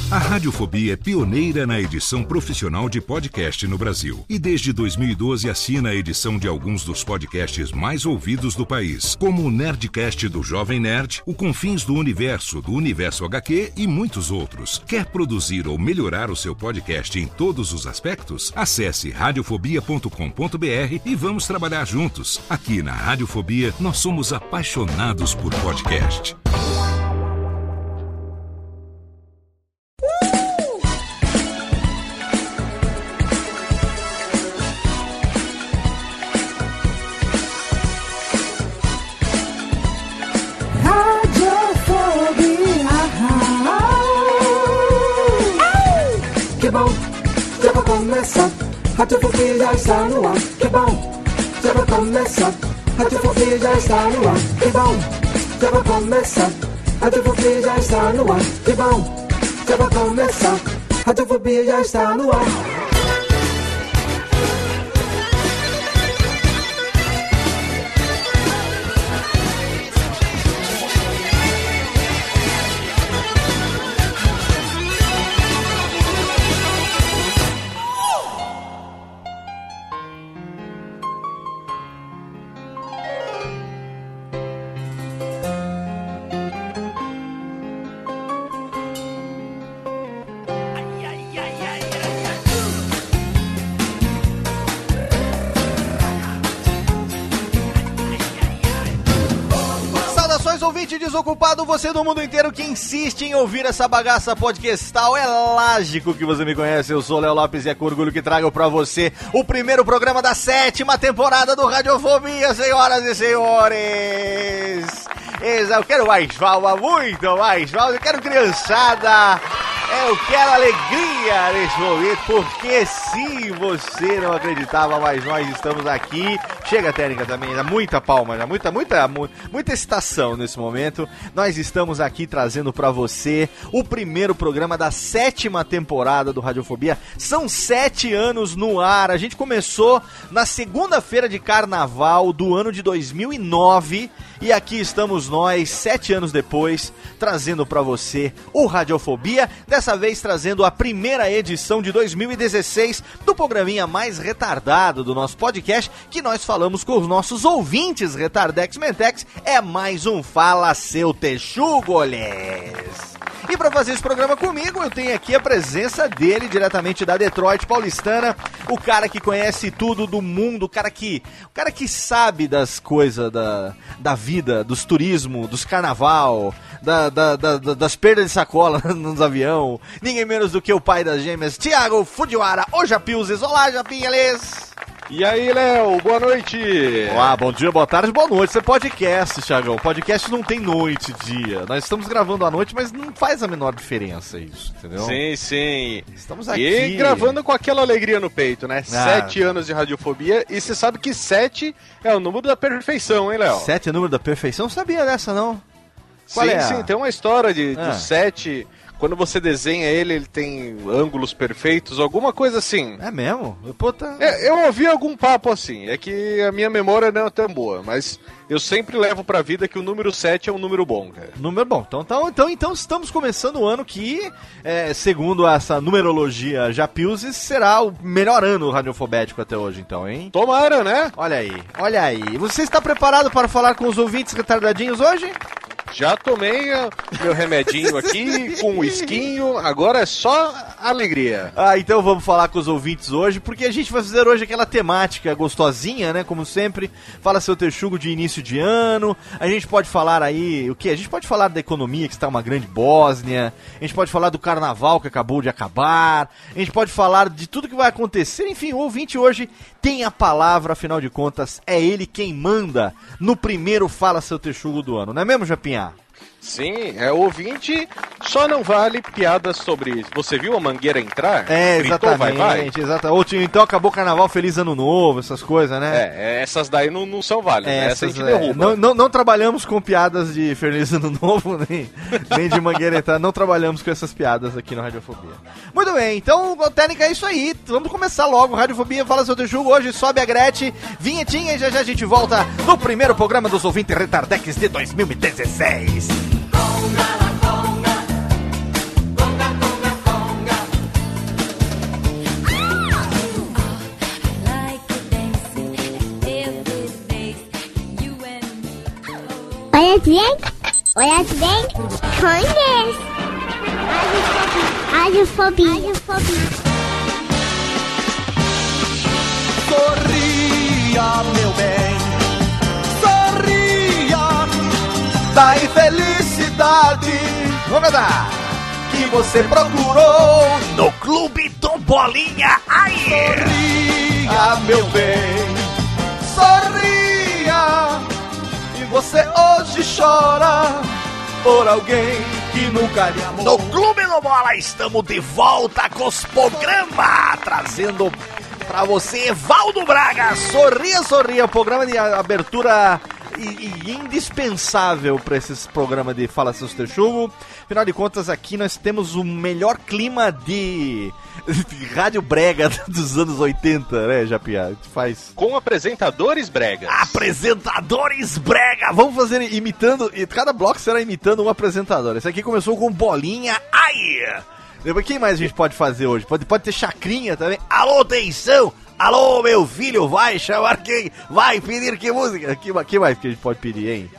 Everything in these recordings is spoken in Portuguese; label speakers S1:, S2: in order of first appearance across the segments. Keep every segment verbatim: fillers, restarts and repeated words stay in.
S1: A Radiofobia é pioneira na edição profissional de podcast no Brasil. E desde dois mil e doze assina a edição de alguns dos podcasts mais ouvidos do país, como o Nerdcast do Jovem Nerd, o Confins do Universo, do Universo agá quê e muitos outros. Quer produzir ou melhorar o seu podcast em todos os aspectos? Acesse radiofobia ponto com ponto b r e vamos trabalhar juntos. Aqui na Radiofobia, nós somos apaixonados por podcast.
S2: Radiofobia já está no ar, que bom, já vai começar. Radiofobia já está no ar, que bom, já vai começar. Radiofobia já está no ar, que bom, já vai começar. Radiofobia já está no ar.
S3: Desocupado, você do mundo inteiro que insiste em ouvir essa bagaça podcastal, é lógico que você me conhece. Eu sou Léo Lopes e é com orgulho que trago pra você o primeiro programa da sétima temporada do Radiofobia, senhoras e senhores. Eu quero mais palma, muito mais palma, eu quero criançada, eu quero alegria nesse momento, porque se você não acreditava, mas nós estamos aqui. Chega a técnica também, dá muita palma, já, muita, muita, muita excitação nesse momento. Nós estamos aqui trazendo pra você o primeiro programa da sétima temporada do Radiofobia. São sete anos no ar. A gente começou na segunda-feira de carnaval do ano de dois mil e nove. E aqui estamos nós, sete anos depois, trazendo pra você o Radiofobia. Dessa vez trazendo a primeira edição de dois mil e dezesseis do programinha mais retardado do nosso podcast, que nós falamos com os nossos ouvintes retardex mentex. É mais um Fala Seu Texugolés. E para fazer esse programa comigo, eu tenho aqui a presença dele, diretamente da Detroit paulistana, o cara que conhece tudo do mundo, o cara que, o cara que sabe das coisas da, da vida, dos turismo, dos carnaval, da, da, da, das perdas de sacola nos aviões, ninguém menos do que o pai das gêmeas, Thiago Fujiwara, o Japilzes. Olá, Japinhales!
S4: E aí, Léo, boa noite!
S3: Olá, bom dia, boa tarde, boa noite. Isso é podcast, Thiagão. Podcast não tem noite, dia. Nós estamos gravando à noite, mas não faz a menor diferença isso, entendeu?
S4: Sim, sim.
S3: Estamos aqui.
S4: E gravando com aquela alegria no peito, né? Ah. Sete anos de Radiofobia. E você sabe que sete é o número da perfeição, hein, Léo?
S3: Sete é o número da perfeição? Não sabia dessa, não.
S4: Qual
S3: sim,
S4: é?
S3: sim,
S4: tem uma história de,
S3: ah.
S4: do sete... Quando você desenha ele, ele tem ângulos perfeitos, alguma coisa assim.
S3: É mesmo? Pô, tá...
S4: é, eu ouvi algum papo assim, é que a minha memória não é tão boa, mas eu sempre levo pra vida que o número sete é um número bom, cara.
S3: Número bom. Então, então, então, então estamos começando o ano que, é, segundo essa numerologia Japilzes, será o melhor ano radiofobético até hoje, então, hein?
S4: Tomara, né?
S3: Olha aí, olha aí. Você está preparado para falar com os ouvintes retardadinhos hoje?
S4: Já tomei uh, meu remedinho aqui, com um esquinho, agora é só alegria.
S3: Ah, então vamos falar com os ouvintes hoje, porque a gente vai fazer hoje aquela temática gostosinha, né, como sempre, Fala Seu Texugo de início de ano, a gente pode falar aí, o que? A gente pode falar da economia, que está uma grande Bósnia, a gente pode falar do carnaval que acabou de acabar, a gente pode falar de tudo que vai acontecer, enfim, o ouvinte hoje tem a palavra, afinal de contas, é ele quem manda no primeiro Fala Seu Texugo do ano, não é mesmo, Japinha?
S4: Sim, é o ouvinte, só não vale piadas sobre você viu a mangueira entrar?
S3: É,
S4: Gritou,
S3: exatamente,
S4: vai, vai.
S3: exatamente. Ou então acabou o carnaval, feliz ano novo, essas coisas, né?
S4: É, essas daí não, não são válidas,
S3: é,
S4: né?
S3: essas,
S4: Essa a gente
S3: é,
S4: derruba.
S3: Não, não, não trabalhamos com piadas de feliz ano novo, nem, nem de mangueira entrar, não trabalhamos com essas piadas aqui no Radiofobia. Muito bem, então, técnica é isso aí, vamos começar logo, Radiofobia, Fala Seu Texugo, hoje sobe a Gretchen, vinhetinha e já já a gente volta no primeiro programa dos ouvintes retardex de dois mil e dezesseis. Conga la conga, conga, conga,
S5: bem? Olha bem? Conhece. Radiofobia. Radiofobia.
S2: Sorria, meu bem. Sorria. Da infelicidade.
S3: Vamos dar! Que você procurou no Clube do Bolinha. Ai!
S2: Sorria, meu bem. Sorria. E você hoje chora por alguém que nunca lhe amou.
S3: No Clube do Bola estamos de volta com os programas, trazendo pra você Evaldo Braga. Sorria, sorria, programa de abertura e, e indispensável pra esses programas de Fala Seus Texugos. Afinal de contas, aqui nós temos o melhor clima de, de rádio brega dos anos oitenta, né, Japia? Faz...
S4: Com apresentadores bregas.
S3: Apresentadores brega! Vamos fazer imitando, e cada bloco será imitando um apresentador. Esse aqui começou com Bolinha. Ai! Depois, quem mais a gente pode fazer hoje? Pode, pode ter Chacrinha também. Alô, atenção! Alô, meu filho, vai chamar quem? Vai pedir que música? Que, que mais que a gente pode pedir, hein?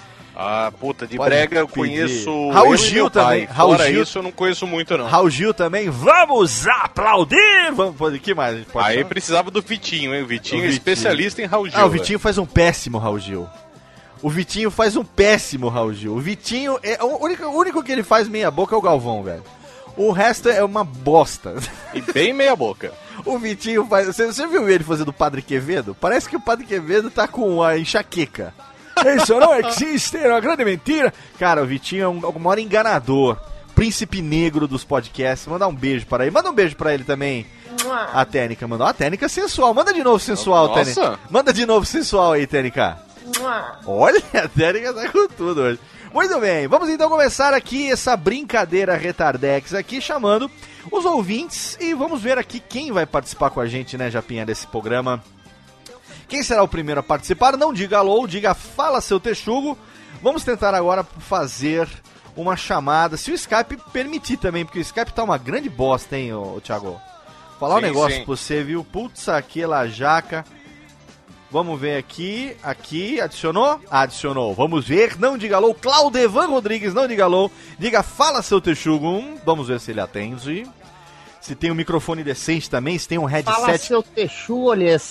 S4: Ah, puta, de
S3: Pode
S4: brega eu
S3: pedir.
S4: conheço...
S3: Raul
S4: eu e
S3: Gil
S4: meu pai.
S3: também. Raul
S4: Fora
S3: Gil.
S4: isso eu não conheço muito, não.
S3: Raul Gil também. Vamos aplaudir! Vamos, pode, que mais a gente pode
S4: Aí
S3: chamar?
S4: precisava do Vitinho, hein? O Vitinho
S3: O
S4: é
S3: Vitinho.
S4: especialista em Raul Gil.
S3: Ah, o Vitinho faz um péssimo Raul Gil. O Vitinho faz um péssimo Raul Gil. O Vitinho, é, o, único, o único que ele faz meia boca é o Galvão, velho. O resto é uma bosta.
S4: E bem meia boca.
S3: O Vitinho faz... Você, você viu ele fazendo o Padre Quevedo? Parece que o Padre Quevedo tá com a enxaqueca. Isso não existe, é uma grande mentira. Cara, o Vitinho é um, um maior enganador. Príncipe negro dos podcasts. Manda um beijo para ele. Manda um beijo para ele também. A Tênica mandou. A Tênica sensual. Manda de novo sensual,
S4: Nossa.
S3: Tênica. Manda de novo sensual aí, Tênica. Olha, a Tênica tá com tudo hoje. Muito bem, vamos então começar aqui essa brincadeira retardex aqui, chamando os ouvintes e vamos ver aqui quem vai participar com a gente, né, Japinha, desse programa. Quem será o primeiro a participar? Não diga alô, diga fala seu texugo. Vamos tentar agora fazer uma chamada, se o Skype permitir também, porque o Skype tá uma grande bosta, hein, ô, ô Thiago? Falar sim, um negócio sim. pra você, viu? Putz, aquela jaca. Vamos ver aqui, aqui, adicionou? Adicionou, vamos ver, não diga alô, Claudevan Rodrigues, não diga alô, diga fala seu texugo, vamos ver se ele atende, se tem um microfone decente também, se tem um headset.
S6: Fala seu texugo, olhês.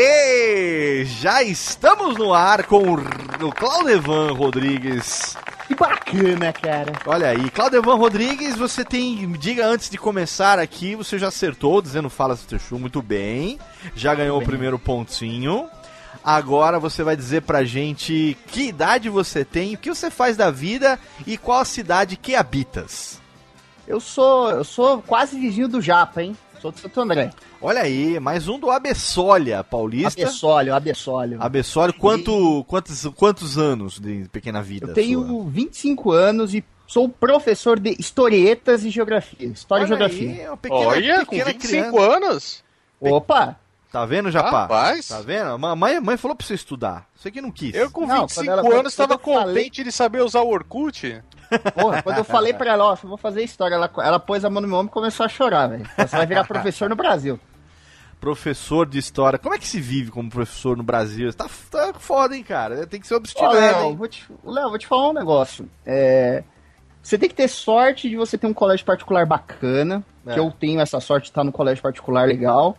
S3: Aê, já estamos no ar com o Claudevan Rodrigues.
S6: Que bacana, cara.
S3: Olha aí, Claudevan Rodrigues, você tem, diga antes de começar aqui, você já acertou, dizendo fala seu texugo, muito bem, já ganhou o primeiro pontinho. Agora você vai dizer pra gente que idade você tem, o que você faz da vida e qual a cidade que habitas.
S6: Eu sou, eu sou quase vizinho do Japa, hein? Sou de Santo André.
S3: Olha aí, mais um do Abessólia Paulista.
S6: Abessólio, Abessólio.
S3: Abessólio, quanto, e... quantos, quantos anos de pequena vida?
S6: Eu tenho
S3: sua?
S6: vinte e cinco anos e sou professor de historietas e geografia. História
S3: Olha
S6: e geografia.
S3: Aí, uma pequena,
S4: Olha,
S3: pequena
S4: com vinte e cinco
S3: criança.
S4: anos?
S6: Opa!
S3: Tá vendo, Japá?
S4: Rapaz.
S3: Tá vendo? A mãe, mãe falou pra você estudar. Você que não quis.
S4: Eu com
S6: Não,
S4: vinte e cinco
S6: quando ela-
S4: anos estava
S6: quando eu falei-
S4: contente de saber usar o Orkut.
S6: Porra, quando eu falei pra ela, ó, eu vou fazer história, ela, ela pôs a mão no meu ombro e começou a chorar, velho. Você vai virar professor no Brasil.
S3: Professor de história. Como é que se vive como professor no Brasil? Tá, tá foda, hein, cara? Tem que ser
S6: Ó,
S3: obstinado,
S6: Léo,
S3: hein?
S6: vou te, Léo, vou te falar um negócio. É, você tem que ter sorte de você ter um colégio particular bacana,
S3: É.
S6: que eu tenho essa sorte de estar no colégio particular legal,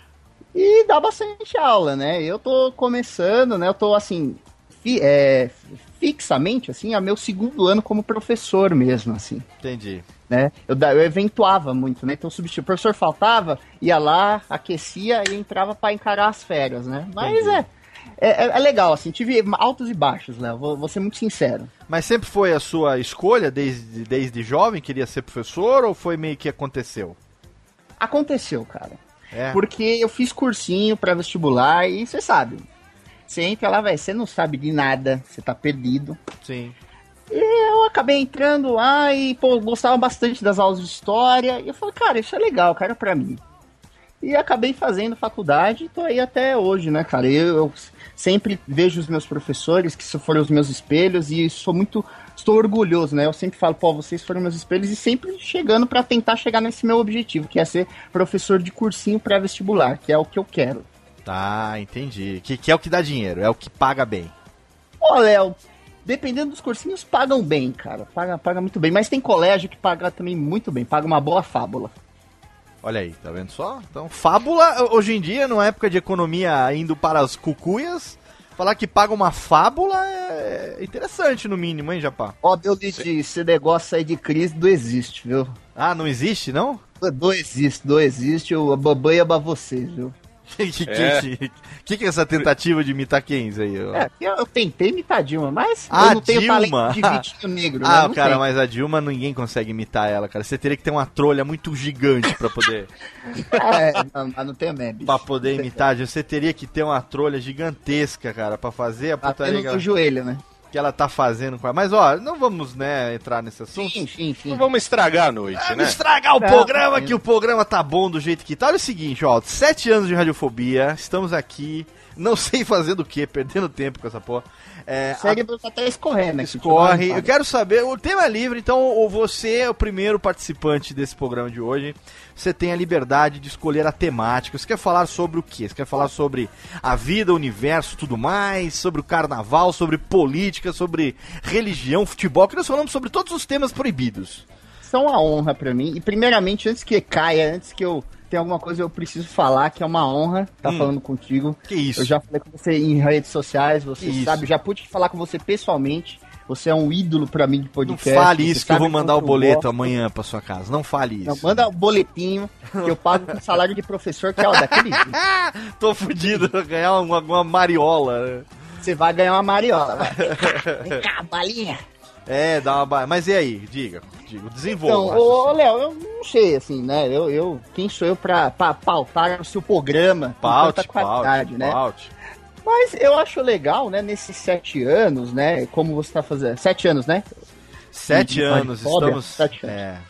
S6: e dá bastante aula, né? Eu tô começando, né? Eu tô, assim, fi- é, fixamente, assim, a meu segundo ano como professor mesmo, assim.
S3: Entendi.
S6: Né? Eu, da- eu eventuava muito, né? Então, substitu... o professor faltava, ia lá, aquecia e entrava pra encarar as férias, né? Mas é, é, é legal, assim, tive altos e baixos, Léo, vou, vou ser muito sincero.
S3: Mas sempre foi a sua escolha desde, desde jovem? Queria ser professor ou foi meio que aconteceu?
S6: Aconteceu, cara.
S3: É.
S6: Porque eu fiz cursinho pra vestibular e você sabe, você entra lá, velho, você não sabe de nada, você tá perdido.
S3: Sim.
S6: E eu acabei entrando lá e, pô, gostava bastante das aulas de história. E eu falei, cara, isso é legal, cara, pra mim. E acabei fazendo faculdade e tô aí até hoje, né, cara? Eu, eu sempre vejo os meus professores, que foram os meus espelhos, e sou muito... Estou orgulhoso, né? Eu sempre falo, pô, vocês foram meus espelhos, e sempre chegando pra tentar chegar nesse meu objetivo, que é ser professor de cursinho pré-vestibular, que é o que eu quero.
S3: Tá, entendi. Que, que é o que dá dinheiro, é o que paga bem.
S6: Ô, Léo, dependendo dos cursinhos, pagam bem, cara. Paga, paga muito bem. Mas tem colégio que paga também muito bem. Paga uma boa fábula.
S3: Olha aí, tá vendo só? Então, fábula, hoje em dia, numa época de economia indo para as cucuias, falar que paga uma fábula é interessante, no mínimo, hein, Japá?
S6: Ó, meu Lid, esse negócio aí de crise não existe, viu?
S3: Ah, não existe, não?
S6: Não existe, não existe. O babãe ama vocês, viu?
S3: que, que,
S4: É.
S3: que, que que é essa tentativa de imitar quem isso aí?
S6: É, eu, eu tentei imitar a Dilma, mas
S3: Ah,
S6: eu não tenho
S3: Dilma.
S6: talento de vitinho negro, né?
S3: Ah,
S6: Não
S3: cara,
S6: tenho.
S3: mas a Dilma ninguém consegue imitar ela, cara. Você teria que ter uma trolha muito gigante pra poder,
S6: É, não, mas não tenho mesmo, bicho.
S3: pra poder imitar a Dilma. Você teria que ter uma trolha gigantesca, cara, pra fazer a
S6: Batendo
S3: putaria que
S6: no
S3: ela,
S6: joelho, né?
S3: que ela tá fazendo com ela. Mas, ó, não vamos, né, entrar nesse assunto.
S6: Sim, sim, sim.
S4: Não vamos estragar a noite,
S3: Ah, não
S4: né?
S3: estragar o
S6: Não,
S3: programa,
S6: não.
S3: que o programa tá bom do jeito que tá. Olha o seguinte, ó, sete anos de radiofobia, estamos aqui, não sei fazendo o que, perdendo tempo com essa porra. É,
S6: O cérebro tá até escorrendo aqui.
S3: Escorre.
S6: tipo,
S3: Eu quero saber, o tema é livre, então ou você é o primeiro participante desse programa de hoje. Você tem a liberdade de escolher a temática. Você quer falar sobre o quê? Você quer falar sobre a vida, o universo, tudo mais, sobre o carnaval, sobre política, sobre religião, futebol, que nós falamos sobre todos os temas proibidos.
S6: São uma honra pra mim. E primeiramente, antes que caia, antes que eu tenha alguma coisa, eu preciso falar que é uma honra estar
S3: Hum.
S6: falando contigo.
S3: Que isso?
S6: Eu já falei com você em redes sociais, você
S3: Que isso?
S6: sabe, já pude falar com você pessoalmente. Você é um ídolo pra mim de
S3: Não
S6: podcast.
S3: fale
S6: você
S3: isso que eu
S6: sabe
S3: vou mandar o
S6: quanto eu
S3: boleto
S6: gosto.
S3: amanhã pra sua casa. Não fale isso.
S6: Não, manda o boletinho que eu pago com salário de professor, que é ó, daquele jeito.
S3: Tô fudido, vou ganhar uma, uma mariola. né?
S6: Você vai ganhar uma mariola. Vai. Vem cá, vem cá, balinha.
S3: É, dá uma ba... Mas e aí? Diga, diga,
S6: Então,
S3: desenvolva.
S6: ô, ô, Léo, eu não sei, assim, né? Eu, eu, quem sou eu pra, pra pautar o seu programa
S3: Paute,
S6: com tanta qualidade,
S3: paute,
S6: né?
S3: paute.
S6: Mas eu acho legal, né, nesses sete anos, né? Como você tá fazendo. Sete anos, né?
S3: Sete
S6: de
S3: anos,
S6: radiofobia,
S3: estamos...
S6: sete anos.
S3: É.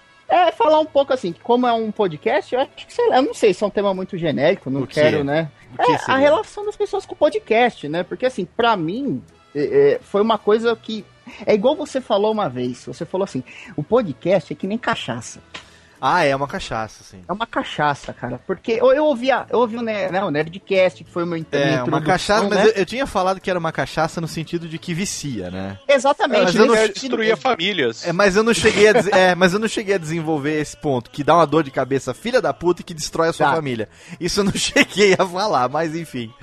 S6: É, falar um pouco assim, que como é um podcast, eu acho que, sei lá, eu não sei se é um tema muito genérico, não
S3: O quê?
S6: quero, né?
S3: O que
S6: É,
S3: seria?
S6: a relação das pessoas com o podcast, né? Porque, assim, pra mim, é, é, foi uma coisa que. É igual você falou uma vez. Você falou assim: o podcast é que nem cachaça.
S3: Ah, é uma cachaça, sim.
S6: É uma cachaça, cara. Porque eu, eu ouvi, a, eu ouvi o, né, o Nerdcast, que foi o meu inter- minha
S3: É, uma
S6: introdução,
S3: cachaça, mas
S6: né?
S3: eu, eu tinha falado que era uma cachaça no sentido de que vicia, né?
S6: Exatamente.
S3: Mas eu não-
S6: nesse
S4: É
S6: sentido-
S4: destruir famílias.
S3: É, mas eu não cheguei a, des- é, mas eu não cheguei a desenvolver esse ponto, que dá uma dor de cabeça filha da puta e que destrói a sua
S6: Tá.
S3: família. Isso eu não cheguei a falar, mas enfim.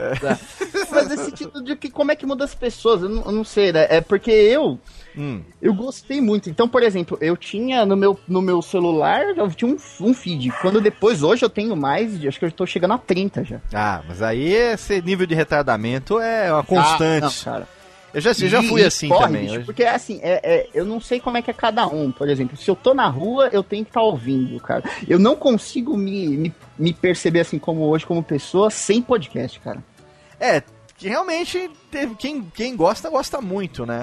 S6: Mas nesse sentido de que como é que muda as pessoas, eu não, eu não sei, né? É porque eu,
S3: Hum.
S6: eu gostei muito. Então, por exemplo, eu tinha no meu, no meu celular, eu tinha um, um feed. Quando depois, hoje eu tenho mais, acho que eu tô chegando a trinta já.
S3: Ah, mas aí esse nível de retardamento é uma constante.
S6: Ah, não, cara.
S3: eu, já, eu já
S6: E-
S3: fui
S6: e
S3: assim
S6: corre,
S3: também.
S6: bicho,
S3: eu-
S6: porque assim, é, é, eu não sei como é que é cada um. Por exemplo, se eu tô na rua, eu tenho que estar ouvindo, cara. Eu não consigo me, me, me perceber assim como hoje, como pessoa, sem podcast, cara.
S3: É, que realmente teve- quem, quem gosta, gosta muito, né?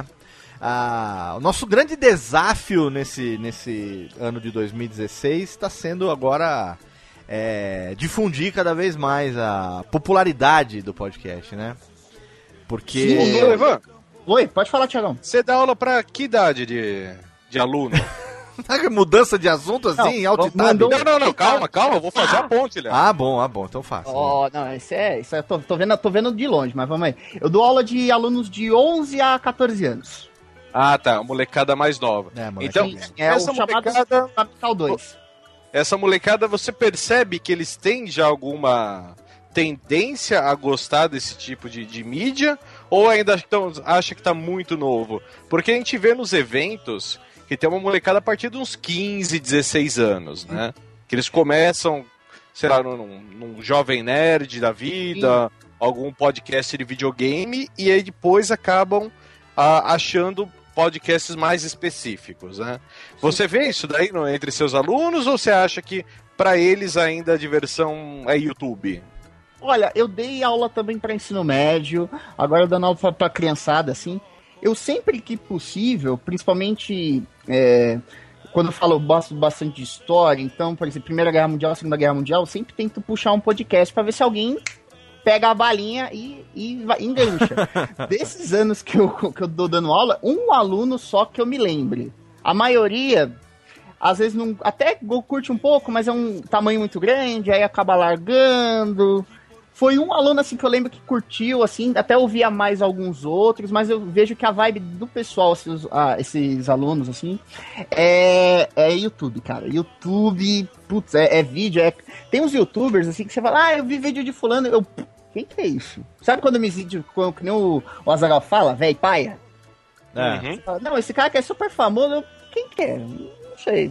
S3: Ah, o nosso grande desafio nesse, nesse ano de dois mil e dezesseis está sendo agora é, difundir cada vez mais a popularidade do podcast, né? Porque...
S6: Sim,
S4: Ô, Ivan,
S6: Oi, pode falar, Thiagão.
S4: você dá aula pra que idade de, de aluno?
S3: Mudança de assunto assim,
S6: Não,
S3: alt tab?
S6: mandou-
S4: Não, não, não, calma, calma, eu vou fazer a ponte, Léo.
S3: Ah, bom, ah, bom, então faça.
S6: Ó, não, isso é, isso é tô, tô vendo, tô vendo de longe, mas vamos aí. Eu dou aula de alunos de onze a quatorze anos.
S4: Ah, tá, a molecada mais nova.
S3: É, moleque.
S4: Então,
S6: Sim, é
S4: essa
S6: o chamado
S4: molecada,
S6: Fundamental dois.
S4: essa molecada, você percebe que eles têm já alguma tendência a gostar desse tipo de, de mídia? Ou ainda tão, acha que tá muito novo? Porque a gente vê nos eventos que tem uma molecada a partir de uns quinze, dezesseis anos, né? Que eles começam, sei lá, num, num jovem nerd da vida, algum podcast de videogame, e aí depois acabam ah, achando podcasts mais específicos, né? Você vê isso daí no, entre seus alunos, ou você acha que pra eles ainda a diversão é YouTube?
S6: Olha, eu dei aula também para ensino médio, agora dando aula para criançada, assim. Eu sempre que possível, principalmente é, quando eu falo gosto bastante de história, então, por exemplo, Primeira Guerra Mundial, Segunda Guerra Mundial, eu sempre tento puxar um podcast para ver se alguém pega a balinha e, e vai- engancha. Desses anos que eu, que eu dou dando aula, um aluno só que eu me lembre. A maioria, às vezes, não, até curte um pouco, mas é um tamanho muito grande, aí acaba largando. Foi um aluno, assim, que eu lembro que curtiu, assim, até ouvia mais alguns outros, mas eu vejo que a vibe do pessoal, assim, os, ah, esses alunos, assim, é, é YouTube, cara. YouTube, putz, é, é vídeo, é... Tem uns youtubers, assim, que você fala, ah, eu vi vídeo de fulano, eu... Quem que é isso? Sabe quando me vídeo, que nem o, o Azaghal fala, véi, paia?
S3: É.
S4: Uhum.
S6: Fala, não, esse cara que é super famoso, eu... quem que é? Não sei.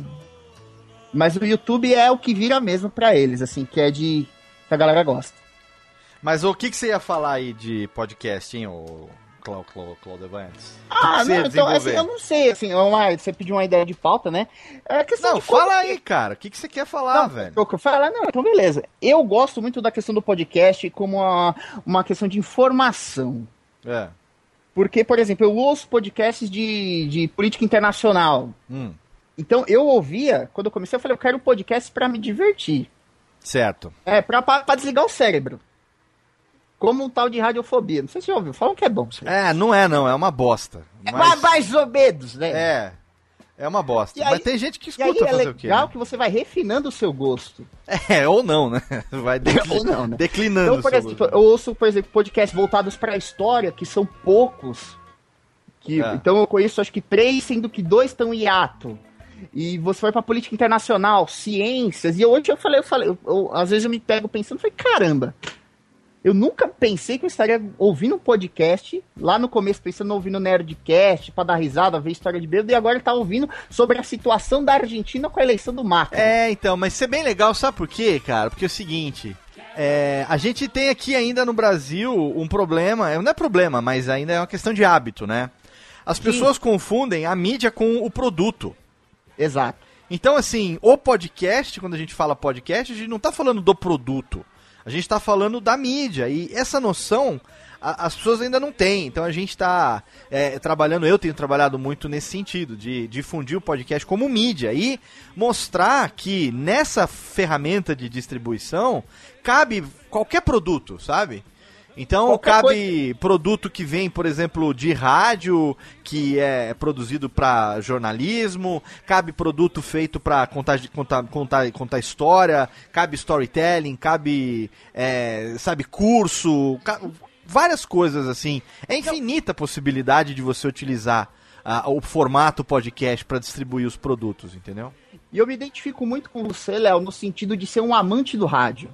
S6: Mas o YouTube é o que vira mesmo pra eles, assim, que é de... que a galera gosta.
S3: Mas o que, que você ia falar aí de podcast, hein, ô Cláudio Clá, Clá, Evantes?
S6: Ah, não, então, assim, eu não sei, assim, uma, você pediu uma ideia de pauta, né? É questão
S3: Não,
S6: de como
S3: fala
S6: que-
S3: aí, cara, o que, que você quer falar,
S6: Não,
S3: velho?
S6: eu que falar, não, então beleza. Eu gosto muito da questão do podcast como uma, uma questão de informação.
S3: É.
S6: Porque, por exemplo, eu ouço podcasts de, de política internacional.
S3: Hum,
S6: Então, eu ouvia, quando eu comecei, eu falei, eu quero um podcast pra me divertir.
S3: certo.
S6: É, pra, pra, pra desligar o cérebro. Como um tal de radiofobia. Não sei se você ouviu, falam que é bom.
S3: É, não é não, é uma bosta.
S6: É
S3: Mas,
S6: mais ou menos, né?
S3: é, é uma bosta.
S6: E aí-
S3: Mas tem gente que
S6: E aí
S3: escuta
S6: é
S3: fazer o quê?
S6: legal
S3: né?
S6: que você vai refinando o seu gosto.
S3: É, ou não, né? Vai decli-
S6: Ou não, né?
S3: declinando.
S6: Então, por
S3: seu
S6: exemplo,
S3: gosto.
S6: eu ouço, por exemplo, podcasts voltados para a história, que são poucos. Que,
S3: É.
S6: Então eu conheço acho que três, sendo que dois estão em hiato. E você vai para política internacional, ciências, e hoje eu falei, eu falei, eu- eu- às vezes eu me pego pensando, falei, caramba, eu nunca pensei que eu estaria ouvindo um podcast, lá no começo pensando ouvindo Nerdcast, pra dar risada, ver história de bêbado, e agora tá ouvindo sobre a situação da Argentina com a eleição do Macri.
S3: É, então, mas isso é bem legal, sabe por quê, cara? Porque é o seguinte, é, a gente tem aqui ainda no Brasil um problema, não é problema, mas ainda é uma questão de hábito, né? As pessoas confundem a mídia com o produto.
S6: Exato.
S3: Então, assim, o podcast, quando a gente fala podcast, a gente não tá falando do produto. A gente tá falando da mídia. E essa noção a- as pessoas ainda não têm. Então a gente tá é, trabalhando, eu tenho trabalhado muito nesse sentido, de difundir o podcast como mídia e mostrar que nessa ferramenta de distribuição cabe qualquer produto, sabe? Então
S6: Qualquer
S3: cabe produto que vem, por exemplo, de rádio, que é produzido para jornalismo, cabe produto feito para contar, contar, contar, contar história, cabe storytelling, cabe, é, sabe, curso, ca- várias coisas assim. É infinita a possibilidade de você utilizar ah, o formato podcast para distribuir os produtos, entendeu?
S6: E eu me identifico muito com você, Léo, no sentido de ser um amante do rádio.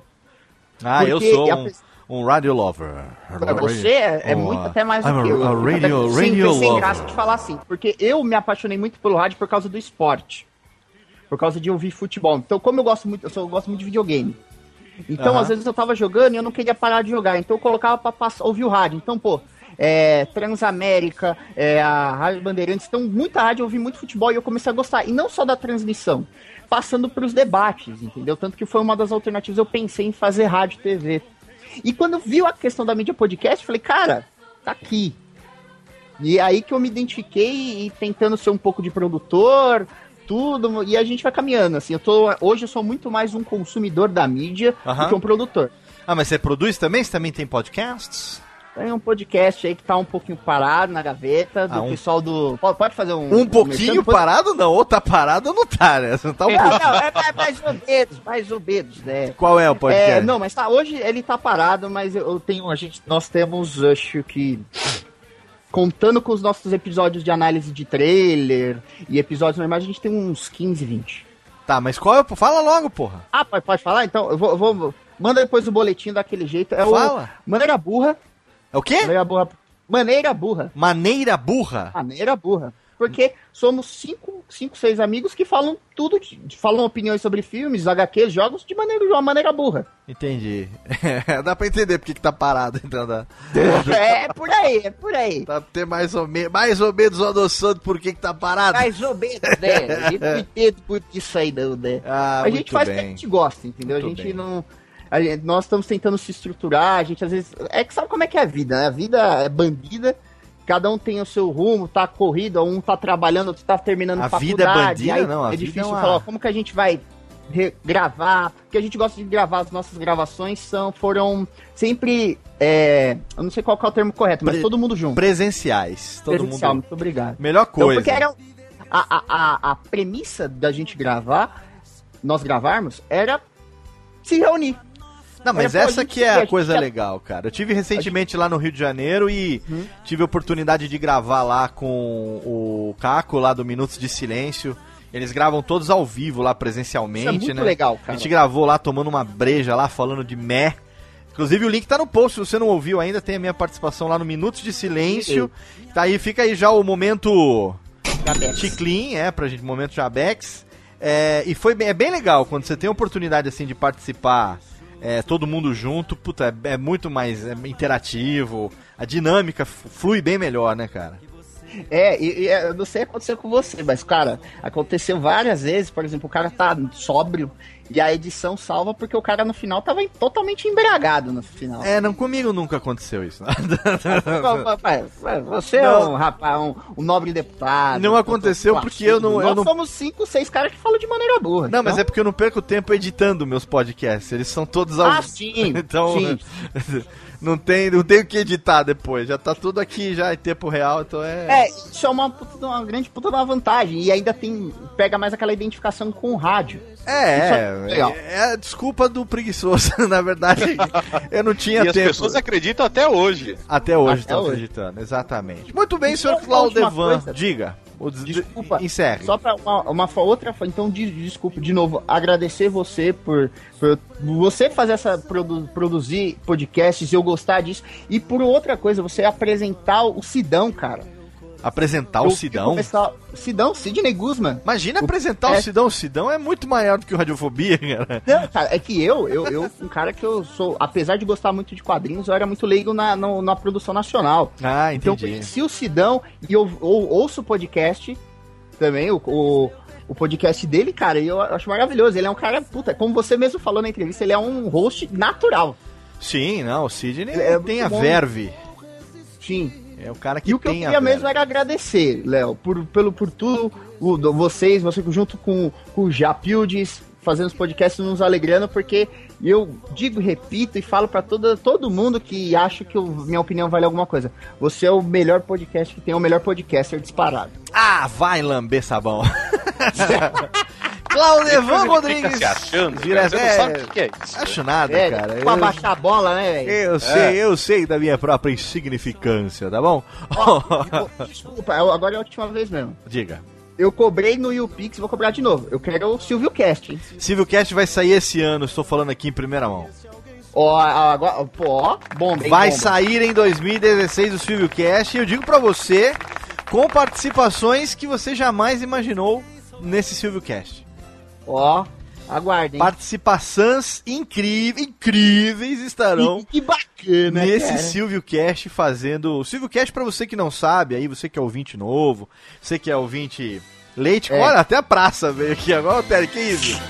S3: Ah, eu
S6: Porque
S3: sou
S6: a
S3: um,
S6: pe-
S3: um radio lover.
S6: Você é, é
S3: Oh,
S6: muito até mais
S3: I'm
S6: do que eu.
S3: a, a radio,
S6: Até sem,
S3: radio
S6: sem
S3: lover.
S6: graça de falar assim. Porque eu me apaixonei muito pelo rádio por causa do esporte. Por causa de ouvir futebol. Então, como eu gosto muito, eu, só, eu gosto muito de videogame. Então,
S3: Aham.
S6: às vezes eu tava jogando e eu não queria parar de jogar. Então eu colocava pra passar, ouvir o rádio. Então, pô, é, Transamérica, é, a Rádio Bandeirantes, então muita rádio, eu ouvi muito futebol e eu comecei a gostar. E não só da transmissão, passando pros debates, entendeu? Tanto que foi uma das alternativas, eu pensei em fazer rádio e T V. E quando viu a questão da mídia podcast, eu falei, cara, tá aqui. E é aí que eu me identifiquei e tentando ser um pouco de produtor, tudo, e a gente vai caminhando, assim, eu tô, hoje eu sou muito mais um consumidor da mídia
S3: Aham.
S6: do que um produtor.
S3: Ah, mas você produz também? Você também tem podcasts?
S6: Tem um podcast aí que tá um pouquinho parado na gaveta, do
S3: Ah, um-
S6: pessoal do... Pode, pode fazer um...
S3: Um pouquinho
S6: merchan?
S3: parado não, ou tá parado ou não tá, né? Você não tá um
S6: Não,
S3: pouquinho.
S6: não, é mais, mais ou menos, mais ou menos, né?
S3: Qual é o podcast?
S6: É, não, mas tá, hoje ele tá parado, mas eu, eu tenho, a gente, nós temos, acho que, contando com os nossos episódios de análise de trailer e episódios normais, a gente tem uns quinze, vinte.
S3: Tá, mas qual é o... Fala logo, porra.
S6: Ah, pode, pode falar? Então, eu vou, eu vou, manda depois o boletim daquele jeito. É
S3: Fala.
S6: o Maneira Burra,
S3: É o quê?
S6: Maneira Burra, Maneira Burra,
S3: Maneira burra?
S6: Maneira Burra. Porque somos cinco, cinco, seis amigos que falam tudo, de- falam opiniões sobre filmes, H Qs, jogos de maneira, de uma maneira burra.
S3: Entendi. Dá pra entender porque que tá parado, então. Dá,
S6: É, é por aí, é por aí.
S3: dá pra ter mais ou, me... mais ou menos uma noção de por que que tá parado.
S6: Mais ou menos, né? A gente não entende muito disso aí, não, né?
S3: Ah,
S6: a
S3: muito
S6: gente faz o
S3: bem.
S6: que a gente gosta, entendeu?
S3: Muito
S6: a gente
S3: bem.
S6: não. a gente- nós estamos tentando se estruturar, a gente às vezes. É que sabe como é que é a vida, né? A vida é bandida, cada um tem o seu rumo, tá corrido, um tá trabalhando, outro tá terminando
S3: A
S6: faculdade.
S3: vida é bandida,
S6: aí
S3: não, a
S6: é
S3: vida
S6: difícil
S3: é uma-
S6: falar, ó, como que a gente vai re- gravar? Porque a gente gosta de gravar, as nossas gravações são, foram sempre. É, eu não sei qual que é o termo correto, mas
S3: Pre-
S6: todo mundo junto.
S3: Presenciais. Todo
S6: Presencial,
S3: mundo.
S6: muito obrigado.
S3: Melhor
S6: Então,
S3: coisa.
S6: porque era a, a, a, a premissa da gente gravar, nós gravarmos, era se reunir.
S3: Não, mas
S6: Olha, pô,
S3: essa
S6: a gente-
S3: que é
S6: a
S3: a
S6: gente
S3: coisa
S6: já-
S3: legal, cara. Eu tive recentemente lá no Rio de Janeiro e
S6: Hum.
S3: tive a oportunidade de gravar lá com o Caco, lá do Minutos de Silêncio. Eles gravam todos ao vivo lá presencialmente,
S6: Isso é muito
S3: né?
S6: legal,
S3: A
S6: cara.
S3: gente gravou lá tomando uma breja lá, falando de meh. Inclusive o link tá no post, se você não ouviu ainda, tem a minha participação lá no Minutos de Silêncio. Tá aí, fica aí já o momento
S6: Gabex.
S3: Chiclin, é, pra gente, momento Jabex. É, e foi bem, é bem legal quando você tem a oportunidade assim de participar, é, todo mundo junto, puta, é, é muito mais é, interativo, a dinâmica f- flui bem melhor, né, cara?
S6: É, e, e é, eu não sei o que aconteceu com você, mas, cara, aconteceu várias vezes, por exemplo, o cara tá sóbrio e a edição salva porque o cara no final tava em- totalmente embriagado no final.
S3: É, não, comigo nunca aconteceu isso.
S6: Mas, mas você é
S3: Não.
S6: um rapaz, um, um nobre deputado.
S3: Não aconteceu
S6: um
S3: porque eu não-
S6: Nós
S3: eu não-
S6: somos cinco, seis caras que falam de maneira burra.
S3: Não, mas
S6: então-
S3: é porque eu não perco tempo editando meus podcasts, eles são todos ao
S6: Ah, sim,
S3: então,
S6: sim.
S3: não tem, não tem o que editar depois, já tá tudo aqui já em tempo real, então é...
S6: É, isso é uma, puta- uma grande puta da vantagem. E ainda tem. Pega mais aquela identificação com o rádio.
S3: É,
S6: Isso
S3: é,
S6: é legal.
S3: é a desculpa do preguiçoso, na verdade. Eu não tinha
S4: E as
S3: tempo.
S4: pessoas acredtam até hoje.
S3: Até hoje
S6: Até
S3: estão
S6: hoje.
S3: acreditando, exatamente. Muito bem,
S6: Então,
S3: senhor
S6: uma última
S3: Claudevan,
S6: coisa.
S3: diga. O des-
S6: Desculpa.
S3: Encerre.
S6: Só pra uma, uma fa- outra. fa- Então, de- desculpa, de novo, agradecer você por, por você fazer essa. Produ, produzir podcasts e eu gostar disso. E por outra coisa, você apresentar o Sidão, cara.
S3: Apresentar
S6: Eu-
S3: o
S6: eu
S3: Sidão?
S6: começar- Sidão, Sidney Guzman.
S3: Imagina
S6: O-
S3: apresentar
S6: é.
S3: o Sidão. O Sidão é muito maior do que o Radiofobia, cara.
S6: Não, cara, é que eu, eu, eu, um cara que eu sou, apesar de gostar muito de quadrinhos, eu era muito leigo na, no- na produção nacional.
S3: Ah,
S6: Então,
S3: entendi.
S6: conheci o Sidão e eu, ou- ouço o podcast também, o, o, o podcast dele, cara, e eu acho maravilhoso. Ele é um cara, puta, como você mesmo falou na entrevista, ele é um host natural.
S3: Sim, não, o Sidney
S6: É muito
S3: tem a
S6: bom.
S3: verve.
S6: Sim.
S3: É o cara que
S6: E o que eu
S3: tem a
S6: queria
S3: verve.
S6: mesmo era agradecer, Léo, por, pelo, por tudo, o, do- vocês, você junto com, com o Japildes, fazendo os podcasts, nos alegrando, porque eu digo, repito e falo pra todo, todo mundo que acha que eu- minha opinião vale alguma coisa. Você é o melhor podcast que tem, o melhor podcaster disparado.
S3: Ah, vai lamber sabão. Claudevan Rodrigues.
S4: Fica se achando,
S3: Vira-
S4: cara, você não
S3: é,
S4: sabe o que que é isso.
S3: Acho nada,
S6: É,
S3: cara.
S6: pra baixar a bola, né, velho?
S3: Eu sei, eu sei da minha própria insignificância, tá bom?
S6: Ó, eu- Desculpa, eu- agora é a última vez mesmo.
S3: Diga.
S6: Eu cobrei no YouPix, vou cobrar de novo. Eu quero o Silvio Cast, hein?
S3: Silvio Cast vai sair esse ano, estou falando aqui em primeira mão.
S6: Ó, agora, pô, ó, bomba, hein,
S3: Vai
S6: bomba.
S3: sair em dois mil e dezesseis o Silvio Cast e eu digo pra você, com participações que você jamais imaginou nesse Silvio Cast.
S6: Ó, aguardem.
S3: Participações incríveis, incríveis estarão
S6: Que, que bacana,
S3: nesse
S6: cara.
S3: Silvio Cast fazendo... O Silvio Cast, pra você que não sabe, aí você que é ouvinte novo, você que é ouvinte leite,
S6: É.
S3: olha, até a praça veio aqui agora, Terry, que isso?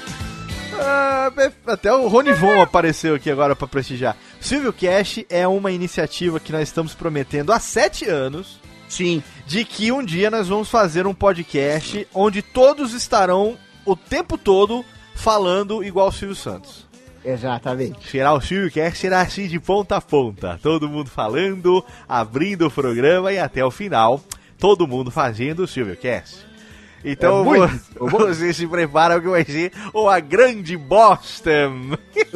S3: Ah, até o Ronivon apareceu aqui agora pra prestigiar. Silvio Cast é uma iniciativa que nós estamos prometendo há sete anos,
S6: Sim.
S3: de que um dia nós vamos fazer um podcast onde todos estarão o tempo todo falando igual o Silvio Santos.
S6: Exatamente.
S3: Será o Silvio Cast, será assim de ponta a ponta. Todo mundo falando, abrindo o programa e até o final, todo mundo fazendo o Silvio Cast. Então
S6: É muito,
S3: vo- você se prepara que vai ser uma grande Boston.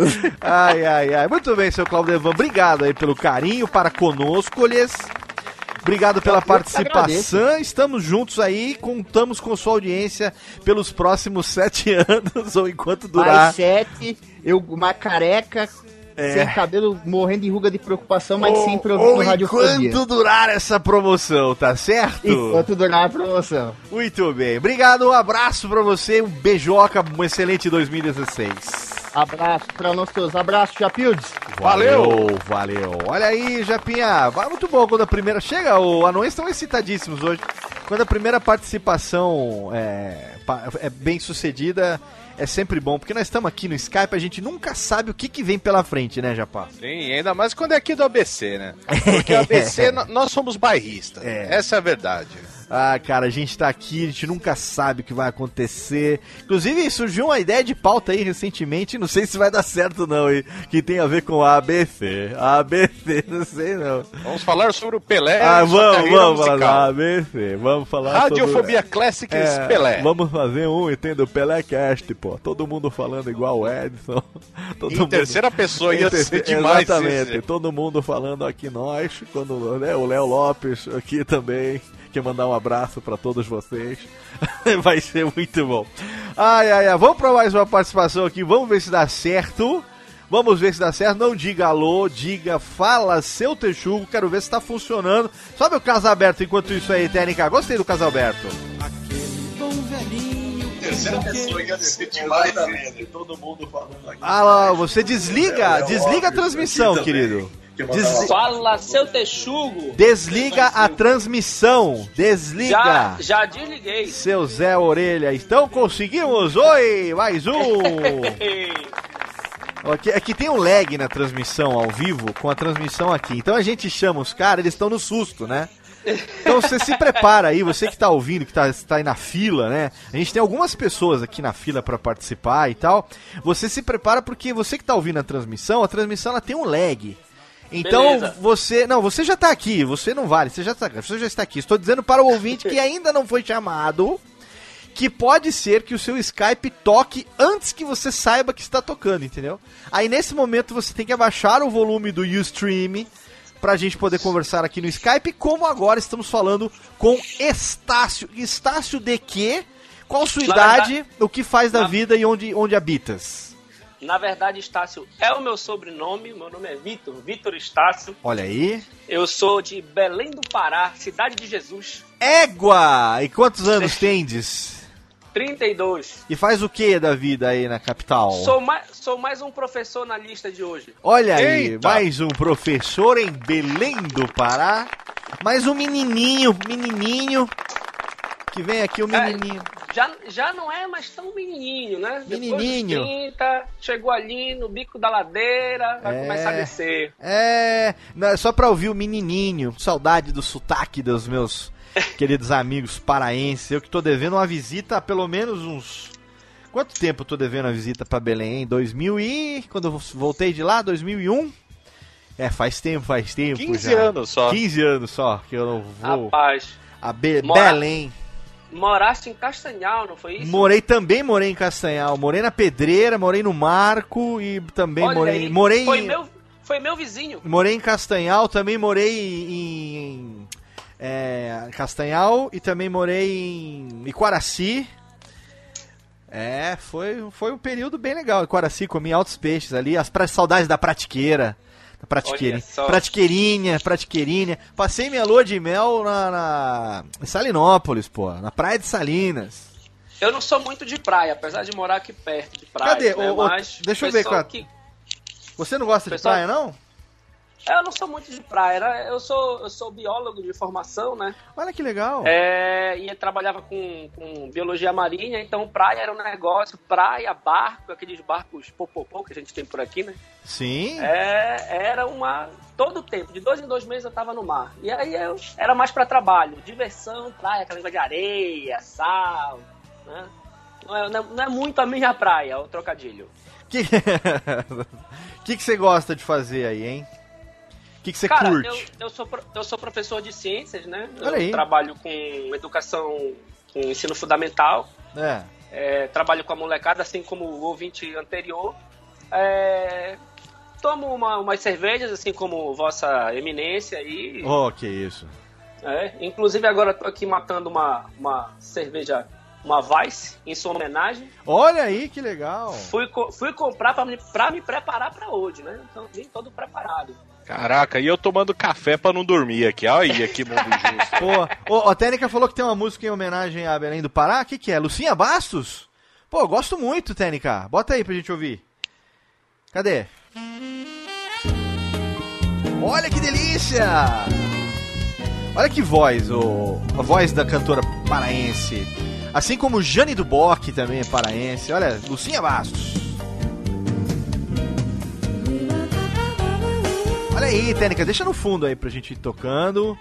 S3: Ai, ai, ai. Muito bem, seu Claudevan. Obrigado aí pelo carinho para conosco, lhes. Obrigado pela
S6: Eu que
S3: participação. Estamos juntos aí, contamos com sua audiência pelos próximos sete anos, ou enquanto durar.
S6: Mais sete, eu uma careca,
S3: É.
S6: sem cabelo, morrendo de ruga de preocupação, mas
S3: ou,
S6: sempre
S3: ou
S6: ouvindo radiofobia.
S3: enquanto durar essa promoção, tá certo?
S6: Enquanto durar a promoção.
S3: Muito bem. Obrigado, um abraço pra você, um beijoca, um excelente dois mil e dezesseis.
S6: Abraço pra nós todos. Abraço, Japildes.
S3: Valeu, valeu. Olha aí, Japinha. Vai muito bom quando a primeira... Chega, os anões estão excitadíssimos hoje. Quando a primeira participação é, pa- é bem sucedida, é sempre bom. Porque nós estamos aqui no Skype, a gente nunca sabe o que, que vem pela frente, né, Japá?
S4: Sim, ainda mais quando é aqui do A B C, né? Porque o A B C, no- nós somos bairristas.
S3: É.
S4: Essa é a verdade.
S3: Ah, cara, a gente tá aqui, a gente nunca sabe o que vai acontecer. Inclusive, surgiu uma ideia de pauta aí recentemente, não sei se vai dar certo não, hein? Que tem a ver com a A B C. A B C, não sei não.
S4: Vamos falar sobre o Pelé.
S3: Ah, vamos, vamos
S4: musical.
S3: falar da A B C. Vamos falar
S4: Radiofobia
S3: sobre...
S4: Classics
S3: é,
S4: Pelé.
S3: Vamos fazer um, entendeu? Pelé Cast, pô. Todo mundo falando igual o Edson. Todo
S4: Em
S3: mundo...
S4: terceira pessoa ia
S3: Em
S4: ser
S3: ter...
S4: demais.
S3: Exatamente.
S4: Esse.
S3: Todo mundo falando aqui nós. Quando, né, o Léo Lopes aqui também. Quer mandar um abraço pra todos vocês. Vai ser muito bom. Ai, ai, ai. Vamos pra mais uma participação aqui. Vamos ver se dá certo. Vamos ver se dá certo. Não diga alô, diga fala seu texugo. Quero ver se tá funcionando. Sobe o Casalberto enquanto isso aí, Técnica. Gostei do Casalberto.
S2: Aquele bom velhinho.
S4: Terceira pessoa ia ser demais.
S3: Todo mundo falando aqui. Ah lá, você desliga, desliga a transmissão, querido. Desli...
S7: Fala, seu texugo.
S3: Desliga a transmissão. Desliga.
S7: Já, já desliguei.
S3: Seu Zé Orelha. Então conseguimos. Oi, mais um. Aqui, aqui tem um lag na transmissão ao vivo com a transmissão aqui. Então a gente chama os caras, eles estão no susto, né? Então você se prepara aí, você que tá ouvindo, que tá, tá aí na fila, né? A gente tem algumas pessoas aqui na fila pra participar e tal. Você se prepara porque você que tá ouvindo a transmissão, a transmissão ela tem um lag. Então, beleza. Você... Não, você já tá aqui, você não vale, você já, tá, você já está aqui. Estou dizendo para o ouvinte que ainda não foi chamado, que pode ser que o seu Skype toque antes que você saiba que está tocando, entendeu? Aí, nesse momento, você tem que abaixar o volume do Ustream pra gente poder conversar aqui no Skype, como agora estamos falando com Estácio. Estácio de quê? Qual sua Na idade, verdade, o que faz da na... vida e onde, onde habitas?
S7: Na verdade, Estácio é o meu sobrenome, meu nome é Vitor, Vitor Estácio.
S3: Olha aí.
S7: Eu sou de Belém do Pará, cidade de Jesus.
S3: Égua! E quantos anos tendes?
S7: trinta e dois.
S3: E faz o que da vida aí na capital?
S7: Sou mais, sou mais um professor na lista de hoje.
S3: Olha aí,
S4: Eita.
S3: Mais um professor em Belém do Pará. Mais um menininho, menininho. Que vem aqui o menininho.
S7: É, já, já não é mais tão menininho, né?
S3: Menininho.
S7: Depois dos trinta, chegou ali no bico da ladeira, vai é, começar a descer.
S3: É, não, só pra ouvir o menininho. Saudade do sotaque dos meus queridos amigos paraenses. Eu que tô devendo uma visita há pelo menos uns... Quanto tempo eu tô devendo uma visita pra Belém, hein? dois mil e... Quando eu voltei de lá, dois mil e um? É, faz tempo, faz tempo
S4: quinze
S3: já.
S4: anos só.
S3: quinze anos só que eu não vou...
S7: Rapaz.
S3: A Be-
S7: Mora...
S3: Belém.
S7: Moraste em Castanhal, não foi isso?
S3: Morei também, morei em Castanhal. Morei na Pedreira, morei no Marco e também
S7: Olha
S3: morei...
S7: Aí,
S3: morei
S7: foi,
S3: em...
S7: meu, foi meu vizinho.
S3: Morei em Castanhal, também morei em... em é, Castanhal e também morei em Iquaraci. É, foi, foi um período bem legal. Iquaraci, comi altos peixes ali. As pra... saudades da pratiqueira. Da pratiqueirinha. Pratiqueirinha, pratiqueirinha. Passei minha lua de mel na, na... em Salinópolis, pô. Na praia de Salinas.
S7: Eu não sou muito de praia, apesar de morar aqui perto de praia.
S3: Cadê?
S7: Né?
S3: O, o,
S7: Mas
S3: deixa eu ver, cara. Que... Você não gosta pessoal... de praia, não?
S7: Eu não sou muito de praia, né? eu sou, eu sou biólogo de formação, né?
S3: Olha que legal.
S7: É, e eu trabalhava com, com biologia marinha, então praia era um negócio, praia, barco, aqueles barcos popopô que a gente tem por aqui, né?
S3: Sim.
S7: É, era uma... Todo o tempo, de dois em dois meses eu tava no mar. E aí eu era mais pra trabalho, diversão, praia, aquela coisa de areia, sal, né? Não é, não é muito a minha praia, o trocadilho.
S3: O que... que, que você gosta de fazer aí, hein? O que, que você
S7: Cara,
S3: curte?
S7: Eu, eu, sou, eu sou professor de ciências, né?
S3: Olha
S7: eu
S3: aí.
S7: trabalho com educação, com ensino fundamental.
S3: É.
S7: É, trabalho com a molecada, assim como o ouvinte anterior. É, tomo uma, umas cervejas, assim como Vossa Eminência aí.
S3: Oh, que isso.
S7: É, inclusive agora tô aqui matando uma, uma cerveja, uma Weiss, em sua homenagem.
S3: Olha aí, que legal.
S7: Fui, fui comprar pra me, pra me preparar pra hoje, né? Então vim todo preparado.
S4: Caraca, e eu tomando café pra não dormir aqui. Olha aí, que mundo justo.
S3: Pô, ó, a Técnica falou que tem uma música em homenagem a Belém do Pará. O que, que é? Lucinha Bastos? Pô, eu gosto muito, Técnica. Bota aí pra gente ouvir. Cadê? Olha que delícia! Olha que voz, o, a voz da cantora paraense. Assim como Jane do Bock também é paraense. Olha, Lucinha Bastos. Olha aí, Técnica, deixa no fundo aí pra gente ir tocando.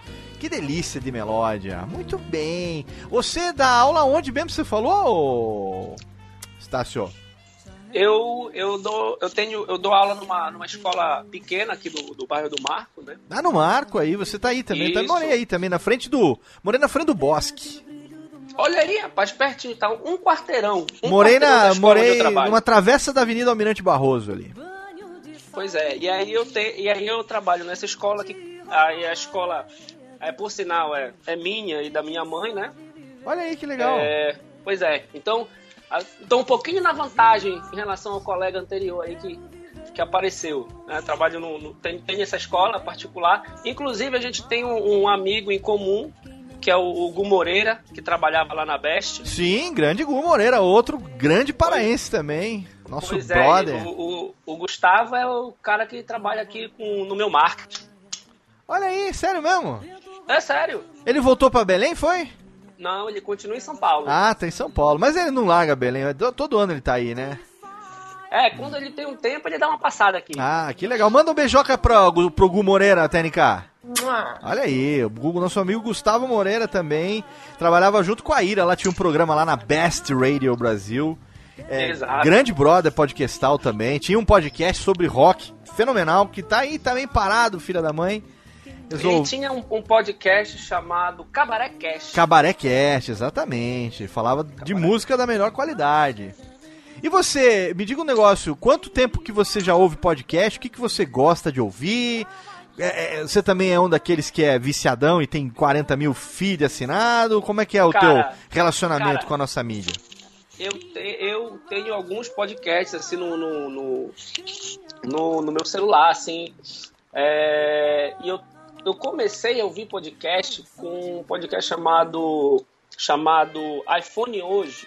S3: que delícia de melódia. Muito bem. Você dá aula onde mesmo você falou, Estácio?
S7: Eu, eu, dou, eu, tenho, eu dou aula numa, numa escola pequena aqui do, do bairro do Marco, né?
S3: Ah, no Marco aí, você tá aí também.
S7: Isso.
S3: Tá, morei aí também, na frente do... Morei na frente do Bosque.
S7: Olha aí, rapaz, pertinho, tá um quarteirão. Um
S3: morei
S7: quarteirão da
S3: na,
S7: escola onde
S3: morei
S7: eu trabalho.
S3: numa travessa da Avenida Almirante Barroso ali.
S7: Pois é, e aí eu, te, e aí eu trabalho nessa escola, que aí a escola, é, por sinal, é, é minha e da minha mãe, né?
S3: Olha aí que legal.
S7: É, pois é, então... Estou um pouquinho na vantagem em relação ao colega anterior aí que, que apareceu. Né? Trabalho no, no tem, tem essa escola particular. Inclusive, a gente tem um, um amigo em comum, que é o, o Gu Moreira, que trabalhava lá na Best.
S3: Sim, grande Gu Moreira, outro grande paraense pois, também. Nosso
S7: pois
S3: brother.
S7: É, o, o, o Gustavo é o cara que trabalha aqui com, no meu marketing.
S3: Olha aí, sério mesmo?
S7: É sério.
S3: Ele voltou para Belém, foi?
S7: Não, ele continua em São Paulo.
S3: Ah, tá em São Paulo. Mas ele não larga Belém, todo ano ele tá aí, né?
S7: É, quando ele tem um tempo, ele dá uma passada aqui.
S3: Ah, que legal. Manda um beijoca pro, pro Gu Moreira, T N K. Olha aí, o Gu, nosso amigo Gustavo Moreira também trabalhava junto com a Ira. Lá tinha um programa lá na Best Radio Brasil. É,
S7: Exato.
S3: Grande brother podcastal também. Tinha um podcast sobre rock fenomenal, que tá aí também parado, filha da mãe.
S7: Ele tinha um, um podcast chamado Cabaré Cast.
S3: Cabaré Cast, exatamente. Falava Cabaré. de música da melhor qualidade. E você, me diga um negócio, quanto tempo que você já ouve podcast? O que, que você gosta de ouvir? É, você também é um daqueles que é viciadão e tem quarenta mil feed assinado? Como é que é o cara, teu relacionamento cara, com a nossa mídia?
S7: Eu, te, eu tenho alguns podcasts assim no, no, no, no, no meu celular, assim. É, e eu Eu comecei a ouvir podcast com um podcast chamado, chamado iPhone Hoje.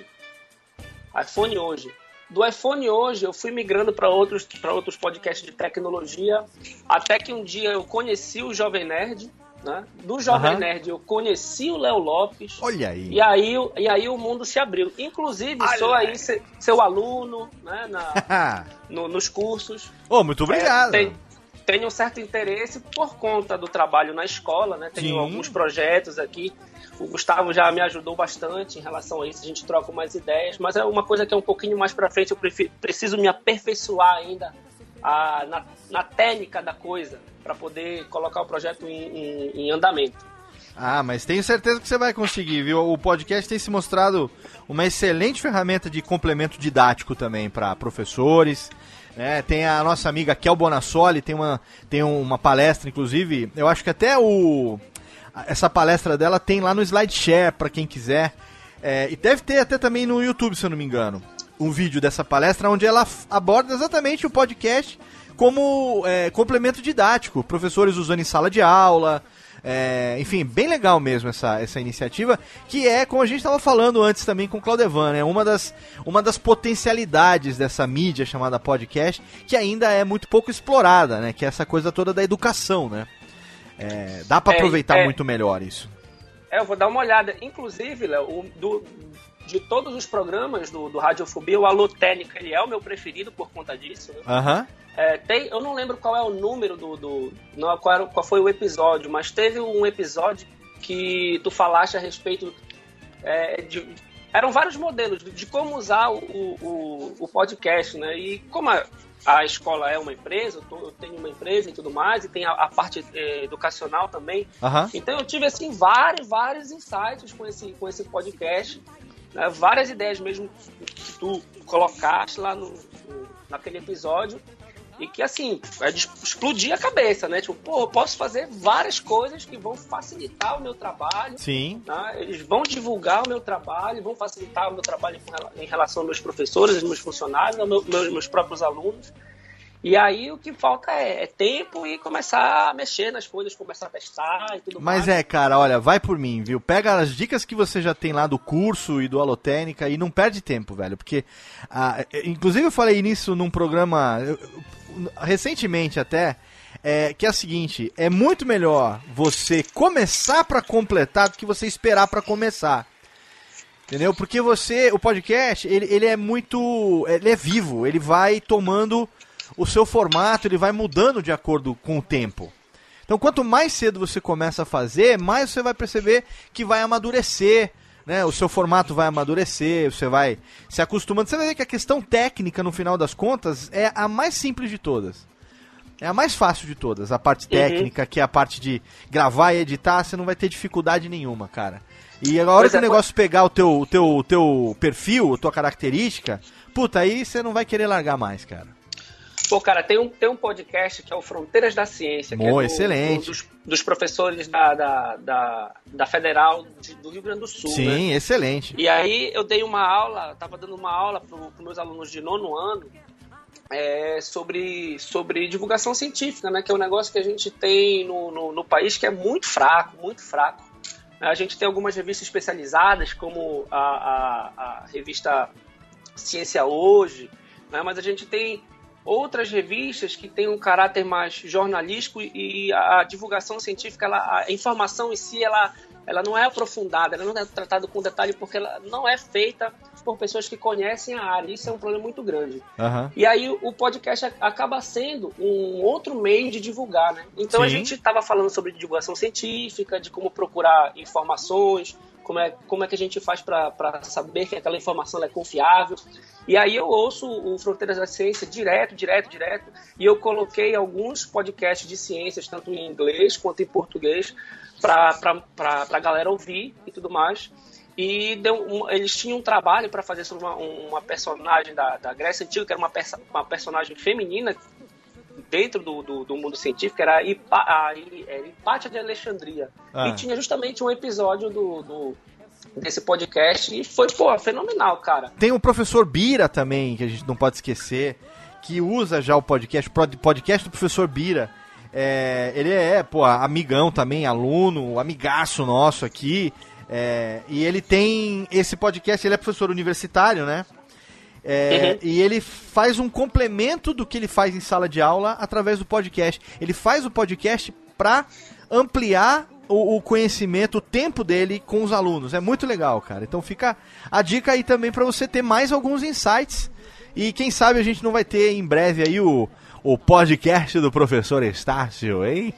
S7: iPhone Hoje. Do iPhone Hoje eu fui migrando para outros, para outros podcasts de tecnologia, até que um dia eu conheci o Jovem Nerd, né? Do Jovem uhum. Nerd eu conheci o Léo Lopes.
S3: Olha aí.
S7: E aí, e aí o mundo se abriu. Inclusive, Olha sou aí seu, seu aluno, né? Na, no, nos cursos.
S3: Oh, muito obrigado.
S7: É, tem, Tenho um certo interesse por conta do trabalho na escola, né? Tenho Sim. alguns projetos aqui. O Gustavo já me ajudou bastante em relação a isso. A gente troca mais ideias, mas é uma coisa que é um pouquinho mais pra frente. Eu prefiro, preciso me aperfeiçoar ainda a, na, na técnica da coisa para poder colocar o projeto em, em, em andamento.
S3: Ah, mas tenho certeza que você vai conseguir, viu? O podcast tem se mostrado uma excelente ferramenta de complemento didático também para professores. É, tem a nossa amiga Kel Bonassoli, tem uma, tem uma palestra, inclusive, eu acho que até o essa palestra dela tem lá no SlideShare, para quem quiser, é, e deve ter até também no YouTube, se eu não me engano, um vídeo dessa palestra, onde ela aborda exatamente o podcast como é, complemento didático, professores usando em sala de aula, é, enfim, bem legal mesmo essa, essa iniciativa, que é, como a gente estava falando antes também com o Claudevan, né, uma das, uma das potencialidades dessa mídia chamada podcast, que ainda é muito pouco explorada, né, que é essa coisa toda da educação, né, é, dá para aproveitar é, é, muito melhor isso.
S7: É, eu vou dar uma olhada, inclusive, Léo, do, de todos os programas do, do Radiofobia, o Alô Técnica, ele é o meu preferido por conta disso, né?
S3: Aham. Uhum.
S7: É, tem, eu não lembro qual é o número do... do não, qual, era, qual foi o episódio, mas teve um episódio que tu falaste a respeito... É, de, eram vários modelos de, de como usar o, o, o podcast, né? E como a, a escola é uma empresa, eu, tô, eu tenho uma empresa e tudo mais, e tem a, a parte é, educacional também.
S3: Uhum.
S7: Então eu tive, assim, vários, vários insights com esse, com esse podcast, né? Várias ideias mesmo que tu colocaste lá no, no, naquele episódio. E que, assim, é de explodir a cabeça, né? Tipo, pô, eu posso fazer várias coisas que vão facilitar o meu trabalho.
S3: Sim.
S7: Né? Eles vão divulgar o meu trabalho, vão facilitar o meu trabalho em relação aos meus professores, aos meus funcionários, aos meus, meus próprios alunos. E aí o que falta é, é tempo e começar a mexer nas coisas, começar a testar e tudo mais.
S3: Mas é, cara, olha, vai por mim, viu? Pega as dicas que você já tem lá do curso e do Alotênica e não perde tempo, velho. Porque, ah, inclusive eu falei nisso num programa, eu, recentemente até, é, que é o seguinte, é muito melhor você começar pra completar do que você esperar pra começar. Entendeu? Porque você, o podcast, ele, ele é muito, ele é vivo, ele vai tomando o seu formato, ele vai mudando de acordo com o tempo. Então, quanto mais cedo você começa a fazer, mais você vai perceber que vai amadurecer, né? O seu formato vai amadurecer, você vai se acostumando. Você vai ver que a questão técnica, no final das contas, é a mais simples de todas. É a mais fácil de todas, a parte técnica, uhum. que é a parte de gravar e editar, você não vai ter dificuldade nenhuma, cara. E agora pois que é, o negócio pode... pegar o teu, o teu, o teu perfil, a tua característica, puta, aí você não vai querer largar mais, cara.
S7: Pô, cara, tem um, tem um podcast que é o Fronteiras da Ciência, que
S3: Boa,
S7: é do,
S3: excelente.
S7: Do, dos, dos professores da, da, da, da Federal de, do Rio Grande do Sul.
S3: Sim, né? Excelente.
S7: E aí eu dei uma aula, tava dando uma aula para os meus alunos de nono ano, É, sobre, sobre divulgação científica, né, que é um negócio que a gente tem no, no, no país que é muito fraco, muito fraco. A gente tem algumas revistas especializadas, como a, a, a revista Ciência Hoje, né, mas a gente tem outras revistas que têm um caráter mais jornalístico e a divulgação científica, ela, a informação em si, ela, ela não é aprofundada, ela não é tratada com detalhe porque ela não é feita por pessoas que conhecem a área. Isso é um problema muito grande.
S3: Uhum.
S7: E aí o podcast acaba sendo um outro meio de divulgar, né? Então Sim. a gente estava falando sobre divulgação científica, de como procurar informações, como é, como é que a gente faz para saber que aquela informação é confiável. E aí eu ouço o Fronteiras da Ciência direto, direto, direto, e eu coloquei alguns podcasts de ciências, tanto em inglês quanto em português, para a galera ouvir e tudo mais. E deu um, eles tinham um trabalho para fazer sobre uma, uma personagem da, da Grécia Antiga, que era uma, perso, uma personagem feminina dentro do, do, do mundo científico, era a Hipátia de Alexandria. Ah. E tinha justamente um episódio do, do, desse podcast e foi, pô, fenomenal, cara.
S3: Tem o professor Bira também, que a gente não pode esquecer, que usa já o podcast, podcast do professor Bira. É, ele é, pô, amigão também, aluno, amigaço nosso aqui. É, e ele tem esse podcast, ele é professor universitário, né? É, uhum. E ele faz um complemento do que ele faz em sala de aula através do podcast. Ele faz o podcast para ampliar o, o conhecimento, o tempo dele com os alunos. É muito legal, cara. Então fica a dica aí também para você ter mais alguns insights. E quem sabe a gente não vai ter em breve aí o... O podcast do professor Estácio, hein?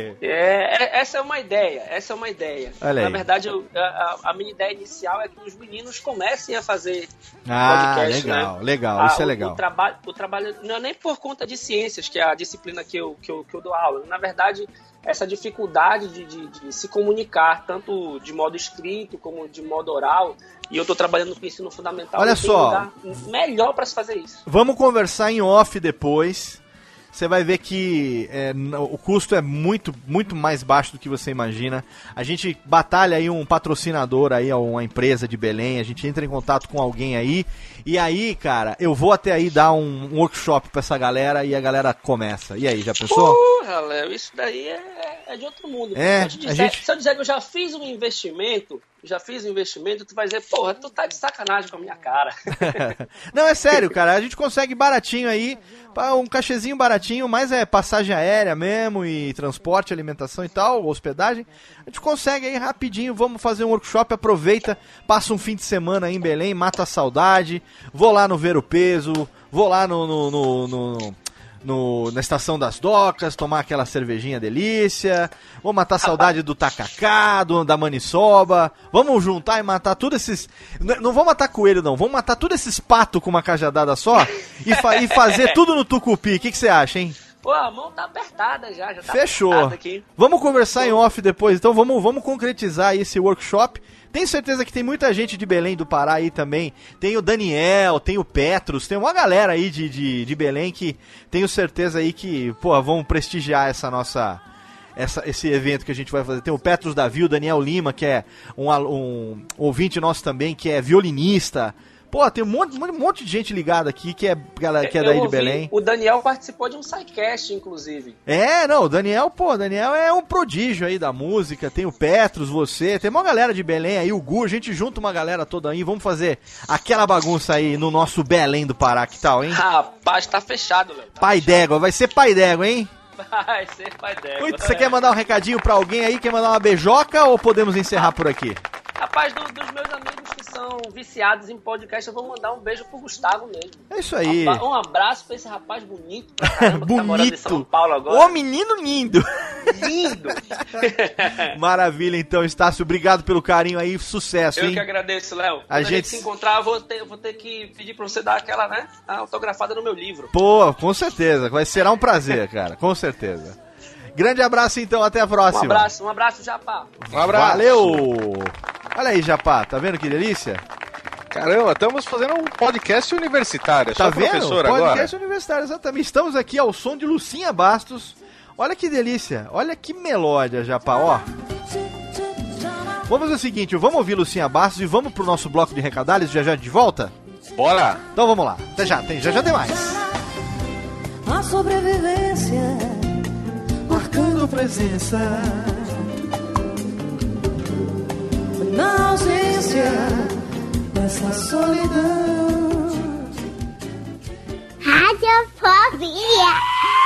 S7: É, essa é uma ideia, essa é uma ideia.
S3: Olha
S7: Na
S3: aí.
S7: verdade, eu, a, a minha ideia inicial é que os meninos comecem a fazer
S3: ah,
S7: podcast,
S3: legal,
S7: né?
S3: legal,
S7: ah,
S3: isso é
S7: o,
S3: legal.
S7: O trabalho, o trabalho não é nem por conta de ciências, que é a disciplina que eu, que eu, que eu dou aula. Na verdade, essa dificuldade de, de, de se comunicar, tanto de modo escrito como de modo oral, e eu estou trabalhando com ensino fundamental.
S3: Olha só,
S7: um lugar melhor para se fazer isso.
S3: Vamos conversar em off depois. Você vai ver que é, o custo é muito, muito mais baixo do que você imagina. A gente batalha aí um patrocinador aí, uma empresa de Belém, a gente entra em contato com alguém aí, e aí, cara, eu vou até aí dar um, um workshop pra essa galera e a galera começa. E aí, já pensou?
S7: Porra, Léo, isso daí é, é de outro mundo.
S3: É,
S7: se, eu dizer,
S3: a gente...
S7: se eu dizer que eu já fiz um investimento, já fiz um investimento, tu vai dizer, porra, tu tá de sacanagem com a minha cara.
S3: Não, é sério, cara, a gente consegue baratinho aí, um cachezinho baratinho, mas é passagem aérea mesmo, e transporte, alimentação e tal, hospedagem. A gente consegue aí rapidinho, vamos fazer um workshop, aproveita, passa um fim de semana aí em Belém, mata a saudade, vou lá no Ver o Peso, vou lá no... no, no, no No, na Estação das Docas, tomar aquela cervejinha delícia, vamos matar a saudade do tacacá, do, da maniçoba, vamos juntar e matar todos esses... Não, não vamos matar coelho não, vamos matar todos esses patos com uma cajadada só e, fa, e fazer tudo no tucupi. O que você acha, hein?
S7: Pô, a mão tá apertada já, já tá
S3: Fechou.
S7: apertada aqui.
S3: Vamos conversar Pô. em off depois, então vamos, vamos concretizar aí esse workshop. Tenho certeza que tem muita gente de Belém do Pará aí também. Tem o Daniel, tem o Petrus, tem uma galera aí de, de, de Belém que tenho certeza aí que, pô, vão prestigiar essa nossa... Essa, esse evento que a gente vai fazer. Tem o Petrus Davi, o Daniel Lima, que é um, um ouvinte nosso também, que é violinista. Pô, tem um monte, um monte de gente ligada aqui que é, que é daí de Belém.
S7: O Daniel participou de um sidecast, inclusive.
S3: É, não, o Daniel, pô, o Daniel é um prodígio aí da música. Tem o Petrus, você, tem uma galera de Belém aí, o Gu, a gente junta uma galera toda aí. Vamos fazer aquela bagunça aí no nosso Belém do Pará, que tal, hein?
S7: Rapaz, tá fechado, Léo. Tá
S3: pai d'égua, vai ser pai d'égua, hein?
S7: Vai ser pai d'égua.
S3: Muito, você é. quer mandar um recadinho pra alguém aí? Quer mandar uma beijoca ou podemos encerrar por aqui?
S7: Rapaz, do, dos meus amigos que são viciados em podcast, eu vou mandar um beijo pro Gustavo mesmo.
S3: É isso aí.
S7: Um abraço pra esse rapaz bonito pra caramba,
S3: bonito.
S7: Que tá morando em São Paulo agora.
S3: Ô, menino lindo.
S7: lindos.
S3: Maravilha, então, Estácio, obrigado pelo carinho aí, sucesso,
S7: Eu
S3: hein?
S7: que agradeço, Léo. Quando
S3: A
S7: a
S3: gente-
S7: gente se encontrar, eu vou ter, vou ter que pedir pra você dar aquela, né, a autografada no meu livro.
S3: Pô, com certeza, vai ser um prazer, cara, com certeza. Grande abraço, então, até a
S7: Um
S3: próxima.
S7: abraço, um abraço, Japá.
S4: Um abraço.
S3: Valeu! Olha aí, Japá, tá vendo que delícia?
S4: Caramba, estamos fazendo um podcast universitário.
S3: Tá
S4: Só
S3: vendo?
S4: professor
S3: Podcast
S4: agora.
S3: universitário, exatamente. Estamos aqui ao som de Lucinha Bastos. Olha que delícia, olha que melódia, Japá, ó. Vamos fazer o seguinte, vamos ouvir Lucinha Bastos e vamos pro nosso bloco de recadalhos já já de volta?
S4: Bora!
S3: Então vamos lá, até já, tem, já já tem mais.
S2: A sobrevivência marcando presença na ausência dessa solidão.
S5: Radiofobia.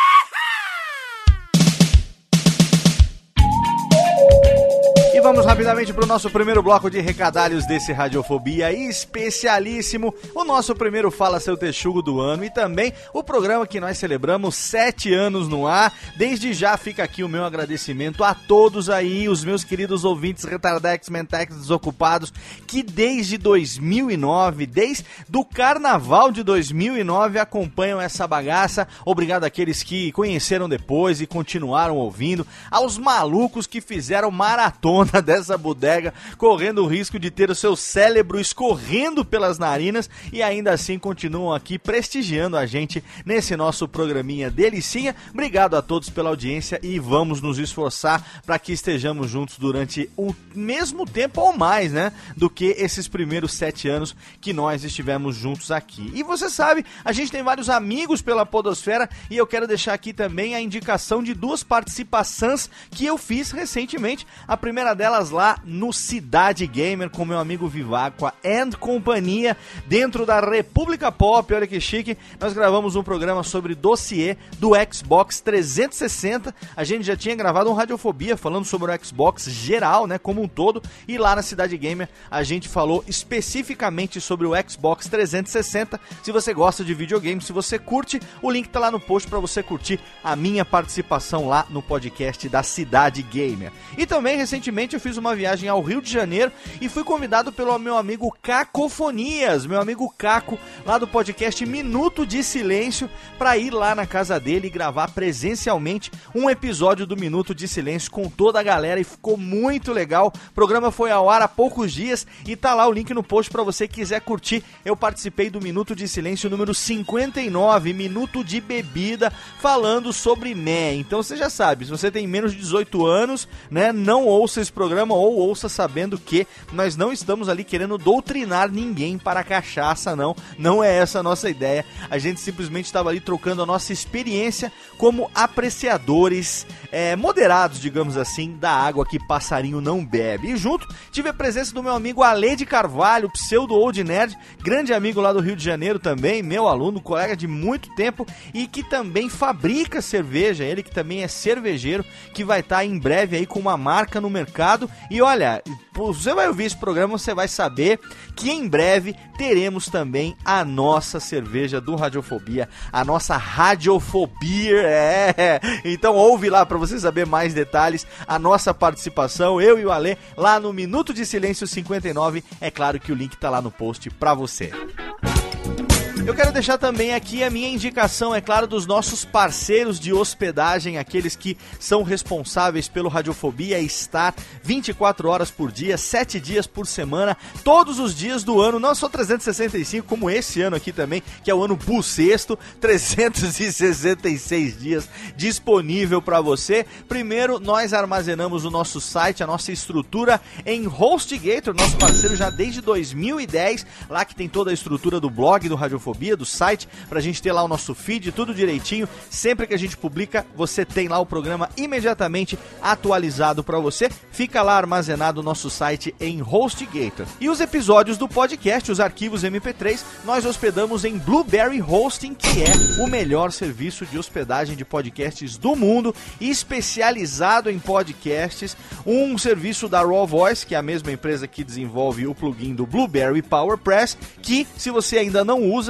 S3: E vamos rapidamente para o nosso primeiro bloco de recadalhos desse Radiofobia especialíssimo, o nosso primeiro Fala Seu Texugo do ano e também o programa que nós celebramos sete anos no ar. Desde já fica aqui o meu agradecimento a todos aí, os meus queridos ouvintes retardex, mentex, desocupados, que desde dois mil e nove, desde do carnaval de dois mil e nove acompanham essa bagaça. Obrigado àqueles que conheceram depois e continuaram ouvindo, aos malucos que fizeram maratona dessa bodega, correndo o risco de ter o seu cérebro escorrendo pelas narinas e ainda assim continuam aqui prestigiando a gente nesse nosso programinha delicinha. Obrigado a todos pela audiência e vamos nos esforçar para que estejamos juntos durante o mesmo tempo ou mais, né, do que esses primeiros sete anos que nós estivemos juntos aqui. E você sabe, a gente tem vários amigos pela podosfera e eu quero deixar aqui também a indicação de duas participações que eu fiz recentemente. A primeira delas lá no Cidade Gamer com meu amigo Viváqua and companhia, dentro da República Pop. Olha que chique, nós gravamos um programa sobre dossiê do Xbox trezentos e sessenta. A gente já tinha gravado um Radiofobia falando sobre o Xbox geral, né, como um todo, e lá na Cidade Gamer a gente falou especificamente sobre o Xbox trezentos e sessenta. Se você gosta de videogame, se você curte, o link tá lá no post para você curtir a minha participação lá no podcast da Cidade Gamer. E também recentemente eu fiz uma viagem ao Rio de Janeiro e fui convidado pelo meu amigo Cacofonias, meu amigo Caco, lá do podcast Minuto de Silêncio, para ir lá na casa dele e gravar presencialmente um episódio do Minuto de Silêncio com toda a galera e ficou muito legal. O programa foi ao ar há poucos dias e tá lá o link no post para você que quiser curtir. Eu participei do Minuto de Silêncio número cinquenta e nove, Minuto de Bebida, falando sobre mé. Então você já sabe, se você tem menos de dezoito anos, né, não ouça esse programa ou ouça sabendo que nós não estamos ali querendo doutrinar ninguém para a cachaça, não. Não é essa a nossa ideia. A gente simplesmente estava ali trocando a nossa experiência como apreciadores é, moderados, digamos assim, da água que passarinho não bebe. E junto tive a presença do meu amigo Ale de Carvalho, pseudo Old Nerd, grande amigo lá do Rio de Janeiro também, meu aluno, colega de muito tempo e que também fabrica cerveja, ele que também é cervejeiro, que vai estar em breve aí com uma marca no mercado. E olha, você vai ouvir esse programa, você vai saber que em breve teremos também a nossa cerveja do Radiofobia, a nossa Radiofobia, é. Então ouve lá para você saber mais detalhes, a nossa participação, eu e o Ale, lá no Minuto de Silêncio cinquenta e nove. É claro que o link tá lá no post para você. Eu quero deixar também aqui a minha indicação, é claro, dos nossos parceiros de hospedagem, aqueles que são responsáveis pelo Radiofobia estar vinte e quatro horas por dia, sete dias por semana, todos os dias do ano, não só trezentos e sessenta e cinco, como esse ano aqui também, que é o ano bussexto, trezentos e sessenta e seis dias disponível para você. Primeiro, nós armazenamos o nosso site, a nossa estrutura em HostGator, nosso parceiro já desde dois mil e dez, lá que tem toda a estrutura do blog do Radiofobia, do site, pra gente ter lá o nosso feed, tudo direitinho. Sempre que a gente publica, você tem lá o programa imediatamente atualizado pra você. Fica lá armazenado o nosso site em HostGator. E os episódios do podcast, os arquivos M P três, nós hospedamos em Blueberry Hosting, que é o melhor serviço de hospedagem de podcasts do mundo, especializado em podcasts, um serviço da Raw Voice, que é a mesma empresa que desenvolve o plugin do Blueberry PowerPress, que, se você ainda não usa,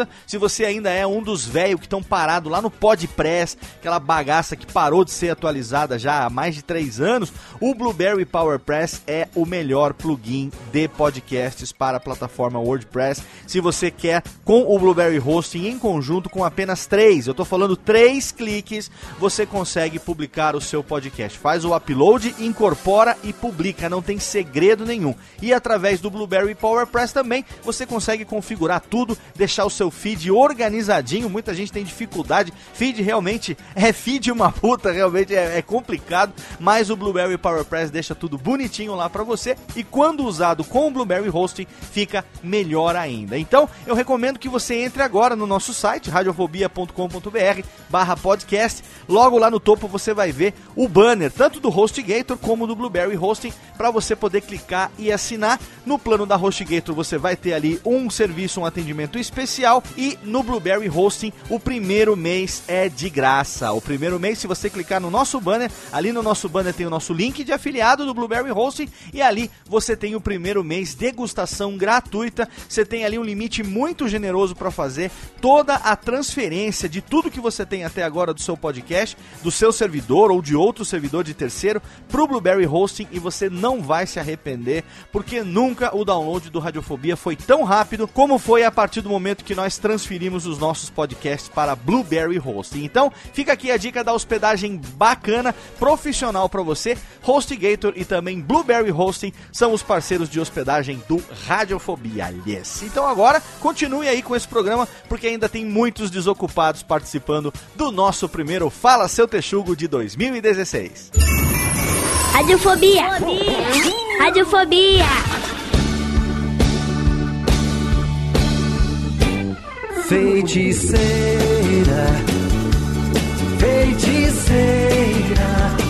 S3: se você ainda é um dos velhos que estão parados lá no PodPress, aquela bagaça que parou de ser atualizada já há mais de três anos, o Blueberry PowerPress é o melhor plugin de podcasts para a plataforma WordPress. Se você quer com o Blueberry Hosting em conjunto com apenas três, eu tô falando três cliques, você consegue publicar o seu podcast. Faz o upload, incorpora e publica, não tem segredo nenhum. E através do Blueberry PowerPress também você consegue configurar tudo, deixar o seu feed organizadinho. Muita gente tem dificuldade, feed realmente é feed uma puta, realmente é, é complicado, mas o Blueberry PowerPress deixa tudo bonitinho lá pra você, e quando usado com o Blueberry Hosting fica melhor ainda. Então eu recomendo que você entre agora no nosso site radiofobia ponto com ponto b r barra podcast. Logo lá no topo você vai ver o banner tanto do HostGator como do Blueberry Hosting para você poder clicar e assinar. No plano da HostGator você vai ter ali um serviço, um atendimento especial, e no Blueberry Hosting o primeiro mês é de graça. O primeiro mês, se você clicar no nosso banner, ali no nosso banner tem o nosso link de afiliado do Blueberry Hosting, e ali você tem o primeiro mês degustação gratuita. Você tem ali um limite muito generoso para fazer toda a transferência de tudo que você tem até agora do seu podcast, do seu servidor ou de outro servidor de terceiro pro Blueberry Hosting, e você não vai se arrepender, porque nunca o download do Radiofobia foi tão rápido como foi a partir do momento que nós transferimos os nossos podcasts para Blueberry Hosting. Então, fica aqui a dica da hospedagem bacana, profissional para você. HostGator e também Blueberry Hosting são os parceiros de hospedagem do Radiofobia. Yes. Então agora, continue aí com esse programa, porque ainda tem muitos desocupados participando do nosso primeiro Fala Seu Texugo de dois mil e dezesseis.
S5: Radiofobia. Radiofobia.
S2: Feiticeira, feiticeira,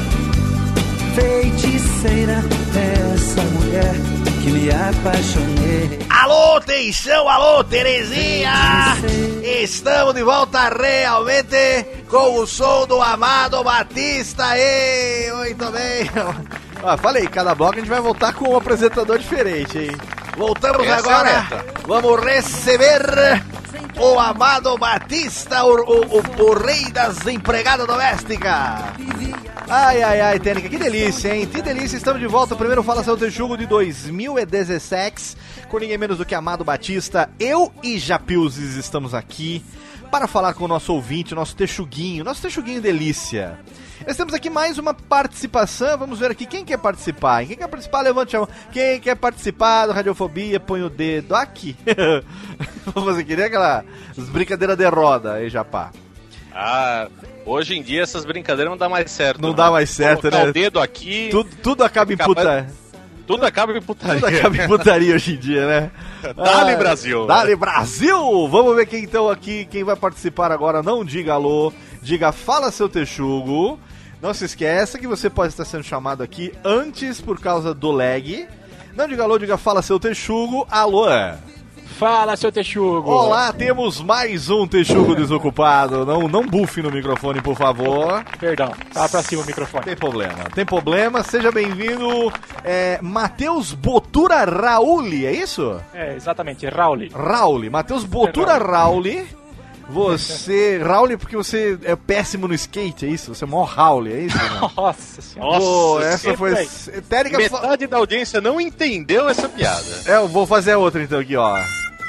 S2: feiticeira, essa mulher que me apaixonei.
S3: Alô, Teixão, alô, Terezinha! Estamos de volta realmente com o som do Amado Batista. E muito bem. Ah, falei, cada bloco a gente vai voltar com um apresentador diferente, hein? Voltamos essa agora. Vamos receber o Amado Batista, o, o, o, o rei das empregadas domésticas. Ai, ai, ai, Tênica, que delícia, hein? Que delícia, estamos de volta. Primeiro Fala Seu Texugo de dois mil e dezesseis, com ninguém menos do que Amado Batista. Eu e Japilzes estamos aqui para falar com o nosso ouvinte, o nosso texuguinho, nosso texuguinho delícia. Nós temos aqui mais uma participação, vamos ver aqui quem quer participar. Quem quer participar, levante a mão. Quem quer participar do Radiofobia, põe o dedo aqui. Você queria aquela brincadeiras de roda aí, Japá?
S4: Ah, hoje em dia essas brincadeiras não dá mais certo.
S3: Não, não. dá mais certo,
S4: colocar
S3: né?
S4: O dedo aqui.
S3: Tudo, tudo acaba em puta.
S4: Tudo acaba em putaria.
S3: Tudo acaba em putaria hoje em dia, né?
S4: Dale
S3: ah,
S4: Brasil.
S3: Dale Brasil! Vamos ver quem então aqui, quem vai participar agora. Não diga alô, diga Fala Seu Texugo. Não se esqueça que você pode estar sendo chamado aqui antes por causa do lag. Não diga alô, diga Fala Seu Texugo. Alô!
S8: Fala, seu Texugo!
S3: Olá, temos mais um Texugo desocupado. Não, não bufe no microfone, por favor.
S8: Perdão, tava pra cima o microfone.
S3: Tem problema, tem problema. Seja bem-vindo, é, Matheus Botura Rauli, é isso?
S8: É, exatamente, Rauli.
S3: Rauli, Matheus Botura Rauli. Você, Rauli, porque você é péssimo no skate, é isso? Você é mó Rauli, é isso? Né?
S8: Nossa senhora.
S3: Pô, essa foi...
S4: Térica... Metade da audiência não entendeu essa piada.
S3: É, eu vou fazer a outra então aqui, ó.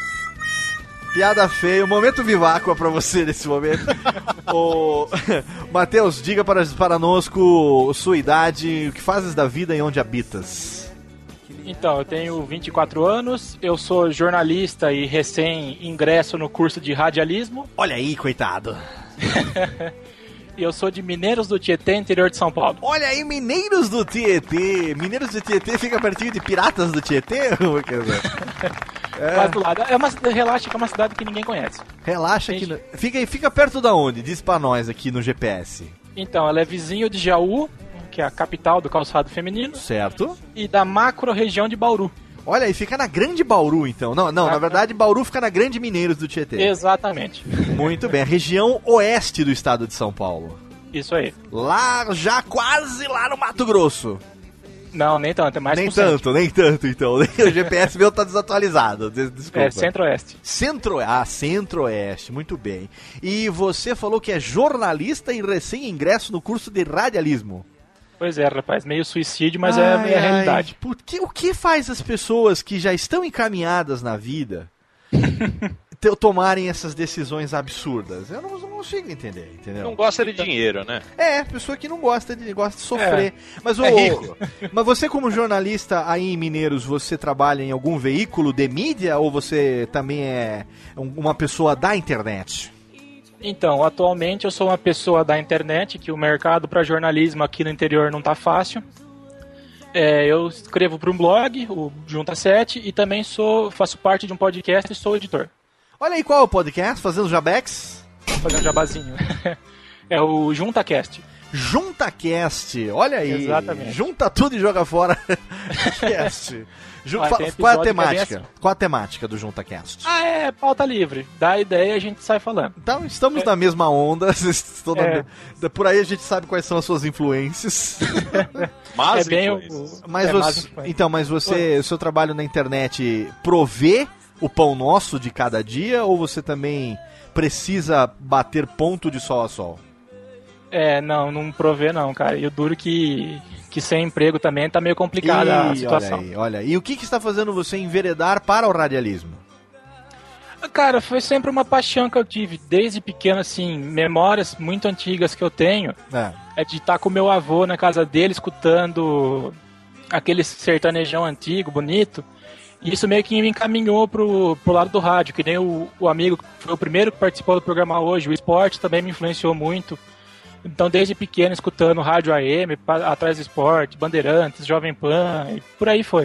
S3: Piada feia, um momento viváqua pra você nesse momento. Ô, Matheus, diga para, para nós sua idade, o que fazes da vida e onde habitas?
S8: Então, eu tenho vinte e quatro anos, eu sou jornalista e recém-ingresso no curso de radialismo.
S3: Olha aí, coitado.
S8: E eu sou de Mineiros do Tietê, interior de São Paulo.
S3: Olha aí, Mineiros do Tietê. Mineiros do Tietê fica pertinho de Piratas do Tietê?
S8: É. Quase do lado. É uma, relaxa que é uma cidade que ninguém conhece.
S3: Relaxa que... Fica, fica perto da onde? Diz pra nós aqui no G P S.
S8: Então, ela é vizinho de Jaú, que é a capital do calçado feminino.
S3: Certo.
S8: E da macro região de Bauru.
S3: Olha aí, fica na Grande Bauru, então. Não, não, ah, na verdade, Bauru fica na Grande Mineiros do Tietê.
S8: Exatamente.
S3: Muito bem, a região oeste do estado de São Paulo.
S8: Isso aí.
S3: Lá, já quase lá no Mato Grosso.
S8: Não, nem tanto, é mais
S3: Nem
S8: pro centro.
S3: tanto, nem tanto, então. O G P S meu tá desatualizado, des- desculpa.
S8: É, centro-oeste.
S3: Centro, ah, Centro-Oeste, muito bem. E você falou que é jornalista e recém-ingresso no curso de radialismo.
S8: Pois é, rapaz, meio suicídio, mas é a
S3: Ai,
S8: minha
S3: ai,
S8: realidade.
S3: por que- o que faz as pessoas que já estão encaminhadas na vida te- tomarem essas decisões absurdas? Eu não, não consigo entender, entendeu?
S4: Não gosta de dinheiro, né?
S3: É, pessoa que não gosta de, gosta de sofrer. Mas, o,
S4: É rico.
S3: mas você, como jornalista aí em Mineiros, você trabalha em algum veículo de mídia ou você também é um- uma pessoa da internet?
S8: Então, atualmente eu sou uma pessoa da internet, que o mercado para jornalismo aqui no interior não tá fácil. É, eu escrevo para um blog, o Junta sete, e também sou, faço parte de um podcast e sou editor.
S3: Olha aí qual é o podcast, fazendo Jabex.
S8: Vou fazer um jabazinho. É o JuntaCast.
S3: JuntaCast, olha aí.
S8: Exatamente.
S3: Junta tudo e joga fora. Cast. Ju-
S8: Olha,
S3: fa-
S8: tem
S3: qual é a
S8: episódio que é bem
S3: temática?
S8: assim.
S3: Qual a temática do JuntaCast?
S8: Ah, é pauta livre. Dá ideia e a gente sai falando.
S3: Então, estamos na mesma onda. Estou na-
S8: É.
S3: da- Por aí a gente sabe quais são as suas influências.
S4: Mas
S8: é bem o,
S4: influências.
S3: Mas
S8: é,
S3: você,
S8: mais influência.
S3: então, mas você, o seu trabalho na internet provê o pão nosso de cada dia ou você também precisa bater ponto de sol a sol?
S8: É, não, não provê não, cara. E o duro que, que sem emprego também tá meio complicada a
S3: Ih,
S8: situação.
S3: olha aí, olha aí. E o que, que está fazendo você enveredar para o radialismo?
S8: Cara, foi sempre uma paixão que eu tive, desde pequeno, assim, memórias muito antigas que eu tenho,
S3: É.
S8: é de estar com meu avô na casa dele, escutando aquele sertanejão antigo, bonito, e isso meio que me encaminhou pro, pro lado do rádio, que nem o, o amigo que foi o primeiro que participou do programa hoje, o esporte também me influenciou muito. Então, desde pequeno, escutando rádio A M, pa- Atrás do Esporte, Bandeirantes, Jovem Pan, e por aí foi.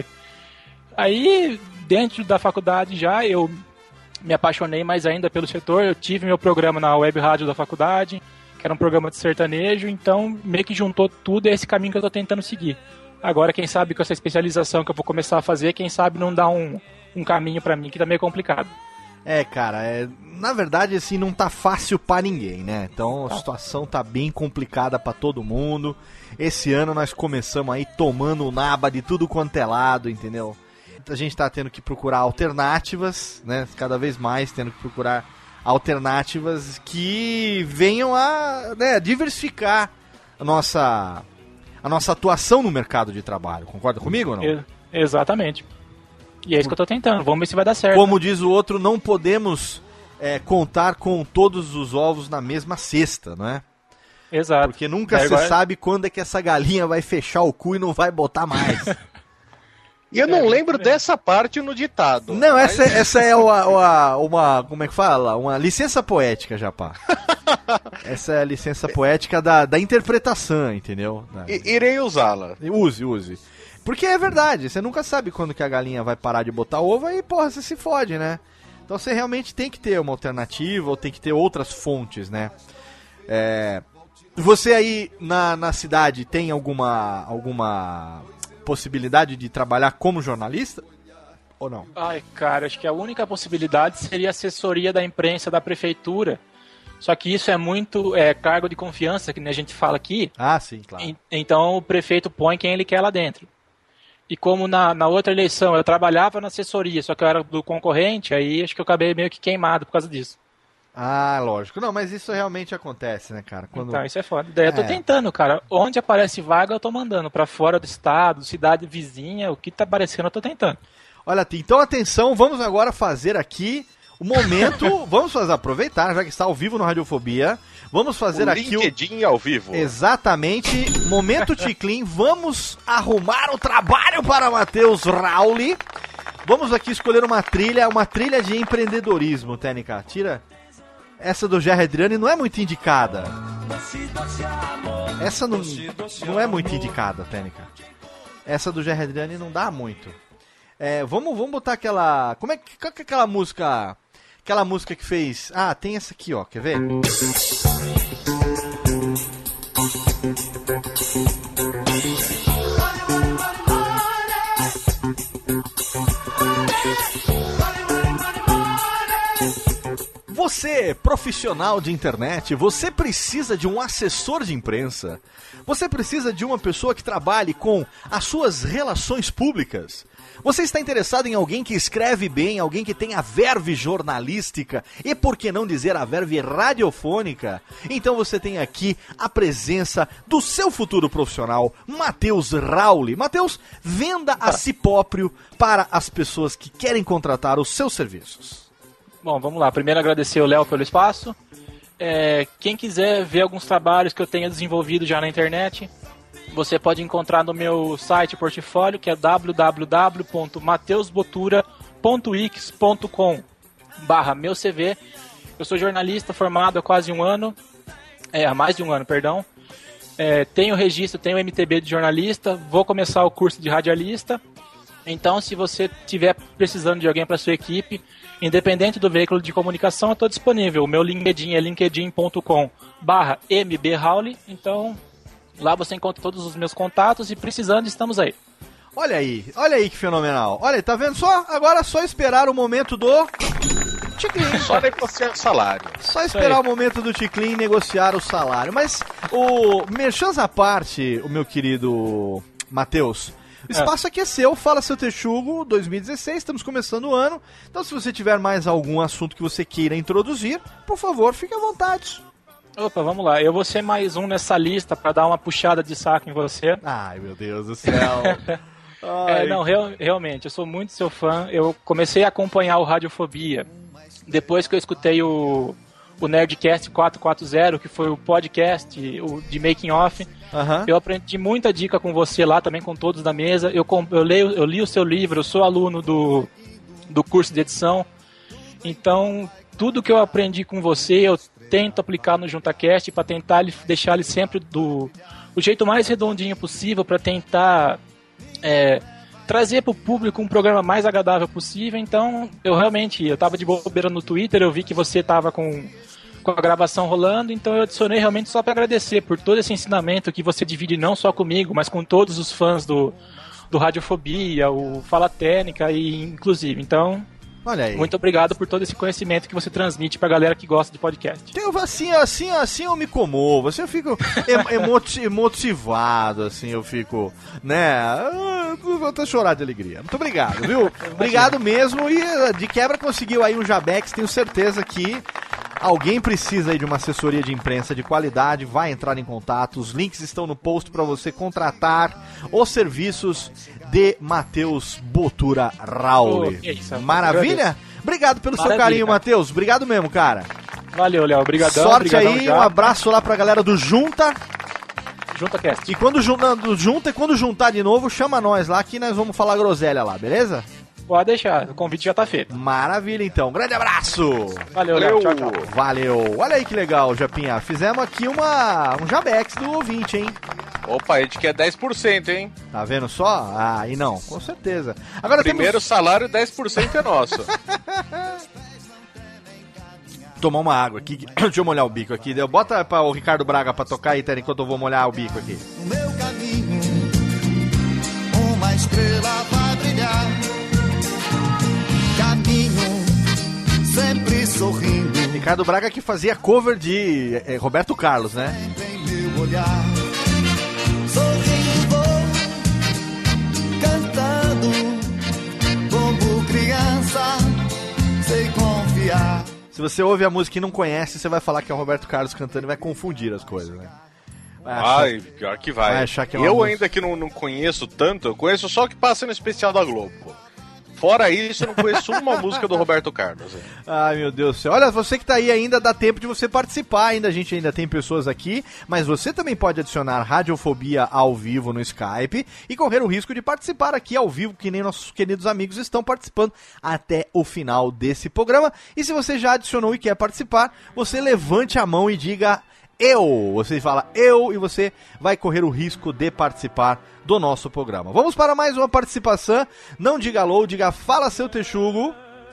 S8: Aí, dentro da faculdade já, eu me apaixonei mais ainda pelo setor. Eu tive meu programa na web rádio da faculdade, que era um programa de sertanejo, então meio que juntou tudo e é esse caminho que eu tô tentando seguir. Agora, quem sabe com essa especialização que eu vou começar a fazer, quem sabe não dá um, um caminho pra mim que tá meio complicado.
S3: É, cara, é, na verdade, assim, não tá fácil pra ninguém, né? Então a situação tá bem complicada pra todo mundo. Esse ano nós começamos aí tomando naba de tudo quanto é lado, entendeu? A gente tá tendo que procurar alternativas, né? Cada vez mais tendo que procurar alternativas que venham a, né, diversificar a nossa, a nossa atuação no mercado de trabalho. Concorda comigo ou não?
S8: E- exatamente. E é isso que eu tô tentando. Vamos ver se vai dar certo.
S3: Como diz o outro, não podemos é, contar com todos os ovos na mesma cesta, não é?
S8: Exato.
S3: Porque nunca
S8: É
S3: se
S8: igual-
S3: sabe quando é que essa galinha vai fechar o cu e não vai botar mais.
S4: E eu não lembro dessa parte no ditado.
S3: Não,
S4: mas-
S3: essa, essa é uma, uma, uma. Como é que fala? Uma licença poética, Japá. Essa é a licença poética da, da interpretação, entendeu? Da-
S4: I- Irei usá-la.
S3: Use, use. Porque é verdade, você nunca sabe quando que a galinha vai parar de botar ovo e, porra, você se fode, né? Então você realmente tem que ter uma alternativa ou tem que ter outras fontes, né? É... Você aí na, na cidade tem alguma, alguma possibilidade de trabalhar como jornalista? Ou não?
S8: Ai, cara, acho que a única possibilidade seria a assessoria da imprensa da prefeitura. Só que isso é muito é, cargo de confiança, que nem a gente fala aqui.
S3: Ah, sim, claro.
S8: En- Então o prefeito põe quem ele quer lá dentro. E como na, na outra eleição eu trabalhava na assessoria, só que eu era do concorrente, aí acho que eu acabei meio que queimado por causa disso.
S3: Ah, lógico. Não, mas isso realmente acontece, né, cara? Quando...
S8: Então isso é foda. Daí eu tô
S3: É.
S8: tentando, cara. Onde aparece vaga eu tô mandando. Pra fora do estado, cidade vizinha, o que tá aparecendo eu tô tentando.
S3: Olha, então atenção, vamos agora fazer aqui o momento, vamos fazer, aproveitar, já que está ao vivo no Radiofobia, vamos fazer
S4: O
S3: aqui o...
S4: LinkedIn ao vivo.
S3: Exatamente, momento Ticlin, vamos arrumar o trabalho para Matheus Rauli. Vamos aqui escolher uma trilha, uma trilha de empreendedorismo, Tênica. Tira essa do Gerry Adriani, não é muito indicada. Essa não, não é muito indicada, Tênica. Essa do Gerry Adriani não dá muito. É, vamos, vamos botar aquela... Como é que, qual que é aquela música... Aquela música que fez... Ah, tem essa aqui, ó, quer ver? Você Você, profissional de internet, você precisa de um assessor de imprensa? Você precisa de uma pessoa que trabalhe com as suas relações públicas? Você está interessado em alguém que escreve bem, alguém que tem a verve jornalística e, por que não dizer, a verve radiofônica? Então você tem aqui a presença do seu futuro profissional, Matheus Rauli. Matheus, venda a si próprio para as pessoas que querem contratar os seus serviços.
S8: Bom, vamos lá. Primeiro agradecer o Léo pelo espaço. É, quem quiser ver alguns trabalhos que eu tenha desenvolvido já na internet, você pode encontrar no meu site portfólio, que é w w w ponto mateus botura ponto wix ponto com barra meu C V. Eu sou jornalista formado há quase um ano, é, há mais de um ano, perdão. É, tenho registro, tenho M T B de jornalista, vou começar o curso de radialista. Então, se você estiver precisando de alguém para sua equipe, independente do veículo de comunicação, eu estou disponível. O meu LinkedIn é linkedin ponto com barra m b rauli. Então, lá você encontra todos os meus contatos e precisando, estamos aí.
S3: Olha aí, olha aí que fenomenal. Olha aí, tá vendo só? Agora é só esperar o momento do Ticlin.
S4: Só negociar o salário.
S3: Só esperar o momento do Ticlin negociar o salário. Mas o merchans à parte, o meu querido Matheus, o espaço aqui é seu, Fala Seu Texugo dois mil e dezesseis, estamos começando o ano. Então se você tiver mais algum assunto que você queira introduzir, por favor, fique à vontade.
S8: Opa, vamos lá. Eu vou ser mais um nessa lista para dar uma puxada de saco em você.
S3: Ai, meu Deus do céu.
S8: É, não, real, realmente, eu sou muito seu fã. Eu comecei a acompanhar o Radiofobia depois que eu escutei o, o Nerdcast quatrocentos e quarenta, que foi o podcast o, de Making Off. Uhum. Eu aprendi muita dica com você lá, também com todos da mesa. Eu, eu, leio, eu li o seu livro, eu sou aluno do, do curso de edição. Então, tudo que eu aprendi com você, eu tento aplicar no JuntaCast para tentar deixar ele sempre do o jeito mais redondinho possível, para tentar é, trazer para o público um programa mais agradável possível. Então, eu realmente, eu estava de bobeira no Twitter, eu vi que você estava com, com a gravação rolando, então eu adicionei realmente só para agradecer por todo esse ensinamento que você divide não só comigo, mas com todos os fãs do, do Radiofobia, o Fala Técnica e inclusive, então...
S3: Olha aí.
S8: Muito obrigado por todo esse conhecimento que você transmite pra galera que gosta de podcast.
S3: Eu, assim, assim, assim eu me comovo, assim eu fico emoti emotivado, assim eu fico, né, eu vou até chorar de alegria. Muito obrigado, viu? Obrigado mesmo, e de quebra conseguiu aí um Jabex, tenho certeza que alguém precisa aí de uma assessoria de imprensa de qualidade, vai entrar em contato, os links estão no post para você contratar os serviços de Matheus Botura Rauli. Oh, isso, Maravilha? Obrigado pelo Maravilha, seu carinho, Matheus. Obrigado mesmo, cara.
S8: Valeu, Léo. Obrigadão.
S3: Sorte
S8: Obrigadão
S3: aí,
S8: já.
S3: Um abraço lá pra galera do Junta.
S8: JuntaCast.
S3: E quando junta, junta e quando juntar de novo, chama nós lá que nós vamos falar groselha lá, beleza?
S8: Pode deixar, o convite já tá feito.
S3: Maravilha, então. Grande abraço!
S8: Valeu, Valeu. Tchau, tchau.
S3: Valeu. Olha aí que legal, Japinha. Fizemos aqui uma, um Jabex do ouvinte, hein?
S4: Opa, a gente quer dez por cento, hein?
S3: Tá vendo só? Ah, e não, com certeza. Agora
S4: Primeiro
S3: temos...
S4: salário, dez por cento é nosso.
S3: Tomar uma água aqui. Deixa eu molhar o bico aqui. Bota para o Ricardo Braga pra tocar aí, Tera, enquanto eu vou molhar o bico aqui.
S2: No meu caminho, uma estrela vai brilhar. Caminho, sempre sorrindo.
S3: Ricardo Braga que fazia cover de é, Roberto Carlos, né?
S2: Em meu olhar, sorrindo vou, cantando, como criança, sei confiar.
S3: Se você ouve a música e não conhece, você vai falar que é o Roberto Carlos cantando e vai confundir as coisas, né?
S4: Vai, achar... pior que vai.
S3: vai achar que é
S4: eu
S3: música...
S4: ainda que não, não conheço tanto, eu conheço só o que passa no especial da Globo, pô. Fora isso, eu não conheço uma música do Roberto Carlos. Hein?
S3: Ai, meu Deus do céu. Olha, você que tá aí ainda, dá tempo de você participar ainda. A gente ainda tem pessoas aqui, mas você também pode adicionar Radiofobia ao vivo no Skype e correr o risco de participar aqui ao vivo, que nem nossos queridos amigos estão participando até o final desse programa. E se você já adicionou e quer participar, você levante a mão e diga... Eu, você fala eu e você vai correr o risco de participar do nosso programa. Vamos para mais uma participação. Não diga alô, diga fala seu texugo.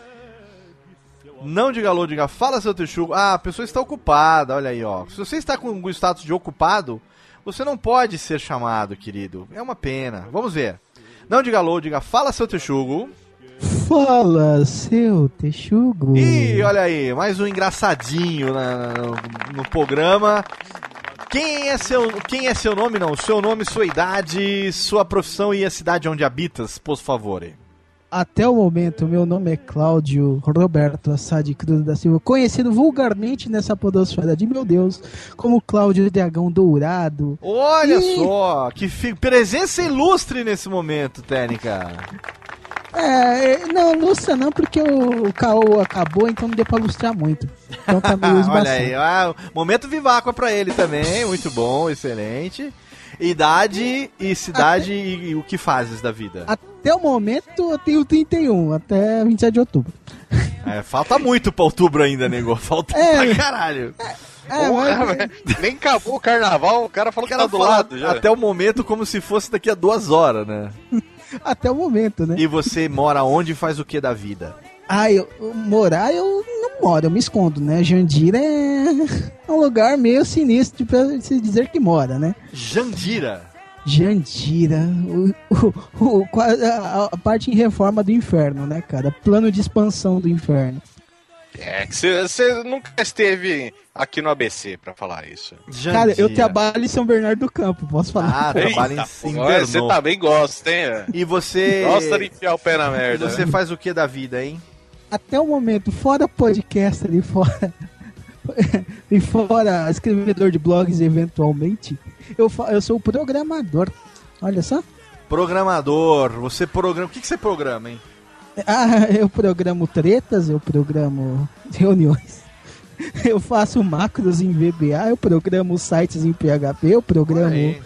S3: Não diga alô, diga fala seu texugo. Ah, a pessoa está ocupada, olha aí, ó. Se você está com o status de ocupado, você não pode ser chamado, querido. É uma pena. Vamos ver. Não diga alô, diga fala seu texugo.
S9: Fala, seu texugo.
S3: E olha aí, mais um engraçadinho na, no, no programa. Quem é, seu, quem é seu nome, não? Seu nome, sua idade, sua profissão e a cidade onde habitas, por favor.
S9: Até o momento, meu nome é Cláudio Roberto Assad Cruz da Silva, conhecido vulgarmente nessa podosfera de meu Deus, como Cláudio Dragão Dourado.
S3: Olha
S9: e...
S3: só, que fi... presença ilustre nesse momento, Técnica.
S9: É, não, lustra não, porque o, o caô acabou, então não deu pra lustrar muito. Então tá meio esbaçado.
S3: Olha aí, ah, momento viváqua pra ele também, muito bom, excelente. Idade e cidade até... e, e o que fazes da vida?
S9: Até o momento eu tenho trinta e um, até vinte e sete de outubro.
S3: É, falta muito pra outubro ainda, nego, falta é, pra caralho.
S4: É, é, Porra, mas... Nem acabou o carnaval, o cara falou o cara que tá do lado já.
S3: Até o momento como se fosse daqui a duas horas, né?
S9: Até o momento, né?
S3: E você mora onde e faz o que da vida?
S9: Ah, eu, eu morar eu não moro, eu me escondo, né? Jandira é um lugar meio sinistro pra se dizer que mora, né?
S3: Jandira?
S9: Jandira, o, o, o, a, a parte em reforma do inferno, né, cara? Plano de expansão do inferno.
S4: É, que você nunca esteve aqui no A B C pra falar isso.
S9: Jandira. Cara, eu trabalho em São Bernardo do Campo, posso falar?
S3: Ah, trabalho em Inverno.
S4: Você também gosta, hein?
S3: E você...
S4: Gosta de enfiar o pé na merda.
S3: E você
S4: né?
S3: faz o que da vida, hein?
S9: Até o momento, fora podcast ali, fora... e fora escrevedor de blogs eventualmente, eu, eu sou programador. Olha só.
S3: Programador, você programa... O que, que você programa, hein?
S9: Ah, eu programo tretas, eu programo reuniões, eu faço macros em V B A, eu programo sites em P H P, eu programo...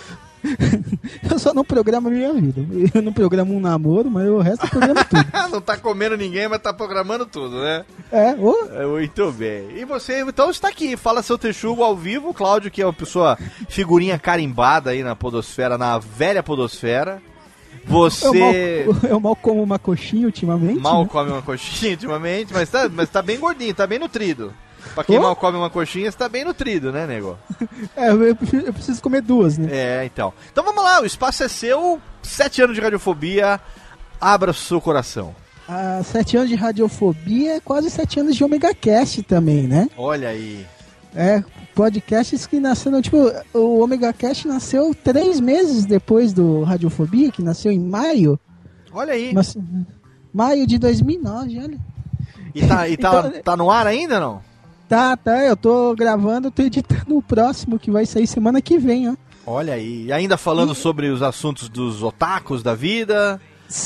S9: Eu só não programo a minha vida. Eu não programo um namoro, mas o resto eu programo tudo.
S3: Não tá comendo ninguém, mas tá programando tudo, né?
S9: É, oh.
S3: é muito bem. E você, então, está aqui, fala seu texugo ao vivo, o Cláudio, que é uma pessoa figurinha carimbada aí na podosfera, na velha podosfera. Você...
S9: Eu mal, eu mal como uma coxinha ultimamente.
S3: Mal
S9: né?
S3: come uma coxinha ultimamente, mas tá, mas tá bem gordinho, tá bem nutrido. Pra quem oh? mal come uma coxinha, você tá bem nutrido, né, nego?
S9: É, eu preciso, eu preciso comer duas, né?
S3: É, então. Então vamos lá, o espaço é seu, sete anos de radiofobia, abra o seu coração.
S9: Ah, sete anos de radiofobia, quase sete anos de Omega Cast também, né?
S3: Olha aí.
S9: É, podcasts que nasceram, tipo, o Omega Cast nasceu três meses depois do Radiofobia, que nasceu em maio.
S3: Olha aí.
S9: Mas, maio de dois mil e nove, olha.
S3: E tá, e tá,
S9: então,
S3: tá no ar ainda, não?
S9: Tá, tá, eu tô gravando, tô editando o próximo que vai sair semana que vem, ó.
S3: Olha aí, e ainda falando e... sobre os assuntos dos otakus da vida.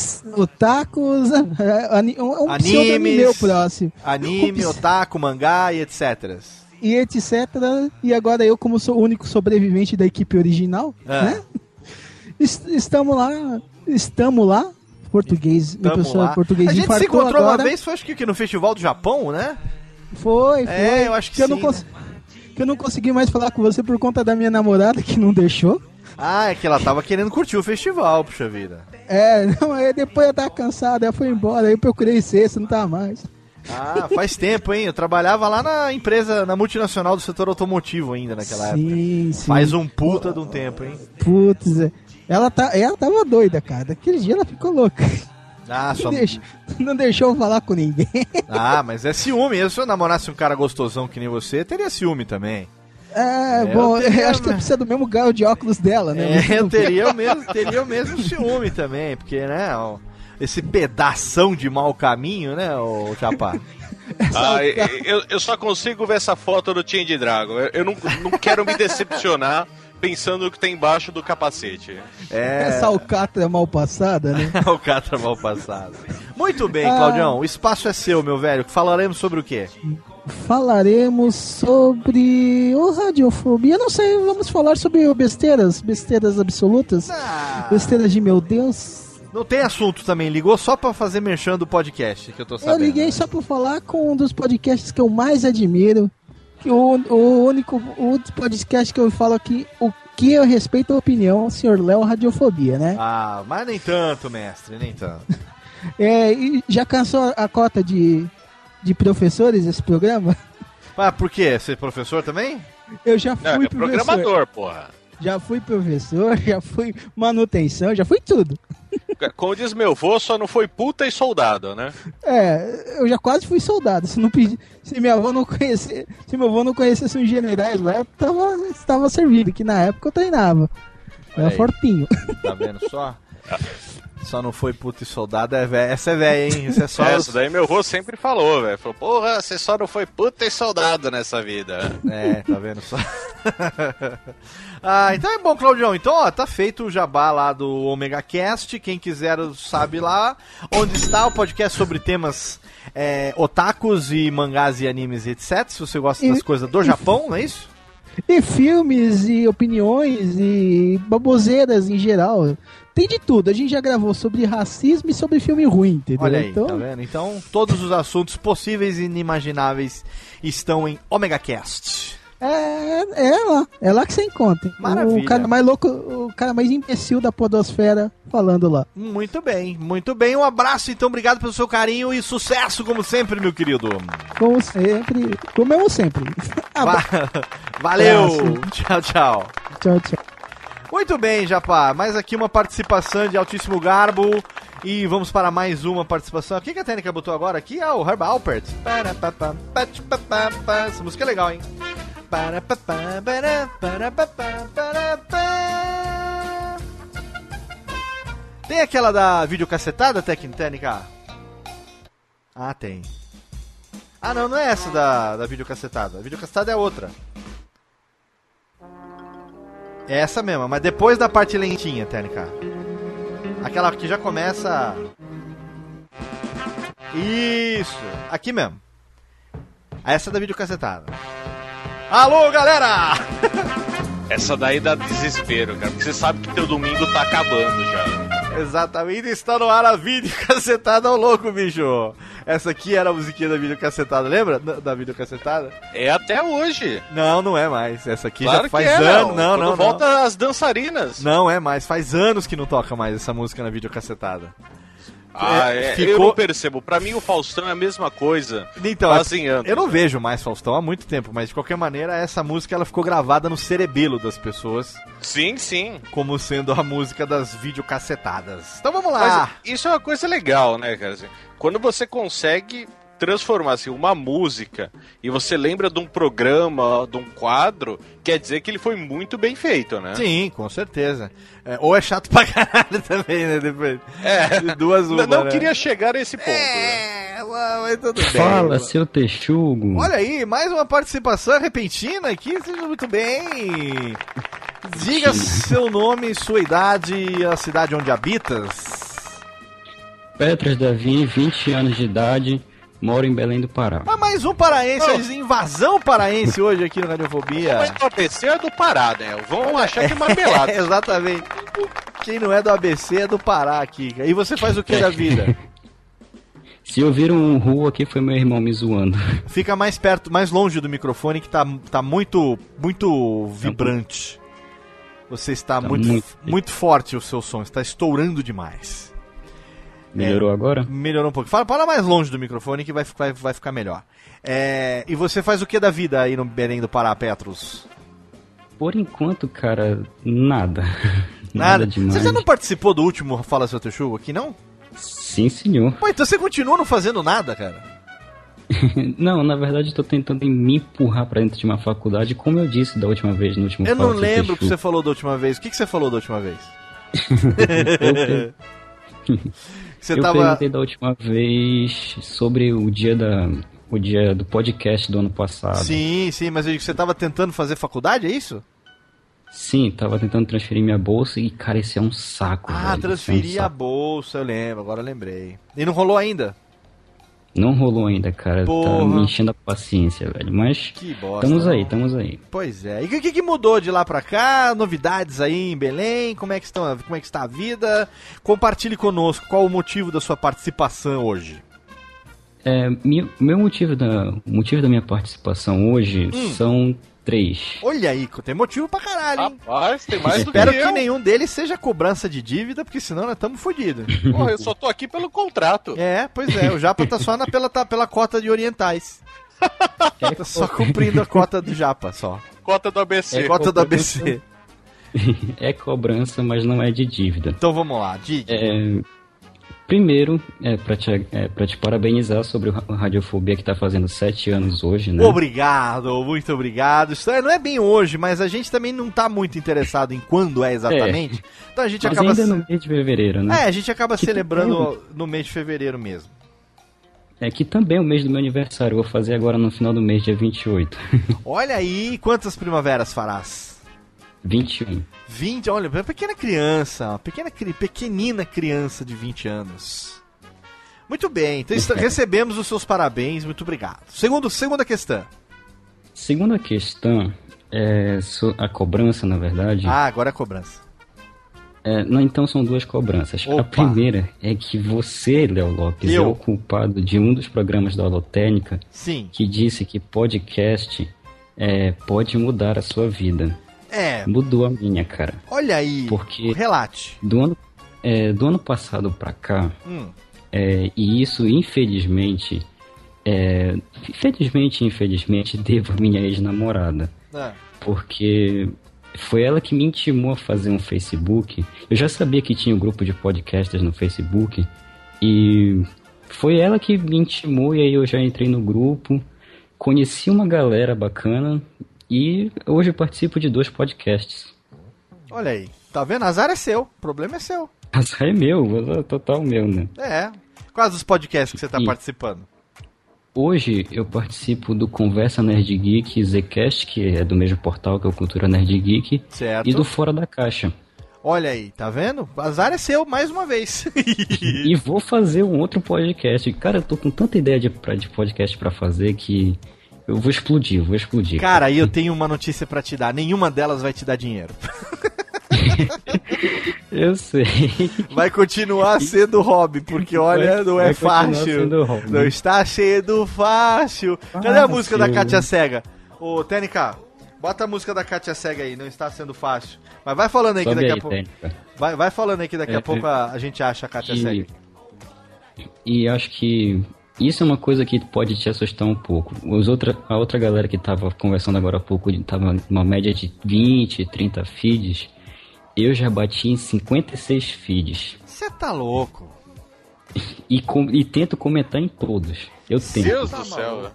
S9: Otakus, um, um
S3: animes,
S9: meu próximo.
S3: Anime, otaku, mangá e etcétera.
S9: E etc. E agora eu, como sou o único sobrevivente da equipe original, é. né? Estamos lá, estamos lá, português,
S3: estamos
S9: pessoa
S3: lá.
S9: português
S3: a gente se encontrou
S9: agora.
S3: uma vez, foi acho que no Festival do Japão, né?
S9: Foi, foi.
S3: É, eu acho que,
S9: que
S3: sim.
S9: Eu não cons... Que eu não consegui mais falar com você por conta da minha namorada, que não deixou.
S3: Ah, é que ela tava querendo curtir o festival, puxa vida.
S9: É, não, aí depois eu tava cansado, aí eu fui embora, aí eu procurei sexta, não tava mais.
S3: Ah, faz tempo, hein? Eu trabalhava lá na empresa, na multinacional do setor automotivo ainda naquela
S9: sim,
S3: época.
S9: Sim.
S3: Faz um puta de um tempo, hein?
S9: Putz, ela, tá, ela tava doida, cara. Daquele dia ela ficou louca.
S3: Ah, só...
S9: não, deixou, não deixou eu falar com ninguém.
S3: Ah, mas é ciúme. Eu, se eu namorasse um cara gostosão que nem você, teria ciúme também.
S9: É, é bom, eu, teria... eu acho que precisa do mesmo grau de óculos dela, né?
S3: É, eu teria o, mesmo, teria o mesmo ciúme também, porque, né, ó, esse pedação de mau caminho, né, ô Chapá?
S4: Ah, eu, eu só consigo ver essa foto do Change Dragon. Eu, eu não, não quero me decepcionar pensando que tem embaixo do capacete.
S9: É... Essa alcatra mal passada, né?
S3: Alcatra mal passada. Muito bem, ah... Claudião, o espaço é seu, meu velho. Falaremos sobre o quê?
S9: Falaremos sobre o Radiofobia. Não sei, vamos falar sobre besteiras, besteiras absolutas, ah... besteiras de meu Deus.
S3: Não tem assunto também, ligou só pra fazer merchan do podcast, que eu tô sabendo.
S9: Eu liguei, né? Só pra falar com um dos podcasts que eu mais admiro, que o, o único o podcast que eu falo aqui, o que eu respeito a opinião, o senhor Léo Radiofobia, né?
S3: Ah, mas nem tanto, mestre, nem tanto.
S9: É, e já cansou a cota de, de professores esse programa?
S3: Ah, por quê? Você é professor também?
S9: Eu já fui
S4: Não, é
S9: professor.
S4: Programador, porra.
S9: Já fui professor, já fui manutenção, já fui tudo.
S4: Como diz meu avô, só não foi puta e soldado, né?
S9: É, eu já quase fui soldado. Se não pedi, se minha avó não conhecesse, se meu avô não conhecesse os generais lá, eu tava, estava servido, que na época eu treinava. Era fortinho.
S3: Tá vendo só? Só não foi puta e soldado, é véio. Essa é velha, hein? Essa é só.
S4: Essa daí meu avô sempre falou, velho. Falou, porra, você só não foi puta e soldado nessa vida.
S3: É, tá vendo só? Ah, então é bom, Claudião. Então, ó, tá feito o jabá lá do Omega Cast. Quem quiser sabe lá onde está o podcast sobre temas é, otakus e mangás e animes e etcétera. Se você gosta das e, coisas do Japão, não é isso?
S9: E filmes, e opiniões, e baboseiras em geral. Tem de tudo. A gente já gravou sobre racismo e sobre filme ruim, entendeu?
S3: Olha aí,
S9: então...
S3: tá vendo? Então, todos os assuntos possíveis e inimagináveis estão em Omega Cast.
S9: É, é lá. É lá que você encontra.
S3: Maravilha.
S9: O cara mais louco, o cara mais imbecil da podosfera falando lá.
S3: Muito bem, muito bem. Um abraço, então. Obrigado pelo seu carinho e sucesso, como sempre, meu querido.
S9: Como sempre. Como sempre.
S3: Va- Valeu. Tchau, tchau.
S9: Tchau, tchau.
S3: Muito bem, Japá. Mais aqui uma participação de altíssimo garbo. E vamos para mais uma participação. O que, que a técnica botou agora aqui? Ah, o Herb Alpert. Essa música é legal, hein? Tem aquela da videocassetada, técnica? Ah, tem. Ah, não, não é essa da, da videocassetada. A videocassetada é outra. É essa mesma, mas depois da parte lentinha, técnica. Aquela que já começa... Isso! Aqui mesmo. Essa é da videocassetada. Alô, galera!
S4: Essa daí dá desespero, cara, porque você sabe que teu domingo tá acabando já.
S3: Exatamente, está no ar a videocassetada ao louco, bicho. Essa aqui era a musiquinha da videocassetada, lembra? Da, da videocassetada?
S4: É até hoje.
S3: Não, não é mais. Essa aqui
S4: claro
S3: já faz
S4: é,
S3: anos.
S4: Não,
S3: não, não.
S4: volta
S3: não.
S4: as dançarinas.
S3: Não é mais, faz anos que não toca mais essa música na videocassetada.
S4: Ah, é, ficou... eu não percebo. Pra mim o Faustão é a mesma coisa.
S3: Então,
S4: fazem anos.
S3: Eu não vejo mais Faustão há muito tempo, mas de qualquer maneira essa música ela ficou gravada no cerebelo das pessoas.
S4: Sim, sim.
S3: Como sendo a música das videocassetadas. Então vamos lá.
S4: Mas isso é uma coisa legal, né, cara? Quando você consegue transformar assim, uma música e você lembra de um programa, de um quadro, quer dizer que ele foi muito bem feito, né?
S3: Sim, com certeza. É, ou é chato pra caralho também, né? Depois
S4: é,
S3: de duas uma,
S4: Não
S3: né?
S4: queria chegar a esse ponto.
S3: É, né? Mas tudo bem.
S10: Fala, seu texugo.
S3: Olha aí, mais uma participação repentina aqui, seja muito bem. Diga seu nome, sua idade e a cidade onde habitas.
S10: Petras Davi, vinte anos de idade. Moro em Belém do Pará.
S3: Ah, mais um paraense, oh. invasão paraense hoje aqui no Radiofobia.
S4: Mas o A B C é do Pará, né? Vão achar que é marmelada.
S3: É, exatamente. Quem não é do A B C é do Pará aqui. E você faz o que da vida?
S10: Se ouviram um rua aqui, foi meu irmão me zoando.
S3: Fica mais perto, mais longe do microfone que tá, tá muito, muito vibrante. Você está tá muito, muito, muito forte o seu som, está estourando demais.
S10: Melhorou é, agora?
S3: Melhorou um pouco. Fala, fala mais longe do microfone que vai, vai, vai ficar melhor. É, e você faz o que da vida aí no Belém do Pará, Petros?
S10: Por enquanto, cara, nada.
S3: Nada, nada demais. Você já não participou do último Fala Seu Texugo aqui, não?
S10: Sim, senhor.
S3: Pô, então você continua não fazendo nada, cara?
S10: Não, na verdade estou tentando me empurrar pra dentro de uma faculdade, como eu disse da última vez, no último
S3: Eu
S10: Fala
S3: não
S10: Seu
S3: lembro o que
S10: Texugo.
S3: você falou da última vez. O que, que você falou da última vez?
S10: eu...
S3: Você
S10: eu
S3: tava...
S10: perguntei da última vez sobre o dia da o dia do podcast do ano passado.
S3: Sim, sim, mas eu digo que você tava tentando fazer faculdade, é isso?
S10: Sim, tava tentando transferir minha bolsa e, cara, esse é um saco.
S3: Ah,
S10: velho,
S3: transferir
S10: é um
S3: a bolsa, eu lembro, agora eu lembrei. E não rolou ainda?
S10: Não rolou ainda, cara.
S3: Porra.
S10: Tá me enchendo a paciência, velho. Mas
S3: que bosta,
S10: estamos
S3: não.
S10: aí, estamos aí.
S3: Pois é. E o que, que mudou de lá pra cá? Novidades aí em Belém? Como é que, estão, como é que está a vida? Compartilhe conosco qual o motivo da sua participação hoje.
S10: É, meu, meu motivo da, o motivo da minha participação hoje hum. são três.
S3: Olha aí, tem motivo pra caralho, hein?
S4: Rapaz, tem mais do que
S3: Espero que
S4: eu.
S3: nenhum deles seja cobrança de dívida, porque senão nós estamos fodidos.
S4: Porra, eu só tô aqui pelo contrato.
S3: É, pois é, o Japa tá só na, pela, tá, pela cota de orientais. Tá só cumprindo a cota do Japa, só.
S4: Cota do A B C.
S3: É, cota do A B C.
S10: É cobrança, mas não é de dívida.
S3: Então vamos lá, Didi.
S10: É, primeiro, é pra, te, é pra te parabenizar sobre o Radiofobia, que tá fazendo sete anos hoje, né?
S3: Obrigado, muito obrigado. Isso não é bem hoje, mas a gente também não tá muito interessado em quando é exatamente. É. Então a gente
S10: mas
S3: acaba...
S10: ainda no mês de fevereiro, né?
S3: É, a gente acaba
S10: que
S3: celebrando
S10: também...
S3: no mês de fevereiro mesmo.
S10: É que também é o mês do meu aniversário. Eu vou fazer agora no final do mês, dia vinte e oito.
S3: Olha aí, quantas primaveras farás?
S10: vinte e um.
S3: vinte, olha, uma pequena criança, uma pequena, pequenina criança de vinte anos. Muito bem, então está, recebemos os seus parabéns, muito obrigado. Segundo, segunda questão.
S10: Segunda questão, é a cobrança, na verdade.
S3: Ah, agora é a cobrança.
S10: É, não, então são duas cobranças.
S3: Opa.
S10: A primeira é que você, Léo Lopes,
S3: Eu?
S10: é o culpado de um dos programas da Holotécnica.
S3: Sim.
S10: Que disse que podcast é, pode mudar a sua vida.
S3: É.
S10: Mudou a minha, cara.
S3: Olha aí,
S10: porque
S3: relate.
S10: Do ano, é, do ano passado pra cá,
S3: hum.
S10: é, e isso infelizmente, é, infelizmente, infelizmente, devo a minha ex-namorada.
S3: É.
S10: Porque foi ela que me intimou a fazer um Facebook. Eu já sabia que tinha um grupo de podcasters no Facebook, e foi ela que me intimou, e aí eu já entrei no grupo, conheci uma galera bacana, e hoje eu participo de dois podcasts.
S3: Olha aí, tá vendo? Azar é seu, o problema é seu.
S10: Azar é meu, total meu, né?
S3: É. Quais os podcasts que você tá
S10: e
S3: participando?
S10: Hoje eu participo do Conversa Nerd Geek Zcast, que é do mesmo portal que é o Cultura Nerd Geek.
S3: Certo.
S10: E do Fora da Caixa.
S3: Olha aí, tá vendo? Azar é seu, mais uma vez.
S10: E vou fazer um outro podcast. Cara, eu tô com tanta ideia de, de podcast pra fazer que eu vou explodir, eu vou explodir.
S3: Cara, aí eu tenho uma notícia pra te dar. Nenhuma delas vai te dar dinheiro.
S10: Eu sei.
S3: Vai continuar sendo hobby, porque olha, vai, não é fácil. Não está sendo fácil. Cadê ah, a música sim. da Kátia Cega? Ô, Tênica, bota a música da Kátia Cega aí, não está sendo fácil. Mas vai falando aí
S10: Sobe
S3: que daqui
S10: aí,
S3: a pouco. Vai, vai falando aí que daqui é, a pouco a, a gente acha a Kátia
S10: e,
S3: Cega.
S10: E acho que isso é uma coisa que pode te assustar um pouco. Os outra, a outra galera que tava conversando agora há pouco, tava numa média de vinte, trinta feeds. Eu já bati em cinquenta e seis feeds.
S3: Você tá louco?
S10: E, com, e tento comentar em todos. Eu tento.
S4: Deus do céu.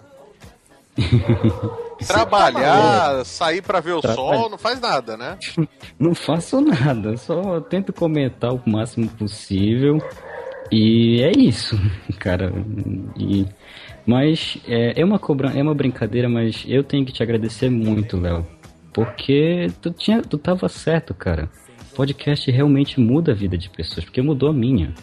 S4: Trabalhar, tá sair pra ver o Trabalha... sol, não faz nada, né?
S10: Não faço nada, só tento comentar o máximo possível. E é isso, cara. E, mas é, é, uma cobra... é uma brincadeira, mas eu tenho que te agradecer muito, Léo. Porque tu, tinha, tu tava certo, cara. Podcast realmente muda a vida de pessoas, porque mudou a minha.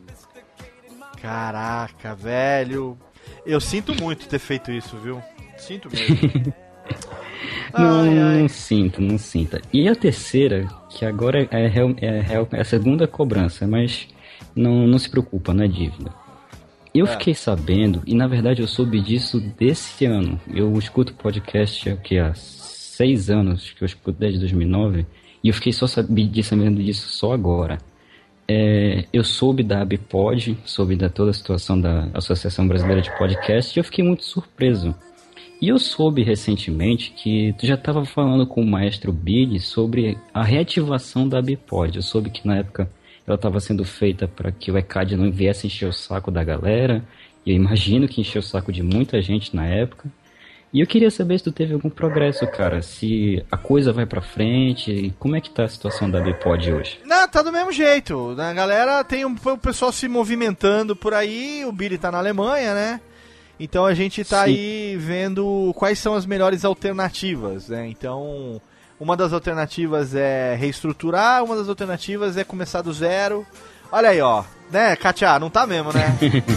S3: Caraca, velho. Eu sinto muito ter feito isso, viu? Sinto mesmo.
S10: não,
S3: ai, ai.
S10: não sinto, não sinta. E a terceira, que agora é, é, é, é a segunda cobrança, mas não, não se preocupa, não é dívida. Eu é. fiquei sabendo, e na verdade eu soube disso desse ano. Eu escuto podcast aqui há seis anos, que eu escuto desde dois mil e nove, e eu fiquei só sabendo, sabendo disso só agora. É, eu soube da ABPod, soube da toda a situação da Associação Brasileira de Podcast, e eu fiquei muito surpreso. E eu soube recentemente que tu já estava falando com o maestro Billy sobre a reativação da ABPod. Eu soube que na época ela estava sendo feita para que o E C A D não viesse encher o saco da galera, e eu imagino que encheu o saco de muita gente na época. E eu queria saber se tu teve algum progresso, cara, se a coisa vai pra frente, como é que tá a situação da ABPod hoje?
S3: Não, tá do mesmo jeito, a galera tem um, o pessoal se movimentando por aí, o Billy tá na Alemanha, né? Então a gente tá Sim. aí vendo quais são as melhores alternativas, né? Então, uma das alternativas é reestruturar, uma das alternativas é começar do zero. Olha aí, ó, né, Kátia, não tá mesmo, né?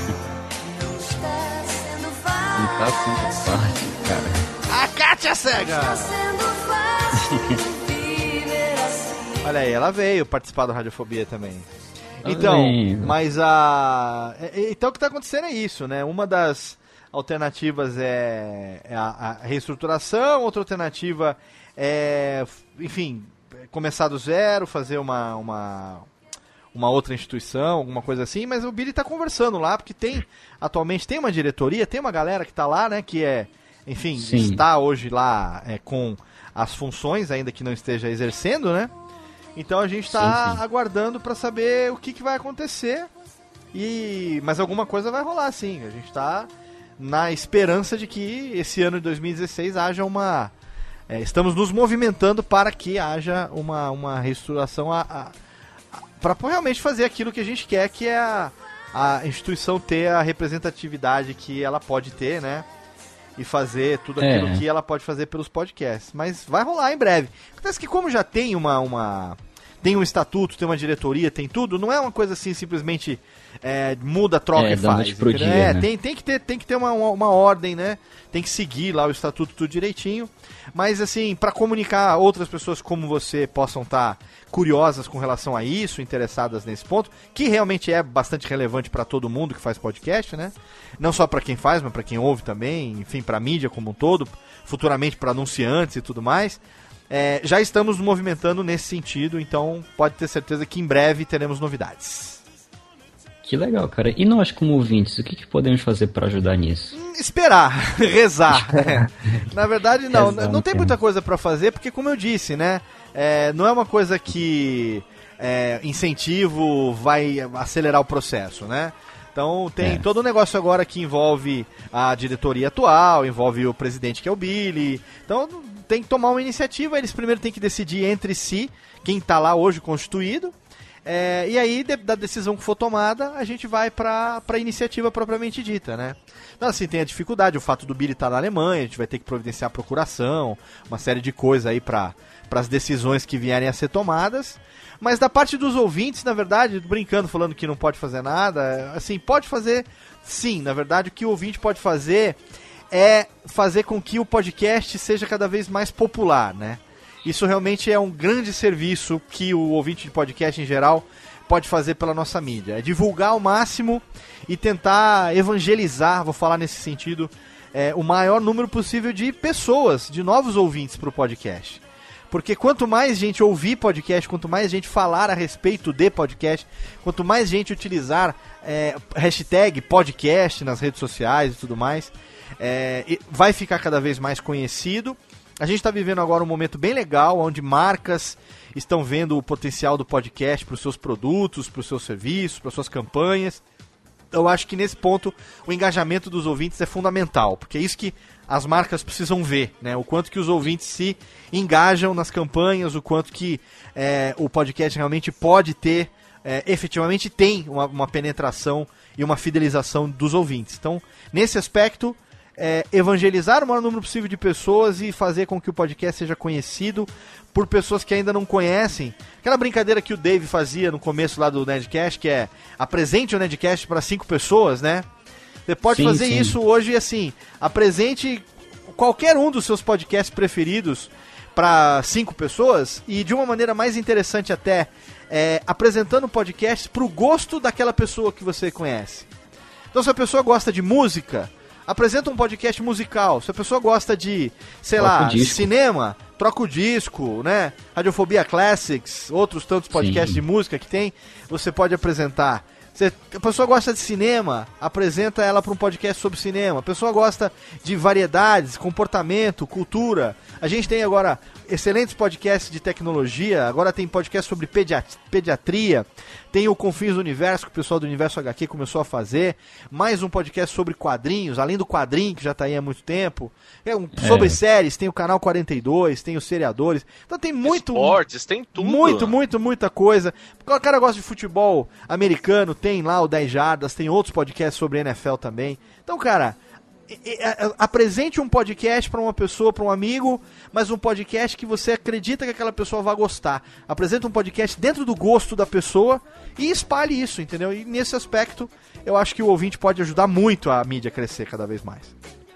S10: Não tá assim, fácil, cara.
S3: A Kátia Cega! Olha aí, ela veio participar do Radiofobia também. Então, mas a... Então o que tá acontecendo é isso, né? Uma das alternativas é a, a reestruturação, outra alternativa é, enfim, começar do zero, fazer uma... uma... uma outra instituição, alguma coisa assim, mas o Billy tá conversando lá, porque tem, atualmente tem uma diretoria, tem uma galera que tá lá, né, que é, enfim,
S10: Sim.
S3: está hoje lá é, com as funções, ainda que não esteja exercendo, né? Então a gente está aguardando para saber o que, que vai acontecer. E mas alguma coisa vai rolar, sim. A gente está na esperança de que esse ano de dois mil e dezesseis haja uma... É, estamos nos movimentando para que haja uma, uma reestruturação para realmente fazer aquilo que a gente quer, que é a, a instituição ter a representatividade que ela pode ter, né? E fazer tudo aquilo é. que ela pode fazer pelos podcasts. Mas vai rolar em breve. Acontece que como já tem uma... uma tem um estatuto, tem uma diretoria, tem tudo, não é uma coisa assim, simplesmente é, muda, troca
S10: é,
S3: e faz.
S10: Pro dia,
S3: é,
S10: né?
S3: tem, tem que ter, tem que ter uma, uma, uma ordem, né? Tem que seguir lá o estatuto tudo direitinho. Mas assim, para comunicar outras pessoas como você possam estar tá curiosas com relação a isso, interessadas nesse ponto, que realmente é bastante relevante para todo mundo que faz podcast, né? Não só para quem faz, mas para quem ouve também, enfim, para a mídia como um todo, futuramente para anunciantes e tudo mais. É, já estamos nos movimentando nesse sentido, então pode ter certeza que em breve teremos novidades.
S10: Que legal, cara. E nós, como ouvintes, o que, que podemos fazer para ajudar nisso?
S3: Esperar, rezar. É. Na verdade, não.
S10: Rezar,
S3: não tem muita coisa para fazer, porque como eu disse, né? É, não é uma coisa que é, incentivo vai acelerar o processo, né? Então tem é. todo um negócio agora que envolve a diretoria atual, envolve o presidente que é o Billy. Então tem que tomar uma iniciativa, eles primeiro têm que decidir entre si quem está lá hoje constituído. É, e aí, de, da decisão que for tomada, a gente vai para a iniciativa propriamente dita, né? Então, assim, tem a dificuldade, o fato do Billy estar tá na Alemanha, a gente vai ter que providenciar a procuração, uma série de coisas aí para as decisões que vierem a ser tomadas. Mas da parte dos ouvintes, na verdade, brincando, falando que não pode fazer nada, assim, pode fazer sim. Na verdade, o que o ouvinte pode fazer é fazer com que o podcast seja cada vez mais popular, né? Isso realmente é um grande serviço que o ouvinte de podcast em geral pode fazer pela nossa mídia. É divulgar ao máximo e tentar evangelizar, vou falar nesse sentido, é, o maior número possível de pessoas, de novos ouvintes para o podcast. Porque quanto mais gente ouvir podcast, quanto mais gente falar a respeito de podcast, quanto mais gente utilizar é, hashtag podcast nas redes sociais e tudo mais, é, vai ficar cada vez mais conhecido. A gente está vivendo agora um momento bem legal, onde marcas estão vendo o potencial do podcast para os seus produtos, para os seus serviços, para as suas campanhas. Eu acho que nesse ponto o engajamento dos ouvintes é fundamental, porque é isso que as marcas precisam ver, né? O quanto que os ouvintes se engajam nas campanhas, o quanto que é, o podcast realmente pode ter, é, efetivamente tem uma, uma penetração e uma fidelização dos ouvintes. Então, nesse aspecto, é, evangelizar o maior número possível de pessoas e fazer com que o podcast seja conhecido por pessoas que ainda não conhecem. Aquela brincadeira que o Dave fazia no começo lá do Nerdcast, que é apresente o Nerdcast para cinco pessoas, né? Você pode sim, fazer sim. isso hoje assim, apresente qualquer um dos seus podcasts preferidos para cinco pessoas e de uma maneira mais interessante até, é, apresentando o podcast para o gosto daquela pessoa que você conhece. Então se a pessoa gosta de música, apresenta um podcast musical. Se a pessoa gosta de, sei troca lá, cinema, troca o disco, né? Radiofobia Classics, outros tantos podcasts sim. de música que tem, você pode apresentar. Se a pessoa gosta de cinema, apresenta ela para um podcast sobre cinema. A pessoa gosta de variedades, comportamento, cultura. A gente tem agora excelentes podcasts de tecnologia. Agora tem podcast sobre pediat- pediatria. Tem o Confins do Universo, que o pessoal do Universo agá quê começou a fazer. Mais um podcast sobre quadrinhos, além do quadrinho, que já está aí há muito tempo. É um, é. Sobre séries, tem o Canal quarenta e dois, tem os Seriadores. Então tem muito...
S4: Esportes, tem tudo.
S3: Muito, muito, muita coisa. O cara gosta de futebol americano, tem lá o dez Jardas, tem outros podcasts sobre N F L também. Então, cara, apresente um podcast para uma pessoa, para um amigo, mas um podcast que você acredita que aquela pessoa vai gostar. Apresente um podcast dentro do gosto da pessoa e espalhe isso, entendeu? E nesse aspecto, eu acho que o ouvinte pode ajudar muito a mídia a crescer cada vez mais.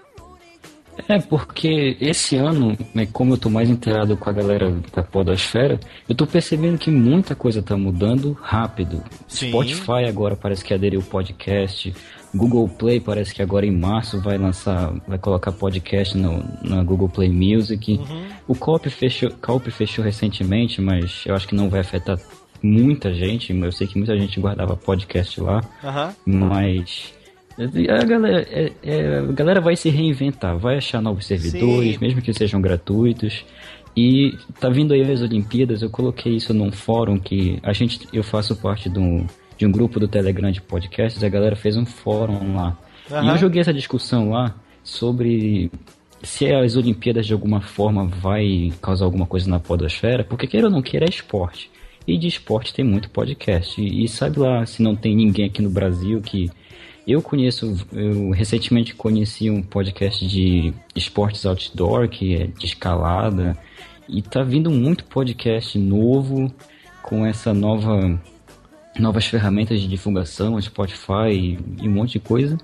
S10: É, porque esse ano, né, como eu tô mais inteirado com a galera da podosfera, eu tô percebendo que muita coisa tá mudando rápido. Sim. Spotify agora parece que aderiu o podcast, Google Play parece que agora em março vai lançar, vai colocar podcast no, na Google Play Music. Uhum. O Coop fechou, Coop fechou recentemente, mas eu acho que não vai afetar muita gente. Eu sei que muita gente guardava podcast lá, uhum. mas... A galera, é, é, a galera vai se reinventar, vai achar novos servidores, Sim. mesmo que sejam gratuitos. E tá vindo aí as Olimpíadas, eu coloquei isso num fórum que a gente, eu faço parte de um, de um grupo do Telegram de podcasts, a galera fez um fórum lá. Uhum. E eu joguei essa discussão lá sobre se as Olimpíadas de alguma forma vai causar alguma coisa na podosfera, porque queira ou não queira é esporte. E de esporte tem muito podcast. E, e sabe lá se não tem ninguém aqui no Brasil que... Eu conheço, eu recentemente conheci um podcast de esportes outdoor, que é de escalada, e tá vindo muito podcast novo com essa nova, novas ferramentas de divulgação, Spotify e, e um monte de coisa.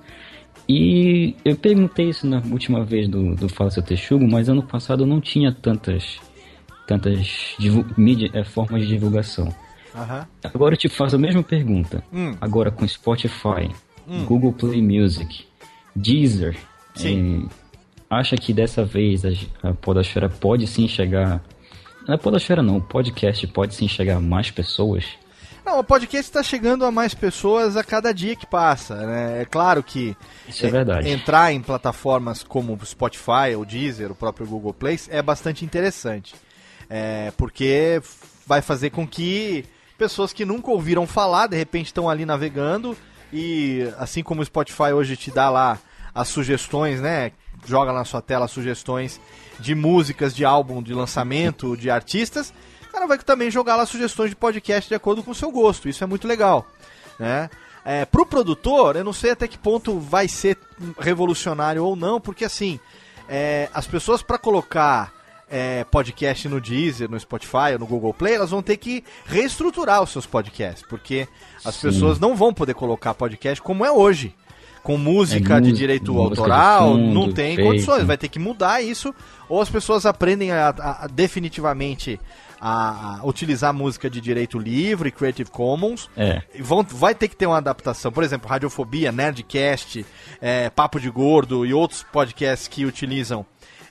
S10: E eu perguntei isso na última vez do, do Fala Seu Texugo, mas ano passado não tinha tantas, tantas mídia, é, formas de divulgação. Uhum. Agora eu te faço a mesma pergunta, hum. agora com Spotify, Hum. Google Play Music, Deezer, é, acha que dessa vez a, a podosfera pode sim chegar... Não é podosfera não, o podcast pode sim chegar a mais pessoas?
S3: Não, o podcast está chegando a mais pessoas a cada dia que passa, né? É claro que
S10: Isso é verdade.
S3: entrar em plataformas como o Spotify, o Deezer, o próprio Google Play é bastante interessante, é, porque vai fazer com que pessoas que nunca ouviram falar, de repente estão ali navegando. E assim como o Spotify hoje te dá lá as sugestões, né? Joga na sua tela as sugestões de músicas, de álbum, de lançamento, de artistas. O cara vai também jogar lá sugestões de podcast de acordo com o seu gosto. Isso é muito legal, né? É, pro produtor, eu não sei até que ponto vai ser revolucionário ou não, porque assim, é, as pessoas para colocar é, podcast no Deezer, no Spotify ou no Google Play, elas vão ter que reestruturar os seus podcasts, porque as Sim. pessoas não vão poder colocar podcast como é hoje, com música é, de direito música autoral, de fundo, não tem feito. condições, vai ter que mudar isso, ou as pessoas aprendem a, a, a definitivamente a, a utilizar música de direito livre, Creative Commons, é. e vão, vai ter que ter uma adaptação, por exemplo, Radiofobia, Nerdcast, é, Papo de Gordo e outros podcasts que utilizam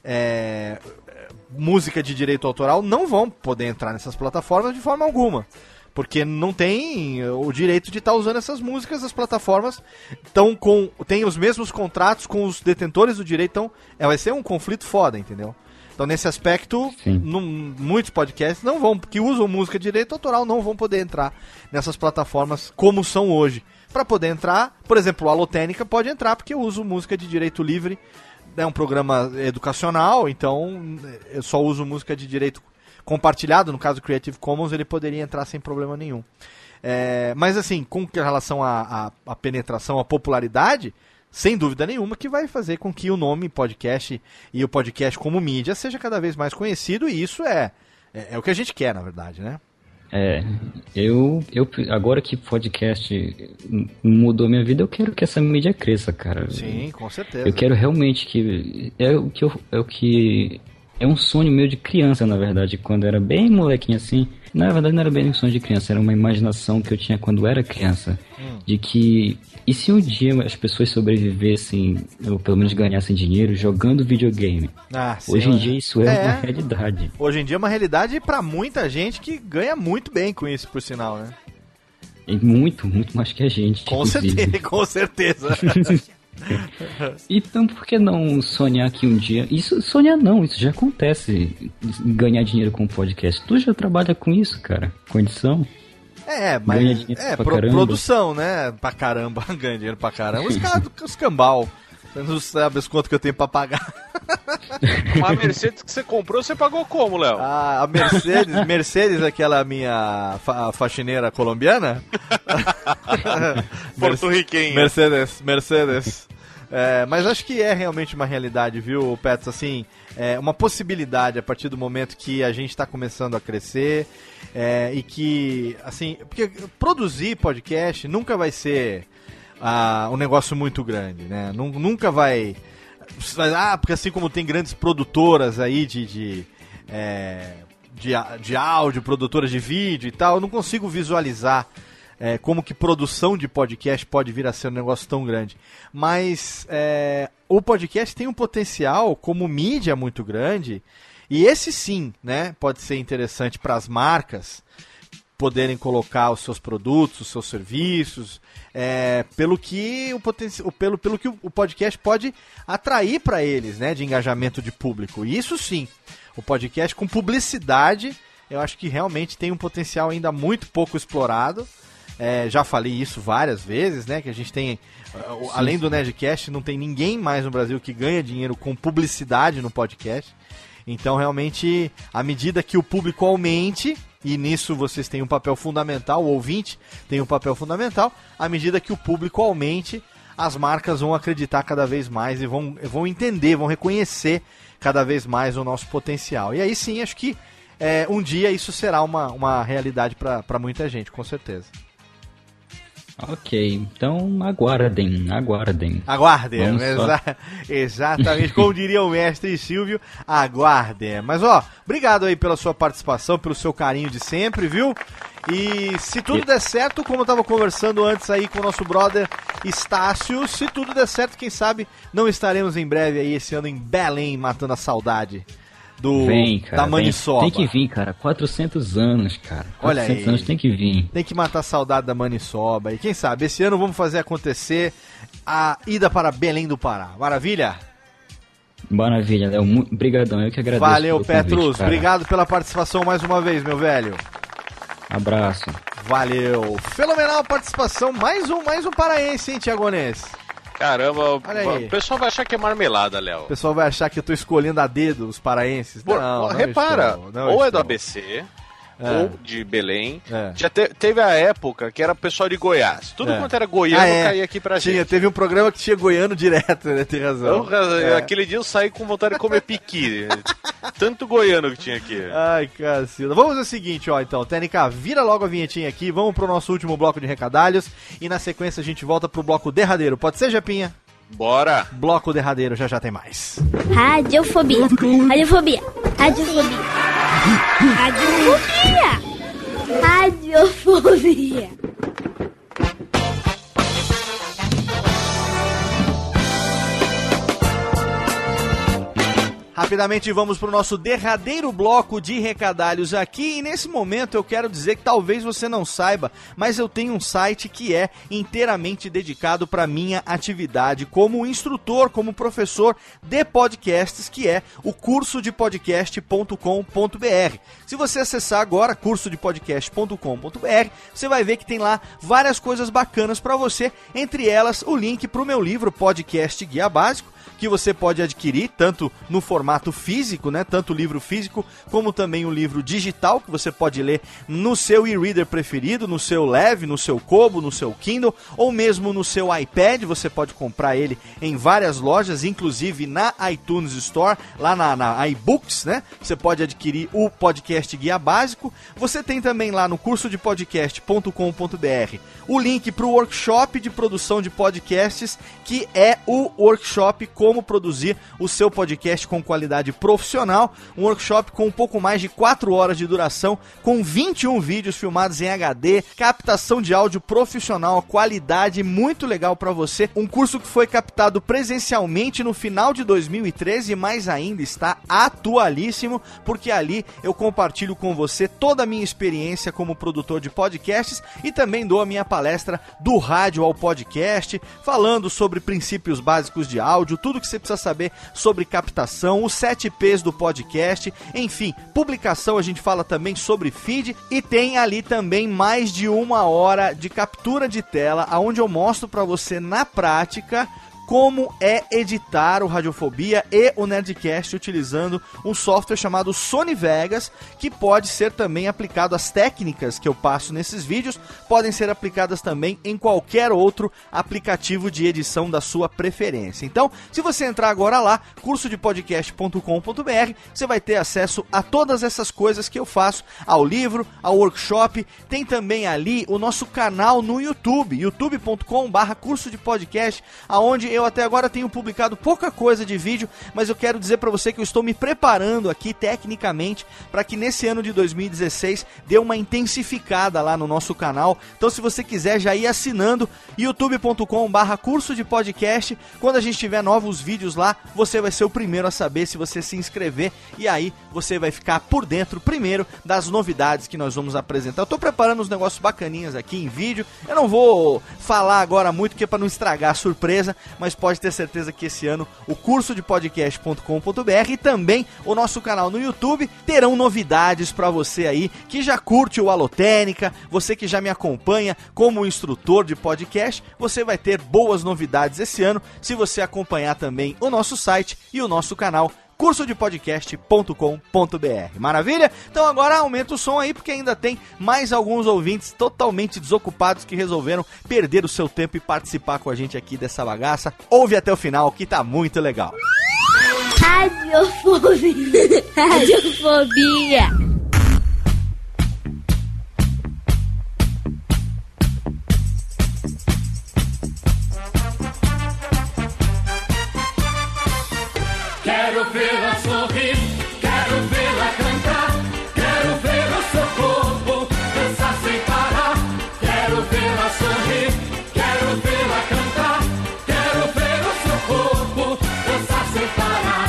S3: é, música de direito autoral não vão poder entrar nessas plataformas de forma alguma, porque não tem o direito de estar usando essas músicas. As plataformas estão com, têm os mesmos contratos com os detentores do direito, então é, vai ser um conflito foda, entendeu? Então nesse aspecto, num, muitos podcasts não vão, que usam música de direito autoral, não vão poder entrar nessas plataformas como são hoje. Para poder entrar, por exemplo, o Alotênica pode entrar porque eu uso música de direito livre. É um programa educacional, então eu só uso música de direito compartilhado, no caso do Creative Commons, ele poderia entrar sem problema nenhum. É, mas assim, com relação à penetração, à popularidade, sem dúvida nenhuma que vai fazer com que o nome podcast e o podcast como mídia seja cada vez mais conhecido, e isso é, é, é o que a gente quer, na verdade, né?
S10: É, eu, eu agora que podcast mudou minha vida, eu quero que essa mídia cresça, cara.
S3: Sim, com certeza.
S10: Eu quero realmente que é o que eu, é o que é um sonho meu de criança, na verdade, quando eu era bem molequinho assim. Na verdade não era bem um sonho de criança, era uma imaginação que eu tinha quando eu era criança, hum. de que e se um dia as pessoas sobrevivessem, ou pelo menos ganhassem dinheiro jogando videogame? Ah, sim, Hoje em é. dia isso é, é uma realidade.
S3: Hoje em dia é uma realidade pra muita gente que ganha muito bem com isso, por sinal, né?
S10: E muito, muito mais que a gente.
S3: Com certeza, com certeza.
S10: Então por que não sonhar que um dia... Isso, sonhar não, isso já acontece, ganhar dinheiro com podcast. Tu já trabalha com isso, cara, com edição.
S3: É, mas é pro, produção, né? Pra caramba, ganha dinheiro pra caramba. Os caras do cambal, você não sabe as quanto que eu tenho pra pagar.
S4: A Mercedes que você comprou, você pagou como, Léo?
S3: Ah, a Mercedes, Mercedes, aquela minha fa faxineira colombiana.
S4: Porto-riquenha.
S3: Mercedes, Mercedes. É, mas acho que é realmente uma realidade, viu, Pets? Assim, é uma possibilidade a partir do momento que a gente está começando a crescer é, e que, assim, porque produzir podcast nunca vai ser ah, um negócio muito grande, né? Nunca vai... Ah, porque assim como tem grandes produtoras aí de, de, é, de, de áudio, produtoras de vídeo e tal, eu não consigo visualizar É, como que produção de podcast pode vir a ser um negócio tão grande. Mas é, o podcast tem um potencial como mídia muito grande, e esse sim, né, pode ser interessante para as marcas, poderem colocar os seus produtos, os seus serviços, é, pelo, que o poten- pelo, pelo que o podcast pode atrair para eles, né, de engajamento de público. E isso sim, o podcast com publicidade, eu acho que realmente tem um potencial ainda muito pouco explorado. É, já falei isso várias vezes, né, que a gente tem, sim, além do Nerdcast, não tem ninguém mais no Brasil que ganha dinheiro com publicidade no podcast. Então, realmente, à medida que o público aumente, e nisso vocês têm um papel fundamental, o ouvinte tem um papel fundamental, à medida que o público aumente, as marcas vão acreditar cada vez mais e vão, vão entender, vão reconhecer cada vez mais o nosso potencial. E aí sim, acho que é, um dia isso será uma, uma realidade para muita gente, com certeza.
S10: Ok, então aguardem, aguardem.
S3: Aguardem, exa- exatamente, como diria o mestre Silvio, aguardem. Mas ó, obrigado aí pela sua participação, pelo seu carinho de sempre, viu? E se tudo der certo, como eu tava conversando antes aí com o nosso brother Estácio, se tudo der certo, quem sabe não estaremos em breve aí esse ano em Belém, matando a saudade do,
S10: vem, cara,
S3: da maniçoba.
S10: Tem que vir, cara. quatrocentos anos, cara. quatrocentos
S3: Olha aí.
S10: anos tem que vir.
S3: Tem que matar a saudade da maniçoba. E quem sabe, esse ano vamos fazer acontecer a ida para Belém do Pará. Maravilha?
S10: Maravilha, Léo. Obrigadão, eu que agradeço.
S3: Valeu,
S10: pelo convite,
S3: Petrus.
S10: cara.
S3: Obrigado pela participação mais uma vez, meu velho.
S10: Abraço.
S3: Valeu. Fenomenal participação. Mais um, mais um paraense, hein, Tiagonês?
S4: Caramba,
S3: aí.
S4: o pessoal vai achar que é marmelada, Léo.
S3: O pessoal vai achar que eu tô escolhendo a dedo os paraenses.
S4: Por,
S3: não, não
S4: repara,
S3: estou, não
S4: ou
S3: estou.
S4: é do A B C,
S3: É.
S4: ou de Belém.
S3: É.
S4: Já te- teve a época que era pessoal de Goiás. Tudo
S3: É.
S4: quanto era goiano
S3: Ah, é.
S4: caía aqui pra
S3: Tinha,
S4: gente.
S3: teve um programa que tinha goiano direto, né? Tem razão.
S4: Eu,
S3: É.
S4: Aquele dia eu saí com vontade de comer piqui. Tanto goiano que tinha aqui.
S3: Ai, cacilda. Vamos fazer o seguinte, ó, então. T N K, vira logo a vinhetinha aqui, vamos pro nosso último bloco de recadalhos e na sequência a gente volta pro bloco derradeiro. Pode ser, Japinha?
S4: Bora!
S3: Bloco derradeiro, já já tem mais.
S5: Radiofobia. Radiofobia. Radiofobia. Radiofobia. Radiofobia.
S3: Rapidamente vamos pro nosso derradeiro bloco de recadalhos aqui, e nesse momento eu quero dizer que talvez você não saiba, mas eu tenho um site que é inteiramente dedicado para minha atividade como instrutor, como professor de podcasts, que é o curso de podcast ponto com ponto b r. Se você acessar agora curso de podcast ponto com ponto b r, você vai ver que tem lá várias coisas bacanas para você, entre elas o link pro meu livro Podcast Guia Básico, que você pode adquirir tanto no formato físico, né, tanto o livro físico, como também o livro digital, que você pode ler no seu e-reader preferido, no seu Leve, no seu Kobo, no seu Kindle, ou mesmo no seu iPad. Você pode comprar ele em várias lojas, inclusive na iTunes Store, lá na, na iBooks, né, você pode adquirir o Podcast Guia Básico. Você tem também lá no curso de podcast ponto com ponto b r o link para o workshop de produção de podcasts, que é o workshop Como Produzir o Seu Podcast com Qualidade Profissional, um workshop com um pouco mais de quatro horas de duração, com vinte e um vídeos filmados em H D, captação de áudio profissional, qualidade muito legal para você, um curso que foi captado presencialmente no final de dois mil e treze, mas ainda está atualíssimo, porque ali eu compartilho com você toda a minha experiência como produtor de podcasts e também dou a minha palestra do rádio ao podcast, falando sobre princípios básicos de áudio, tudo que você precisa saber sobre captação, os sete P's do podcast, enfim, publicação, a gente fala também sobre feed, e tem ali também mais de uma hora de captura de tela, onde eu mostro para você na prática como é editar o Radiofobia e o Nerdcast utilizando um software chamado Sony Vegas, que pode ser também aplicado, as técnicas que eu passo nesses vídeos podem ser aplicadas também em qualquer outro aplicativo de edição da sua preferência. Então, se você entrar agora lá, curso de podcast ponto com ponto b r, você vai ter acesso a todas essas coisas que eu faço, ao livro, ao workshop. Tem também ali o nosso canal no YouTube, youtube ponto com barra curso de podcast, aonde eu eu até agora tenho publicado pouca coisa de vídeo, mas eu quero dizer pra você que eu estou me preparando aqui tecnicamente para que nesse ano de dois mil e dezesseis dê uma intensificada lá no nosso canal. Então se você quiser já ir assinando youtube ponto com barra curso de podcast, quando a gente tiver novos vídeos lá, você vai ser o primeiro a saber se você se inscrever, e aí você vai ficar por dentro primeiro das novidades que nós vamos apresentar. Eu tô preparando uns negócios bacaninhas aqui em vídeo, eu não vou falar agora muito que é para não estragar a surpresa, mas pode ter certeza que esse ano o curso de podcast ponto com ponto br e também o nosso canal no YouTube terão novidades para você aí que já curte o Alotênica, você que já me acompanha como instrutor de podcast, você vai ter boas novidades esse ano se você acompanhar também o nosso site e o nosso canal curso de podcast ponto com ponto br. Maravilha? Então agora aumenta o som aí, porque ainda tem mais alguns ouvintes totalmente desocupados que resolveram perder o seu tempo e participar com a gente aqui dessa bagaça. Ouve até o final que tá muito legal.
S5: Radiofobia. Radiofobia.
S2: Quero vê-la sorrir, quero vê-la cantar, quero ver o seu corpo dançar sem parar. Quero vê-la sorrir, quero vê-la cantar, quero ver o seu corpo dançar sem parar.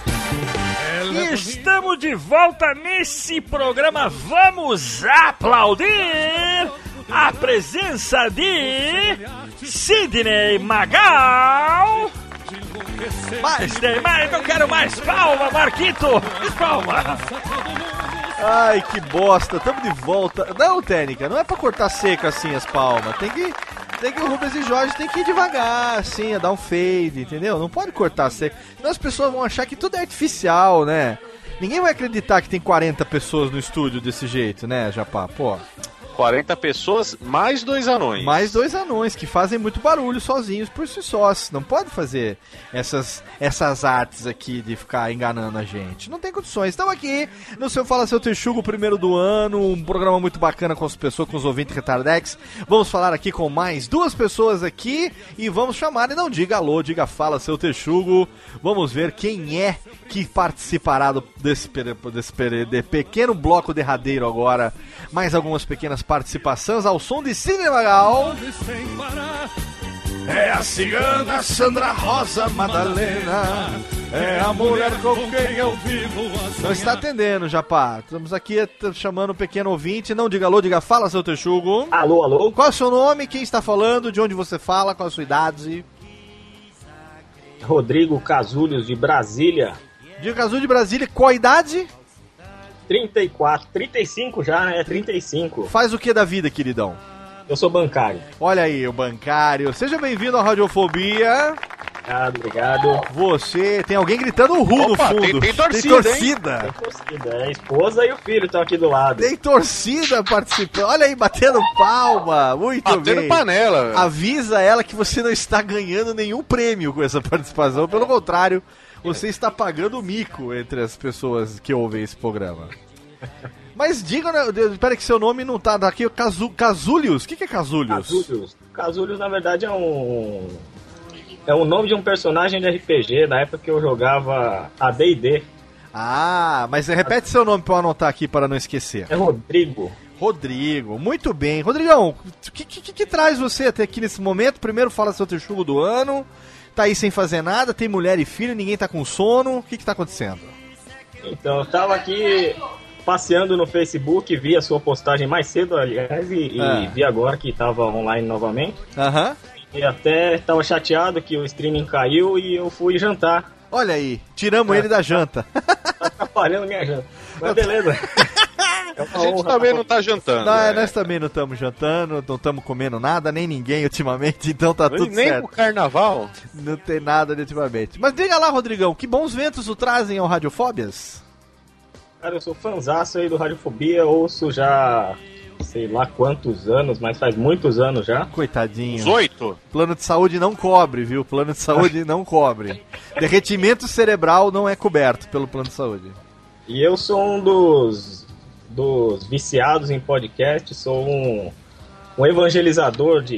S11: Estamos de volta nesse programa, vamos aplaudir a presença de Sidney Magal. Mais, tem mais, não quero mais palma, Marquito! Palma!
S3: Ai, que bosta, tamo de volta. Não, Técnica, não é pra cortar seco assim as palmas. Tem que, tem que o Rubens e Jorge tem que ir devagar, assim, a dar um fade, entendeu? Não pode cortar seco. Senão as pessoas vão achar que tudo é artificial, né? Ninguém vai acreditar que tem quarenta pessoas no estúdio desse jeito, né, Japá? Pô.
S4: quarenta pessoas, mais dois anões.
S3: Mais dois anões, que fazem muito barulho sozinhos por si sós. Não pode fazer essas, essas artes aqui de ficar enganando a gente. Não tem condições. Estamos aqui no seu Fala Seu Texugo, primeiro do ano. Um programa muito bacana com as pessoas, com os ouvintes retardex. Vamos falar aqui com mais duas pessoas aqui. E vamos chamar, e não diga alô, diga Fala Seu Texugo. Vamos ver quem é que participará do, desse, desse, desse pequeno bloco derradeiro agora. Mais algumas pequenas participações ao som de Sidney Magal. É a cigana Sandra Rosa Madalena, é a mulher com quem eu vivo. Não está atendendo, Japá. Estamos aqui chamando o pequeno ouvinte. Não diga alô, diga Fala Seu Texugo.
S12: Alô, alô.
S3: Qual é o seu nome? Quem está falando? De onde você fala? Qual é a sua idade?
S12: Rodrigo Casulhos, de Brasília.
S3: Diga Casulhos de Brasília. Qual a idade?
S12: trinta e quatro, trinta e cinco já, né? trinta e cinco.
S3: Faz o que da vida, queridão?
S12: Eu sou bancário.
S3: Olha aí, o bancário. Seja bem-vindo à Radiofobia.
S12: Obrigado, obrigado.
S3: Você, tem alguém gritando um ru no fundo.
S4: Tem, tem torcida,
S3: tem torcida.
S12: Tem torcida. A esposa e o filho estão aqui do lado.
S3: Tem torcida participando. Olha aí, batendo palma. Muito
S4: batendo
S3: bem.
S4: Batendo panela. Velho.
S3: Avisa ela que você não está ganhando nenhum prêmio com essa participação. Pelo contrário, você está pagando mico entre as pessoas que ouvem esse programa. Mas diga, né, espera que seu nome não tá daqui, Casu, Casulhos, o que, que é Casulhos?
S12: Casulhos? Casulhos, na verdade, é um é o nome de um personagem de R P G da época que eu jogava a D e D.
S3: Ah, mas repete seu nome pra eu anotar aqui para não esquecer.
S12: É Rodrigo.
S3: Rodrigo, muito bem. Rodrigão, o que, que, que traz você até aqui nesse momento? Primeiro fala seu texugo do ano, tá aí sem fazer nada, tem mulher e filho, ninguém tá com sono, o que que tá acontecendo?
S12: Então, eu tava aqui passeando no Facebook, vi a sua postagem mais cedo, aliás, e, ah. e vi agora que tava online novamente.
S3: Aham. Uhum.
S12: E até tava chateado que o streaming caiu e eu fui jantar.
S3: Olha aí, tiramos é. ele da janta.
S12: Tá atrapalhando minha janta. Mas beleza.
S4: É a gente também não tá jantando.
S3: Não, é. Nós também não estamos jantando, não estamos comendo nada, nem ninguém ultimamente, então tá tudo
S4: nem
S3: certo.
S4: Nem o carnaval?
S3: Não tem nada ultimamente. Mas diga lá, Rodrigão, que bons ventos o trazem ao Radiofóbias?
S12: Cara, eu sou fãzaço aí do Radiofobia, ouço já sei lá quantos anos, mas faz muitos anos já.
S3: Coitadinho.
S4: Uns oito.
S3: Plano de saúde não cobre, viu? Plano de saúde não cobre. Derretimento cerebral não é coberto pelo plano de saúde.
S12: E eu sou um dos, dos viciados em podcast, sou um, um evangelizador de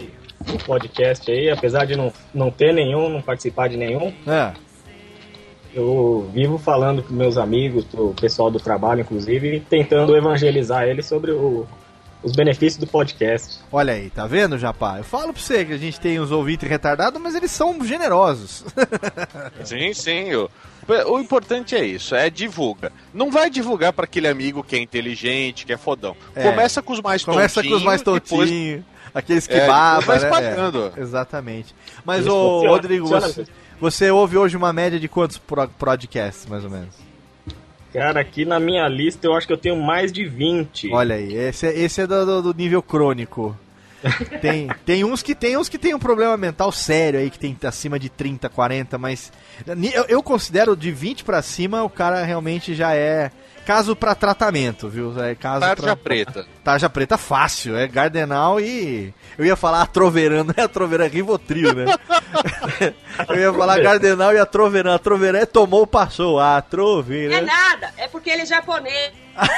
S12: o podcast aí, apesar de não, não ter nenhum, não participar de nenhum.
S3: É.
S12: Eu vivo falando com meus amigos, pro pessoal do trabalho, inclusive, tentando evangelizar eles sobre o, os benefícios do podcast.
S3: Olha aí, tá vendo, Japá? Eu falo pra você que a gente tem uns ouvintes retardados, mas eles são generosos.
S4: Sim, sim. O, o importante é isso, é divulga. Não vai divulgar pra aquele amigo que é inteligente, que é fodão.
S3: É.
S4: Começa com os mais tontinhos.
S3: Começa com os mais tontinhos. Depois... Aqueles que
S4: é,
S3: babam,
S4: vai
S3: né?
S4: espalhando.
S3: É, exatamente. Mas,
S12: Isso
S3: ô,
S12: funciona,
S3: Rodrigo,
S12: funciona.
S3: você, você ouve hoje uma média de quantos pro- podcasts, mais ou menos?
S12: Cara, aqui na minha lista eu acho que eu tenho mais de vinte.
S3: Olha aí, esse é, esse é do, do- do nível crônico. Tem, tem uns que tem uns que tem um problema mental sério aí, que tem acima de trinta, quarenta, mas eu, eu considero de vinte pra cima o cara realmente já é caso pra tratamento, viu? É caso
S4: Tarja
S3: pra...
S4: preta.
S3: Tarja preta fácil, é Gardenal e... Eu ia falar Atroveran, não é Atroveran, é Rivotril, né? Eu ia falar Gardenal e Atroveran. Atroveran é tomou, passou. Atroveran.
S13: É nada, é porque ele é japonês.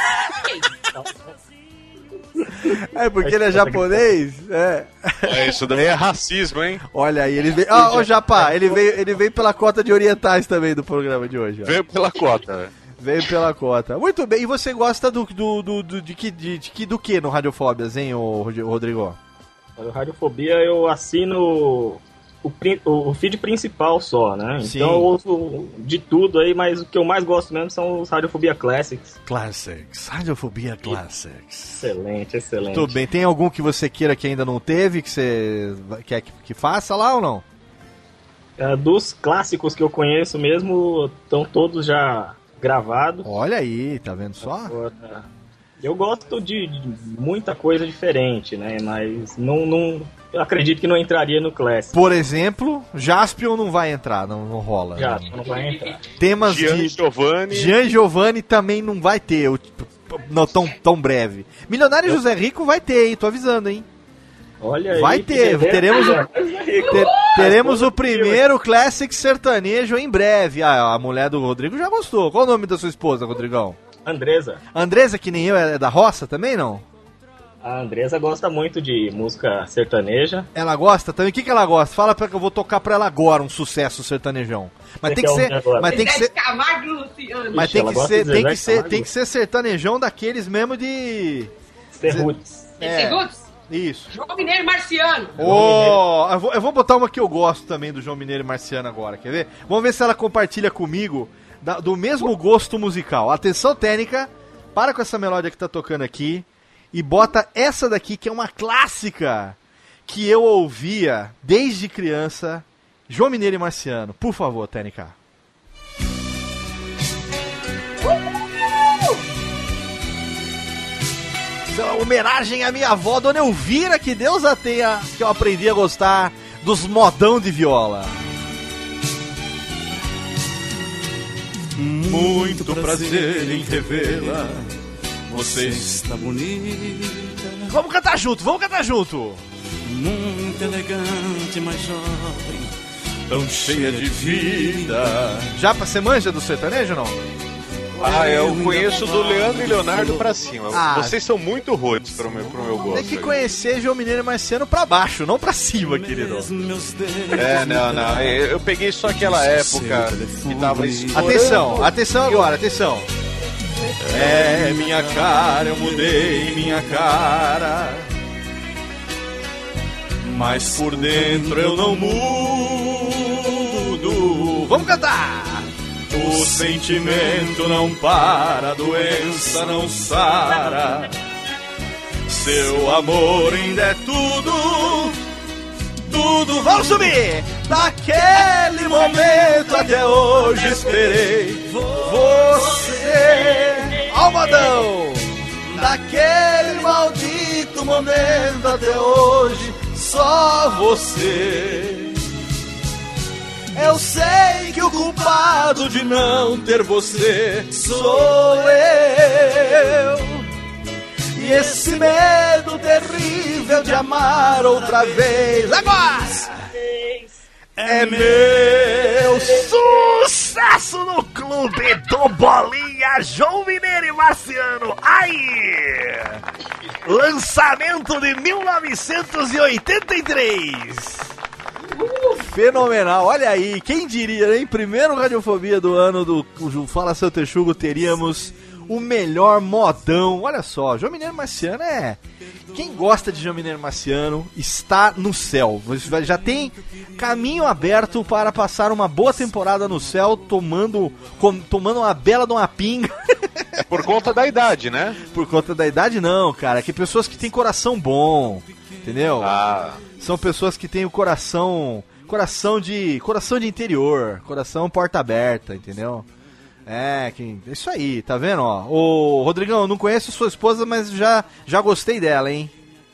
S3: É porque ele é japonês? É.
S4: É, isso daí é racismo, hein?
S3: Olha aí, ele veio... Ah, ô Japá, ele veio, ele veio pela cota de orientais também do programa de hoje. Ó.
S4: Veio pela cota, velho.
S3: Veio pela cota. Muito bem, e você gosta do, do, do, do, de, que, de, de, que, do que no Radiofóbias, hein, ô, Rodrigo?
S12: No Radiofobia eu assino o, pri- o feed principal só, né?
S3: Sim.
S12: Então eu ouço de tudo aí, mas o que eu mais gosto mesmo são os Radiofobia Classics.
S3: Classics, Radiofobia Classics.
S12: Excelente, excelente.
S3: Muito bem, tem algum que você queira que ainda não teve, que você quer que, que faça lá ou não?
S12: É, dos clássicos que eu conheço mesmo, estão todos já gravados.
S3: Olha aí, tá vendo só?
S12: Eu gosto de, de muita coisa diferente, né? Mas não, não, eu acredito que não entraria no Classic.
S3: Por exemplo, Jaspion não vai entrar, não, não rola.
S12: Jaspion não vai entrar.
S3: Temas
S4: Gian
S3: de...
S4: Giovanni.
S3: Gian Giovanni também não vai ter, o- não tão, tão breve. Milionário
S12: Eu-
S3: José Rico vai ter, hein? Tô avisando, hein?
S12: Olha aí.
S3: Vai
S12: que
S3: ter,
S12: beleza.
S3: teremos o, ter- teremos o
S12: Esposa do
S3: primeiro Classic sertanejo em breve. Ah, a mulher do Rodrigo já gostou. Qual o nome da sua esposa, Rodrigão?
S12: Andresa.
S3: Andresa, que nem eu, é da roça também, não?
S12: A Andresa gosta muito de música sertaneja.
S3: Ela gosta também? O que, que ela gosta? Fala pra que eu vou tocar pra ela agora um sucesso sertanejão. Mas
S12: Você
S3: tem que
S12: quer
S3: ser.
S12: ouvir agora?
S3: Mas tem que ser.
S13: Camargo e Luciano.
S3: Mas
S12: Ixi,
S3: tem
S12: ela
S3: que
S12: gosta
S3: ser,
S12: de
S3: tem que
S12: Zezé
S3: ser,
S12: Camargo.
S3: tem que ser sertanejão daqueles mesmo de.
S12: Serrutes.
S3: É,
S13: Segundos?
S3: isso.
S13: João Mineiro e Marciano.
S3: Ó, eu, vou, eu vou botar uma que eu gosto também do João Mineiro e Marciano agora, quer ver? Vamos ver se ela compartilha comigo da- do mesmo gosto musical. Atenção técnica, para com essa melódia que tá tocando aqui e bota essa daqui que é uma clássica que eu ouvia desde criança. João Mineiro e Marciano, por favor, técnica. Isso é uma homenagem à minha avó, Dona Elvira, que Deus a tenha, que eu aprendi a gostar dos modão de viola.
S14: Muito prazer em revê-la. Você está bonita,
S3: Vamos cantar junto, vamos cantar junto.
S14: muito elegante, mas jovem, tão cheia de vida.
S3: Já pra você manja do sertanejo ou não?
S4: Ah, eu conheço do Leandro e Leonardo pra cima.
S3: Ah.
S4: Vocês são muito rudes pro meu, pro meu gosto.
S3: Tem que
S4: aí.
S3: conhecer João Mineiro e Marciano pra baixo, não pra cima, querido.
S4: É, não, não. Eu eu peguei só aquela época que tava estourando.
S3: Atenção, atenção agora, atenção. É minha cara, eu mudei minha cara, mas por dentro eu não mudo. Vamos cantar! O sentimento não para, a doença não sara. Seu amor ainda é tudo, tudo. Vamos subir! Daquele momento até hoje esperei você, Almadão. Daquele maldito momento até hoje, só você. Eu sei que o culpado de não ter você sou eu. E esse medo terrível de amar outra vez agora é meu sucesso no clube do Bolinha, João Mineiro.
S11: Mineiro e Marciano. Ai! Lançamento de mil novecentos e oitenta e três.
S3: Fenomenal, olha aí, quem diria, hein? Primeiro Radiofobia do ano do Fala Seu Texugo, teríamos o melhor modão. Olha só, João Mineiro Marciano é... Quem gosta de João Mineiro Marciano está no céu. Já tem caminho aberto para passar uma boa temporada no céu, tomando, com, tomando uma bela de uma pinga.
S4: É por conta da idade, né?
S3: Por conta da idade não, cara. É que pessoas que têm coração bom, entendeu?
S4: Ah.
S3: São pessoas que têm o coração... Coração de... Coração de interior. Coração porta aberta, entendeu? É, que, isso aí, tá vendo, ó? Ô, Rodrigão, eu não conheço sua esposa, mas já, já gostei dela, hein?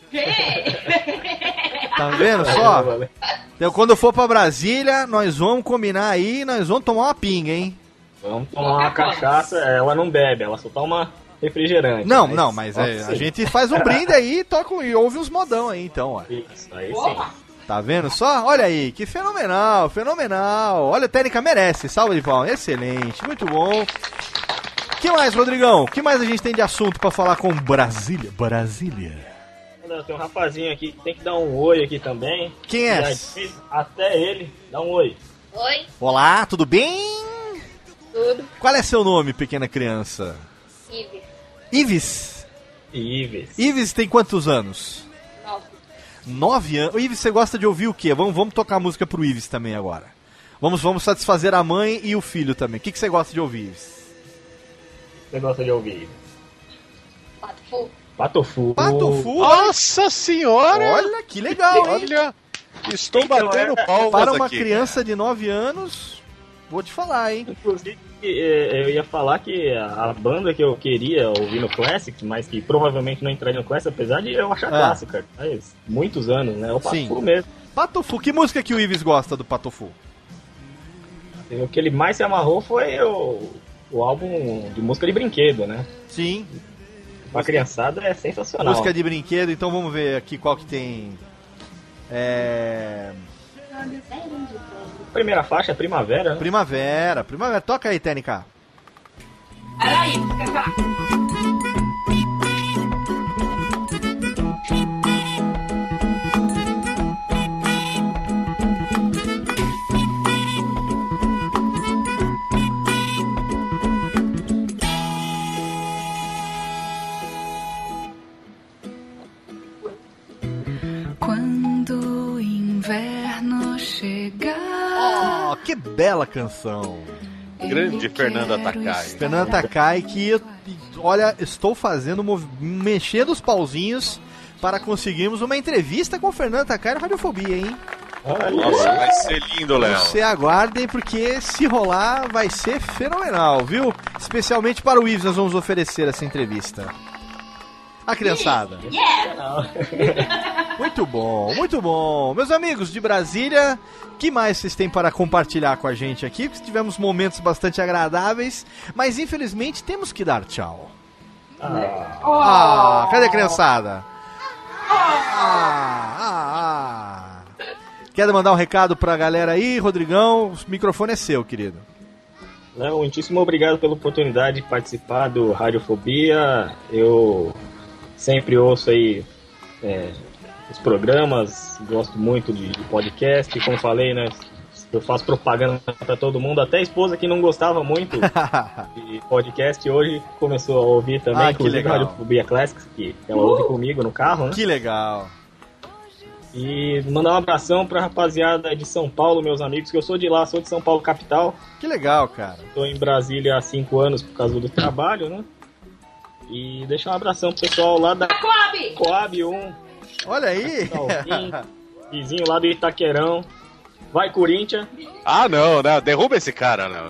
S3: Tá vendo só? Então, quando eu for pra Brasília, nós vamos combinar aí, nós vamos tomar uma pinga, hein?
S12: Vamos tomar uma cachaça, ela não bebe, ela só toma refrigerante.
S3: Não,
S12: mas...
S3: não, mas é, a gente faz um brinde aí e, toca, e ouve uns modão aí, então, ó.
S12: Isso, aí sim.
S3: Tá vendo só? Olha aí, que fenomenal, fenomenal. Olha, a técnica merece, salva de palmas, excelente, muito bom. O que mais, Rodrigão? O que mais a gente tem de assunto pra falar com Brasília? Brasília.
S12: Tem um rapazinho aqui que tem que dar um oi aqui também.
S3: Quem é?
S12: Até ele, dá um oi.
S5: Oi.
S3: Olá, tudo bem?
S5: Tudo.
S3: Qual é seu nome, pequena criança?
S5: Ives.
S3: Ives?
S12: Ives.
S3: Ives tem quantos anos? Nove anos. Ives, você gosta de ouvir o quê? Vamos, vamos tocar música pro Ives também agora. Vamos, vamos satisfazer a mãe e o filho também. O que, que você gosta de ouvir, Ives?
S12: Você gosta de ouvir?
S5: Patofu.
S12: Patofu.
S3: Patofu.
S4: Nossa senhora!
S3: Olha, que legal, hein?
S4: Olha, estou
S12: Então,
S4: batendo
S12: é,
S4: palmas
S3: Para uma
S4: aqui.
S3: criança de nove anos, vou te falar, hein?
S12: Inclusive, eu ia falar que a banda que eu queria ouvir no Classic, mas que provavelmente não entraria no Classic, apesar de eu achar
S3: É.
S12: clássico, cara. Faz muitos anos, né? É o Patofu
S3: Sim.
S12: mesmo.
S3: Patofu, que música que o Ives gosta do Patofu?
S12: O que ele mais se amarrou foi o, o álbum de música de brinquedo, né?
S3: Sim.
S12: Pra criançada é sensacional.
S3: Música de brinquedo, então vamos ver aqui qual que tem. É.
S12: Primeira faixa é Primavera. Né?
S3: Primavera, Primavera. Toca aí, T N K.
S15: Quando o inverno chegar.
S3: Oh, que bela canção.
S4: Grande Fernanda Takai.
S3: Fernanda Takai, que eu, olha, estou fazendo, mov- mexendo os pauzinhos para conseguirmos uma entrevista com Fernanda Takai no Radiofobia, hein?
S4: Nossa, vai ser lindo, Léo.
S3: Você aguardem, porque se rolar vai ser fenomenal, viu? Especialmente para o Ives nós vamos oferecer essa entrevista. A criançada.
S5: Yeah.
S3: Muito bom, muito bom. Meus amigos de Brasília, que mais vocês têm para compartilhar com a gente aqui? Porque tivemos momentos bastante agradáveis, mas infelizmente temos que dar tchau.
S12: Ah,
S3: Ah, cadê a criançada? Ah, ah, ah. Quer mandar um recado pra galera aí, Rodrigão? O microfone é seu, querido.
S12: Léo, muitíssimo obrigado pela oportunidade de participar do Radiofobia. Eu sempre ouço aí é, os programas, gosto muito de, de podcast. Como falei, né? Eu faço propaganda pra todo mundo, até a esposa que não gostava muito de podcast hoje começou a ouvir também,
S3: Ah, que
S12: inclusive
S3: legal.
S12: a Radiofobia Classics, que ela ouve comigo no carro, né?
S3: Que legal.
S12: E mandar um abração pra rapaziada de São Paulo, meus amigos, que eu sou de lá, sou de São Paulo capital.
S3: Que legal, cara.
S12: Tô em Brasília há cinco anos por causa do trabalho, né? E deixar um abração pro pessoal lá da
S5: Coab!
S12: Coab um.
S3: Olha aí.
S12: Vizinho lá do Itaquerão. Vai, Corinthians.
S4: Ah, não, não. Derruba esse cara, não.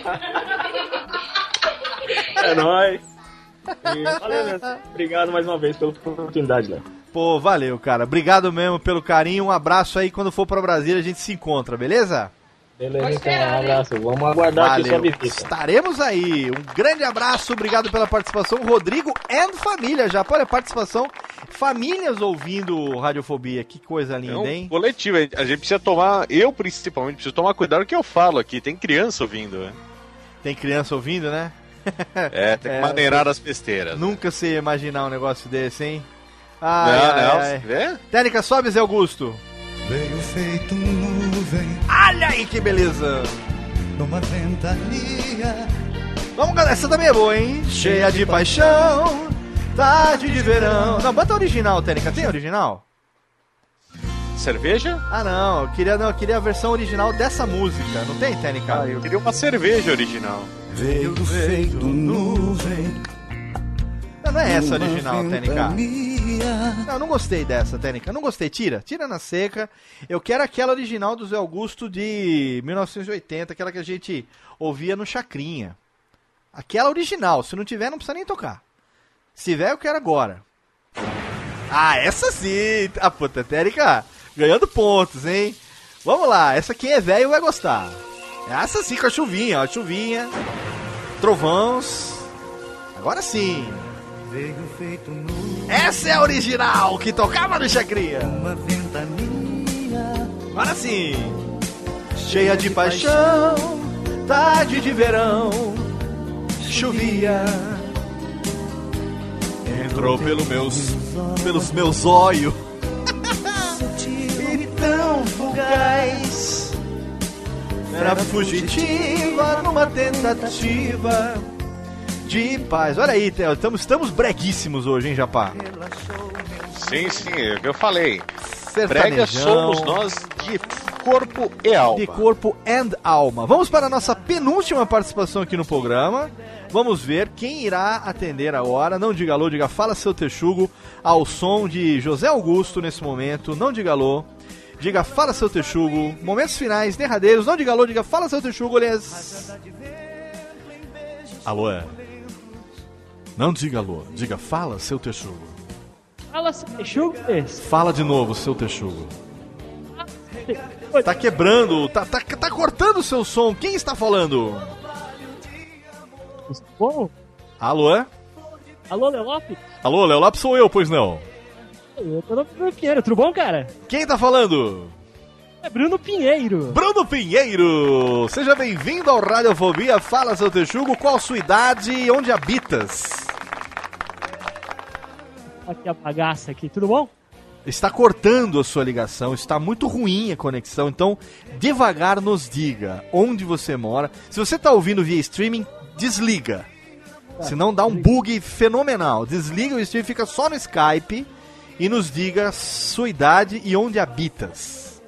S12: É nóis. E valeu, né? Obrigado mais uma vez pela oportunidade, Léo.
S3: Pô, valeu, cara. Obrigado mesmo pelo carinho. Um abraço aí. Quando for pra Brasília, a gente se encontra, beleza?
S12: Beleza, então. Um abraço. Vamos aguardar aqui sua visita.
S3: Estaremos aí. Um grande abraço. Obrigado pela participação. Rodrigo and família já. Olha a participação. Famílias ouvindo Radiofobia. Que coisa linda,
S4: É um
S3: hein?
S4: coletivo. A gente precisa tomar, eu principalmente, preciso tomar cuidado com o que eu falo aqui. Tem criança ouvindo, né?
S3: Tem criança ouvindo, né?
S4: É, tem que
S3: É,
S4: maneirar as besteiras.
S3: Nunca se ia imaginar um negócio desse, hein? Ai,
S4: não,
S3: ai,
S4: não,
S3: ai.
S4: você vê?
S3: Técnica, sobe, Zé Augusto.
S14: Veio feito nuvem.
S3: Olha aí que beleza.
S14: Numa ventania.
S3: Vamos, galera, essa também é boa, hein? Cheia de paixão, tarde de verão. Não, bota a original, Técnica. Tem a original?
S4: Cerveja?
S3: Ah, não. Eu queria, não, eu queria a versão original dessa música. Não tem, Técnica?
S4: Ah, eu queria uma cerveja original.
S14: Veio feito nuvem.
S3: Não, não é essa a original, Técnica. Não, eu não gostei dessa, Técnica. Não gostei. Tira. Tira na seca. Eu quero aquela original do Zé Augusto de mil novecentos e oitenta, aquela que a gente ouvia no Chacrinha. Aquela original. Se não tiver, não precisa nem tocar. Se tiver, eu quero agora. Ah, essa sim. Ah, puta, Técnica, ganhando pontos, hein? Vamos lá. Essa quem é velho vai gostar. Essa sim com a chuvinha, ó. Chuvinha. Trovões. Agora sim.
S14: Veio feito nuvem.
S3: Essa é a original que tocava no Chacrinha.
S14: Uma ventania.
S3: Agora sim. Cheia de paixão, tarde de verão, chovia. Entrou pelo meus, pelos meus olhos. E tão fugaz. Era fugitiva numa tentativa de paz. Olha aí, Theo, estamos, estamos breguíssimos hoje, hein, Japá?
S4: Sim, sim, é o que eu falei.
S3: Sertanejão.
S4: Brega somos nós de corpo e alma.
S3: De corpo and alma. Vamos para a nossa penúltima participação aqui no programa. Vamos ver quem irá atender agora. Não diga alô, diga fala seu texugo, ao som de José Augusto nesse momento. Não diga alô, diga fala seu texugo. Momentos finais, derradeiros. Não diga alô, diga fala seu texugo, lhes. Alô, é? Não diga alô, diga fala seu texugo.
S16: Fala seu texugo, lhes.
S3: Fala de novo, seu texugo. Tá quebrando, tá, tá, tá cortando o seu som. Quem está falando?
S16: Bom?
S3: Alô, é?
S16: Alô, Léo Lopes?
S3: Alô, Léo Lopes sou eu, pois não?
S16: Eu tô no Bruno Pinheiro, tudo bom, cara?
S3: Quem tá falando?
S16: É Bruno Pinheiro.
S3: Bruno Pinheiro! Seja bem-vindo ao Radiofobia. Fala, seu texugo, qual a sua idade e onde habitas?
S16: Aqui a bagaça aqui, tudo bom?
S3: Está cortando a sua ligação, está muito ruim a conexão, então devagar nos diga onde você mora. Se você está ouvindo via streaming, desliga. Senão dá um bug fenomenal. Desliga o streaming, fica só no Skype e nos diga sua idade e onde habitas.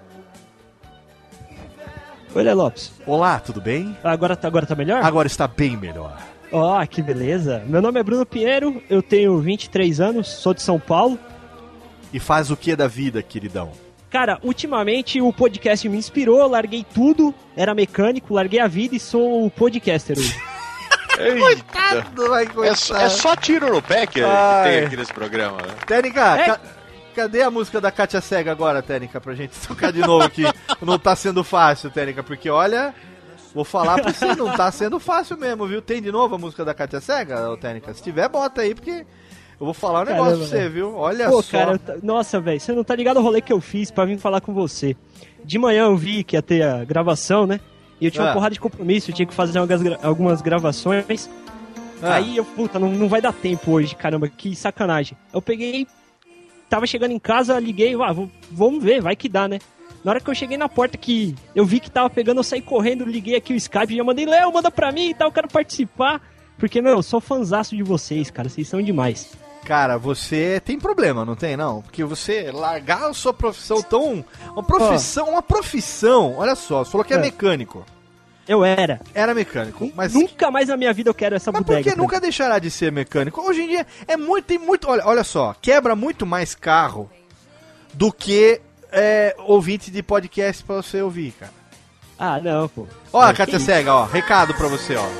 S16: Oi, Léo Lopes.
S3: Olá, tudo bem?
S16: Agora, agora tá melhor?
S3: Agora está bem melhor.
S16: Ó, oh, que beleza. Meu nome é Bruno Pinheiro, eu tenho vinte e três anos, sou de São Paulo.
S3: E faz o que da vida, queridão?
S16: Cara, ultimamente o podcast me inspirou, larguei tudo, era mecânico, larguei a vida e sou podcaster hoje.
S3: Coitado, vai, coitado.
S4: É, só, é só tiro no pé que, que tem aqui nesse programa, né?
S3: Técnica,
S16: É.
S3: ca- cadê a música da Kátia Cega agora, Técnica, pra gente tocar de novo aqui? Não tá sendo fácil, Técnica, porque olha, vou falar pra você, não tá sendo fácil mesmo, viu? Tem de novo a música da Kátia Cega, ô, Técnica? Se tiver, bota aí, porque eu vou falar um negócio
S16: Caramba,
S3: pra você,
S16: velho.
S3: viu? Olha
S16: Pô,
S3: só.
S16: cara, eu t- nossa, velho, você não tá ligado ao rolê que eu fiz pra vir falar com você. De manhã eu vi que ia ter a gravação, né? E eu tinha uma
S3: Ah.
S16: porrada de compromisso, eu tinha que fazer algumas, gra- algumas gravações.
S3: Ah.
S16: Aí eu, puta, não, não vai dar tempo hoje, caramba, que sacanagem. Eu peguei, tava chegando em casa, liguei, ah, vou- vamos ver, vai que dá, né? Na hora que eu cheguei na porta que eu vi que tava pegando, eu saí correndo, liguei aqui o Skype, já mandei, Léo, manda pra mim e tal, eu quero participar. Porque, meu, eu sou fanzaço de vocês, cara, vocês são demais.
S3: Cara, você tem problema, não tem, não? Porque você largar a sua profissão tão... Uma profissão, uma profissão, olha só, você falou que é
S16: É.
S3: mecânico.
S16: Eu era.
S3: Era mecânico, mas...
S16: Nunca mais na minha vida eu quero essa
S3: Mas
S16: bodega.
S3: por que
S16: cara.
S3: nunca deixará de ser mecânico? Hoje em dia é muito, tem muito, olha, olha só, quebra muito mais carro do que é, ouvinte de podcast pra você ouvir, cara.
S16: Ah, não, pô.
S3: Ó,
S16: É,
S3: a Kátia
S16: que
S3: Cega, ó, recado pra você, ó.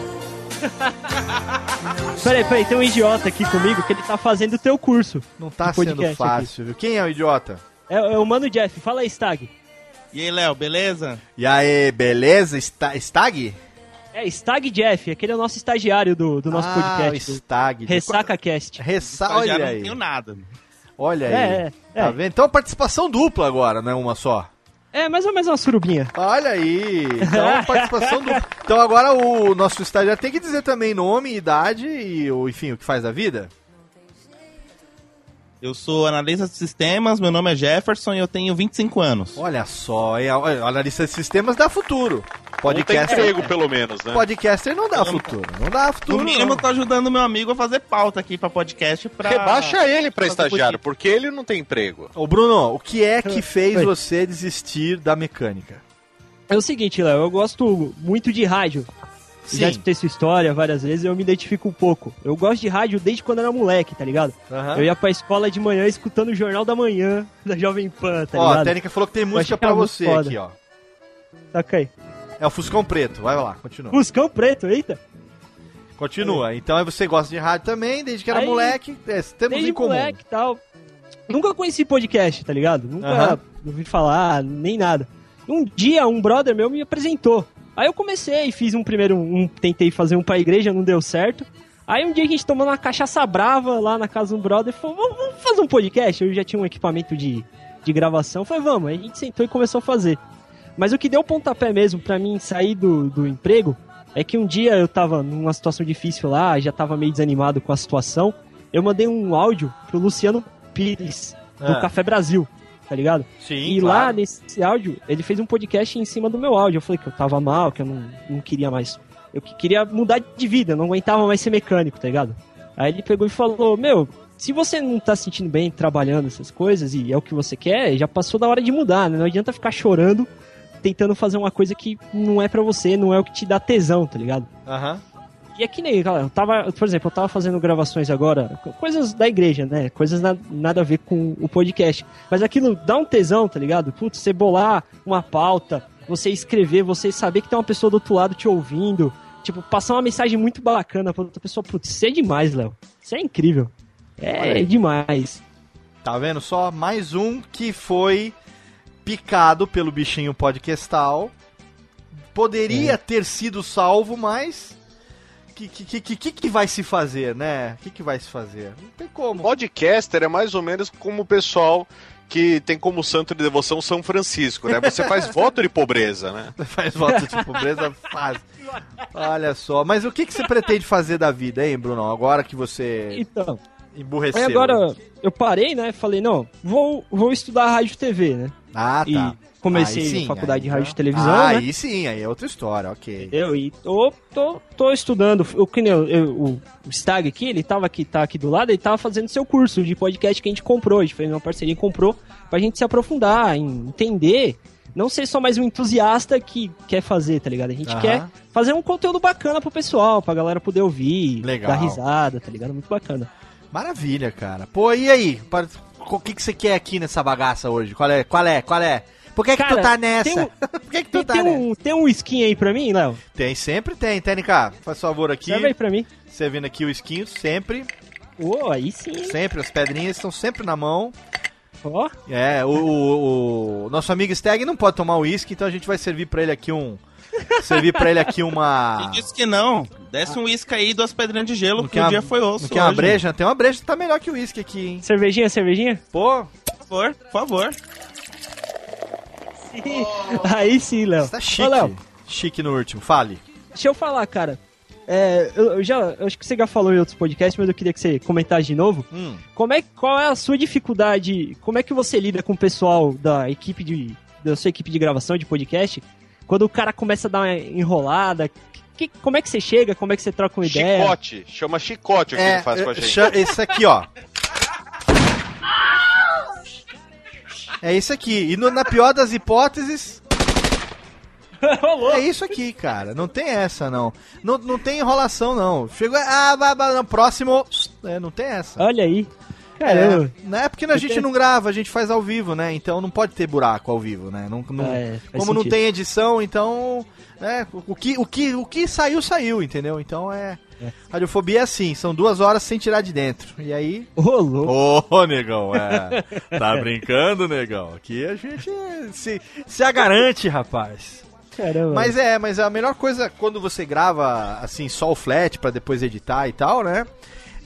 S16: Peraí, peraí, tem um idiota aqui comigo que ele tá fazendo o teu curso.
S3: Não tá
S16: de podcast
S3: sendo fácil, viu? Quem é o idiota?
S16: aqui. É, é o Mano Jeff, fala aí, Stag.
S17: E aí, Léo, beleza?
S3: E aí, beleza? Sta Stag?
S16: É, Stag Jeff, aquele é o nosso estagiário do, do nosso
S3: Ah,
S16: podcast.
S3: o
S16: do
S3: Stag.
S16: Ressaca Cast.
S3: Ressa...
S17: Eu já
S3: Olha
S17: não
S3: aí.
S17: tenho nada.
S3: Olha aí.
S16: É, é,
S3: Tá
S16: é.
S3: vendo? Então participação dupla agora, não é uma só.
S16: É, É, mais ou menos uma surubinha.
S3: Olha aí. Então, participação do... Então agora o nosso estagiário tem que dizer também nome, idade e, enfim, o que faz da vida.
S17: Eu sou analista de sistemas, meu nome é Jefferson e eu tenho vinte e cinco anos.
S3: Olha só, é, analista de sistemas dá futuro. Podcaster,
S4: não tem emprego, pelo menos, né?
S3: Podcaster não dá futuro. Não dá futuro.
S17: No mínimo,
S3: não.
S17: tô ajudando meu amigo a fazer pauta aqui pra podcast. Pra...
S4: Rebaixa ele pra estagiário, porque ele não tem emprego.
S3: Ô, Bruno, o que é que fez você desistir da mecânica?
S16: É o seguinte, Léo, eu gosto muito de rádio.
S3: Sim.
S16: Já escutei sua história várias vezes e eu me identifico um pouco. Eu gosto de rádio desde quando era moleque, tá ligado?
S3: Uhum.
S16: Eu ia pra escola de manhã escutando o Jornal da Manhã da Jovem Pan, tá
S3: ó,
S16: ligado?
S3: Ó, a Técnica falou que tem música pra você foda. Aqui, ó.
S16: Saca aí.
S3: É o Fuscão Preto, vai lá, continua.
S16: Fuscão Preto, eita.
S3: Continua, aí. Então você gosta de rádio também, desde que era aí, moleque, é, temos
S16: desde
S3: em comum.
S16: moleque e tal. Nunca conheci podcast, tá ligado? Nunca uhum. ouvi falar, nem nada. Um dia, um brother meu me apresentou. Aí eu comecei, fiz um primeiro, um, tentei fazer um pra igreja, não deu certo. Aí um dia a gente tomou uma cachaça brava lá na casa de um brother e falou, vamos, vamos fazer um podcast? Eu já tinha um equipamento de, de gravação, eu falei, vamos. Aí a gente sentou e começou a fazer. Mas o que deu pontapé mesmo pra mim sair do, do emprego é que um dia eu tava numa situação difícil lá, já tava meio desanimado com a situação. Eu mandei um áudio pro Luciano Pires, do ah. Café Brasil. Tá ligado?
S3: Sim,
S16: e
S3: claro.
S16: Lá nesse áudio, ele fez um podcast em cima do meu áudio. Eu falei que eu tava mal, que eu não, não queria mais. Eu queria mudar de vida, eu não aguentava mais ser mecânico, tá ligado? Aí ele pegou e falou: Meu, se você não tá se sentindo bem trabalhando essas coisas e é o que você quer, já passou da hora de mudar, né? Não adianta ficar chorando, tentando fazer uma coisa que não é pra você, não é o que te dá tesão, tá ligado?
S3: Aham. Uhum.
S16: E aqui nem, galera, eu tava, por exemplo, eu tava fazendo gravações agora, coisas da igreja, né? Coisas na, nada a ver com o podcast. Mas aquilo dá um tesão, tá ligado? Putz, você bolar uma pauta, você escrever, você saber que tem uma pessoa do outro lado te ouvindo. Tipo, passar uma mensagem muito bacana pra outra pessoa. Putz, isso é demais, Léo. Isso é incrível. É, é demais.
S3: Tá vendo só? Mais um que foi picado pelo bichinho podcastal. Poderia é. ter sido salvo, mas... O que, que, que, que vai se fazer, né? O que, que vai se fazer? Não tem como.
S4: Podcaster é mais ou menos como o pessoal que tem como santo de devoção São Francisco, né? Você faz voto de pobreza, né?
S3: Você faz voto de pobreza, faz. Olha só. Mas o que, que você pretende fazer da vida, hein, Bruno? Agora que você
S16: então,
S3: emburreceu.
S16: Aí agora eu parei, né? Falei, não, vou, vou estudar rádio e T V, né?
S3: Ah, tá.
S16: E comecei
S3: sim,
S16: a faculdade
S3: aí,
S16: de rádio
S3: então.
S16: e televisão,
S3: ah,
S16: né?
S3: Aí sim, aí é outra história, ok.
S16: Eu e tô, tô, tô estudando. O, eu, eu, o, o Stag aqui, ele tava aqui, tá aqui do lado, ele tava fazendo seu curso de podcast que a gente comprou. A gente fez uma parceria e comprou pra gente se aprofundar, em entender, não ser só mais um entusiasta que quer fazer, tá ligado? A gente
S3: Aham.
S16: quer fazer um conteúdo bacana pro pessoal, pra galera poder ouvir,
S3: Legal.
S16: dar risada, tá ligado? Muito bacana.
S3: Maravilha, cara. Pô, e aí? O que, que você quer aqui nessa bagaça hoje? Qual é? Qual é? Qual é? Por que,
S16: Cara,
S3: que tu tá nessa?
S16: Tem um,
S3: Por que, que tu
S16: tem,
S3: tá
S16: tem
S3: nessa?
S16: um, tem um skin aí pra mim, Léo?
S3: Tem, sempre tem. T N K, faz favor aqui.
S16: Serve aí pra mim.
S3: Você vendo aqui o skin, sempre.
S16: Ô, oh, aí sim.
S3: Sempre, as pedrinhas estão sempre na mão.
S16: Ó. Oh.
S3: É, o, o, o nosso amigo Stag não pode tomar uísque, então a gente vai servir pra ele aqui um... Servir pra ele aqui uma...
S17: Ele disse que não. Desce um uísque aí e duas pedrinhas de gelo, porque o dia foi osso.
S3: Não quer uma breja? Tem uma breja que tá melhor que o uísque aqui, hein?
S16: Cervejinha, cervejinha?
S3: Pô.
S17: Por favor, por favor.
S16: Oh. Aí sim, Léo.
S3: Você tá chique. Ô, Léo. Chique no último, fale.
S16: Deixa eu falar, cara. É, eu, eu já, eu acho que você já falou em outros podcasts, mas eu queria que você comentasse de novo.
S3: Hum.
S16: Como é, qual é a sua dificuldade? Como é que você lida com o pessoal da equipe de, da sua equipe de gravação de podcast? Quando o cara começa a dar uma enrolada, que, como é que você chega? Como é que você troca uma ideia?
S4: Chicote, chama chicote o que
S3: é,
S4: ele faz com a gente.
S3: Esse aqui, ó. É isso aqui. E no, na pior das hipóteses... é isso aqui, cara. Não tem essa, não. Não, não tem enrolação, não. Chegou... Ah, vai, vai, no próximo... É, não tem essa.
S16: Olha aí. Caramba.
S3: É, né? Porque a gente tem... não grava, a gente faz ao vivo, né? Então não pode ter buraco ao vivo, né? Não, não,
S16: é,
S3: como
S16: sentido.
S3: Não tem edição, então... É, o, que, o, que, o que saiu, saiu, entendeu? Então é... é. Radiofobia é assim, são duas horas sem tirar de dentro. E aí...
S16: Ô, louco.
S3: Ô, oh, negão, é... Tá brincando, negão? Aqui a gente se, se agarante, rapaz.
S16: Caramba.
S3: Mas é, mas a melhor coisa quando você grava, assim, só o flat pra depois editar e tal, né?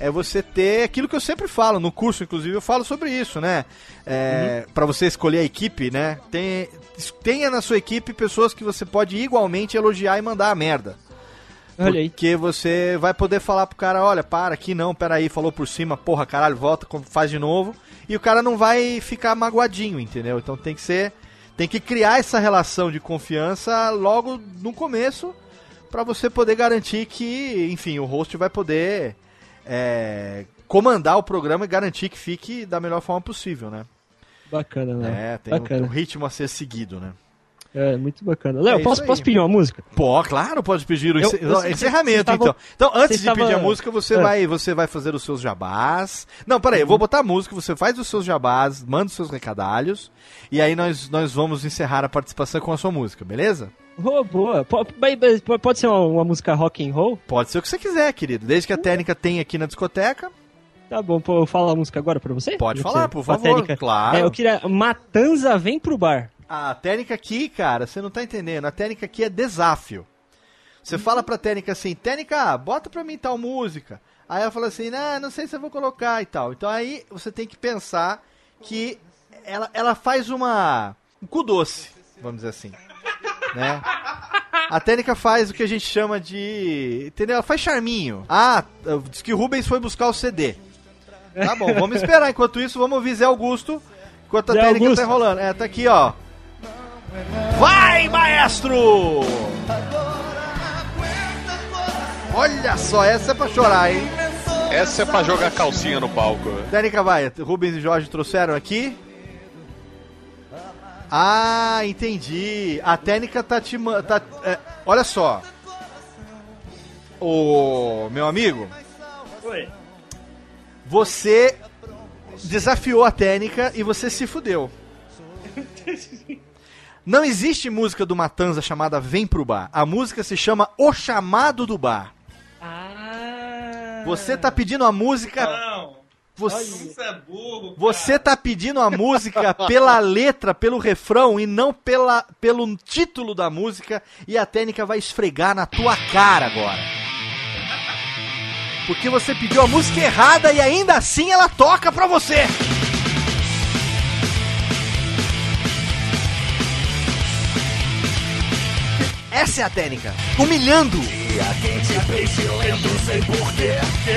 S3: é você ter aquilo que eu sempre falo, no curso, inclusive, eu falo sobre isso, né? É, uhum. Pra você escolher a equipe, né? Tem, tenha na sua equipe pessoas que você pode igualmente elogiar e mandar a merda.
S16: Olha aí.
S3: Porque você vai poder falar pro cara, olha, para aqui não, peraí, falou por cima, porra, caralho, volta, faz de novo. E o cara não vai ficar magoadinho, entendeu? Então tem que ser, tem que criar essa relação de confiança logo no começo, pra você poder garantir que, enfim, o host vai poder é, comandar o programa e garantir que fique da melhor forma possível, né?
S16: Bacana, né?
S3: É, tem
S16: bacana.
S3: Um, um ritmo a ser seguido, né?
S16: É, muito bacana. Léo, é posso, posso pedir uma música?
S3: Pô, claro, pode pedir o
S16: eu, eu,
S3: encerramento,
S16: tavam,
S3: então. Então, antes de
S16: tava...
S3: pedir a música, você, é. vai, você vai fazer os seus jabás. Não, peraí, uhum. eu vou botar a música, você faz os seus jabás, manda os seus recadalhos, e aí nós, nós vamos encerrar a participação com a sua música, beleza?
S16: Oh, boa. Pode, pode ser uma, uma música rock and roll?
S3: Pode ser o que você quiser, querido. Desde que a técnica tem aqui na discoteca.
S16: Tá bom, eu falo a música agora pra você?
S3: Pode falar, por favor.
S16: Técnica.
S3: Claro.
S16: É, eu queria... Matanza vem pro bar.
S3: A técnica aqui, cara, você não tá entendendo. A técnica aqui é desafio. Você fala pra técnica assim, técnica, bota pra mim tal música. Aí ela fala assim, não, não sei se eu vou colocar e tal. Então aí você tem que pensar que ela, ela faz uma... um cu doce, vamos dizer assim. Né? A técnica faz o que a gente chama de... Entendeu? Ela faz charminho. Ah, diz que o Rubens foi buscar o C D. Tá bom, vamos esperar. Enquanto isso, vamos ouvir Zé Augusto. Enquanto a
S16: Zé
S3: técnica
S16: Augusto.
S3: tá enrolando. É, tá aqui, ó. Vai, maestro! Olha só, essa é pra chorar, hein?
S4: Essa é pra jogar calcinha no palco.
S3: Técnica vai, Rubens e Jorge trouxeram aqui. Ah, entendi. A técnica tá te... Tá, é, olha só. Ô, meu amigo.
S16: Oi.
S3: Você desafiou a técnica e você se fudeu. Não existe música do Matanza chamada Vem Pro Bar. A música se chama O Chamado do Bar.
S16: Ah.
S3: Você tá pedindo a música...
S17: Não.
S3: Você,
S17: Isso é burro, cara.
S3: você tá pedindo a música pela letra, pelo refrão e não pela, pelo título da música. E a técnica vai esfregar na tua cara agora. Porque você pediu a música errada e ainda assim ela toca pra você. Essa é a técnica. Humilhando. Dia quente, peixe lento, sei porquê.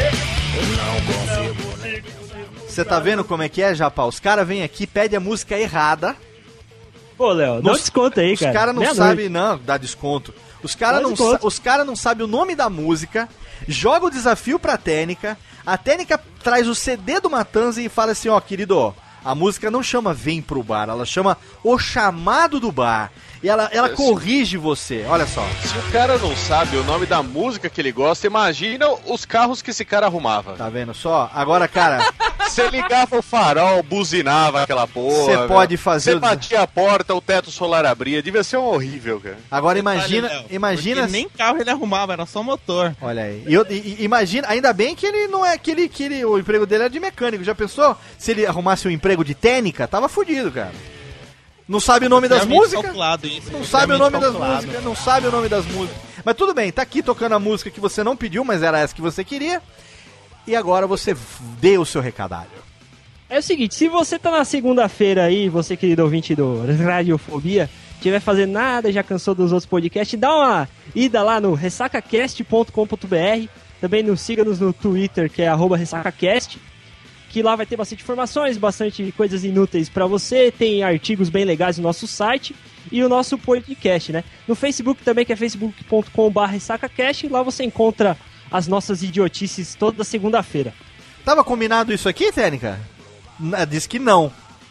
S3: Não consigo. Você tá vendo como é que é, Japá? Os caras vêm aqui, pedem a música errada.
S16: Pô, Léo, dá um desconto aí,
S3: os
S16: cara.
S3: Os caras não sabem, não, dá desconto. Os caras não, sa os cara não sabem o nome da música, joga o desafio pra técnica, a técnica traz o C D do Matanza e fala assim, ó, querido, ó, a música não chama Vem Pro Bar, ela chama O Chamado do Bar. E ela, ela corrige você, olha só.
S4: Se o cara não sabe o nome da música que ele gosta, imagina os carros que esse cara arrumava.
S3: Tá vendo só? Agora, cara...
S4: Você ligava o farol, buzinava aquela porra.
S3: Você pode fazer...
S4: Você batia a porta, o teto solar abria. Devia ser um horrível, cara.
S3: Agora imagina...
S17: Léo,
S3: imagina...
S17: nem carro ele arrumava, era só motor.
S3: Olha aí. E, eu, e, imagina... Ainda bem que ele não é... Que ele, que ele, o emprego dele era de mecânico. Já pensou? Se ele arrumasse um emprego de técnica, tava fudido, cara. Não sabe o nome das músicas?
S17: Isso,
S3: não sabe o nome das músicas, não sabe o nome das músicas. Mas tudo bem, tá aqui tocando a música que você não pediu, mas era essa que você queria. E agora você dê o seu recadalho.
S16: É o seguinte, se você tá na segunda-feira aí, você querido ouvinte do Radiofobia, tiver fazendo nada, já cansou dos outros podcasts, dá uma ida lá no ressacacast ponto com ponto b r. Também nos siga-nos no Twitter, que é arroba ressacacast. Que lá vai ter bastante informações, bastante coisas inúteis pra você, tem artigos bem legais no nosso site e o nosso podcast, né? No Facebook também, que é facebook ponto com barra ressacacast, lá você encontra as nossas idiotices toda segunda-feira.
S3: Tava combinado isso aqui, técnica? Diz que não.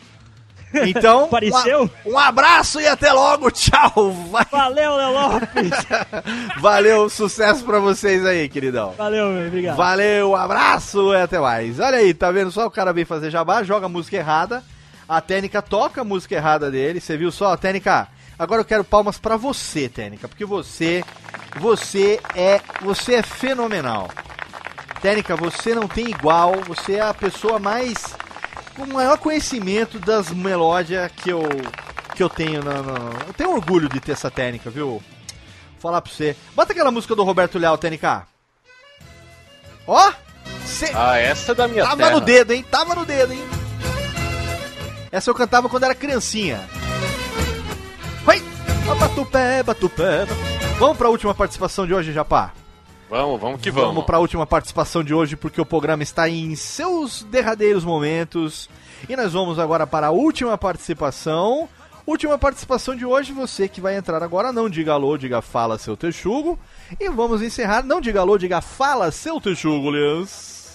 S3: Então,
S16: apareceu?
S3: Um, um abraço e até logo, tchau. Vai.
S16: Valeu, Léo Lopes.
S3: Valeu, sucesso pra vocês aí, queridão.
S16: Valeu, meu, obrigado.
S3: Valeu, abraço e até mais. Olha aí, tá vendo só? O cara vem fazer jabá, joga a música errada, a técnica toca a música errada dele, você viu só? Técnica, agora eu quero palmas pra você, técnica, porque você, você é, você é fenomenal. Técnica, você não tem igual, você é a pessoa mais... com o maior conhecimento das melódias que eu, que eu tenho. No, no... Eu tenho orgulho de ter essa técnica, viu? Vou falar pra você. Bota aquela música do Roberto Leal, T N K. Ó! Cê...
S4: Ah, essa é da minha
S3: Tava
S4: terra.
S3: no dedo, hein? Tava no dedo, hein? Essa eu cantava quando era criancinha. Oi! Bata o pé, bata o pé. Vamos pra última participação de hoje, Japá?
S4: Vamos, vamos que vamos.
S3: Vamos pra última participação de hoje, porque o programa está em seus derradeiros momentos. E nós vamos agora para a última participação. Última participação de hoje, você que vai entrar agora, não diga alô, diga fala, seu texugo. E vamos encerrar, não diga alô, diga fala, seu texugo, Lians.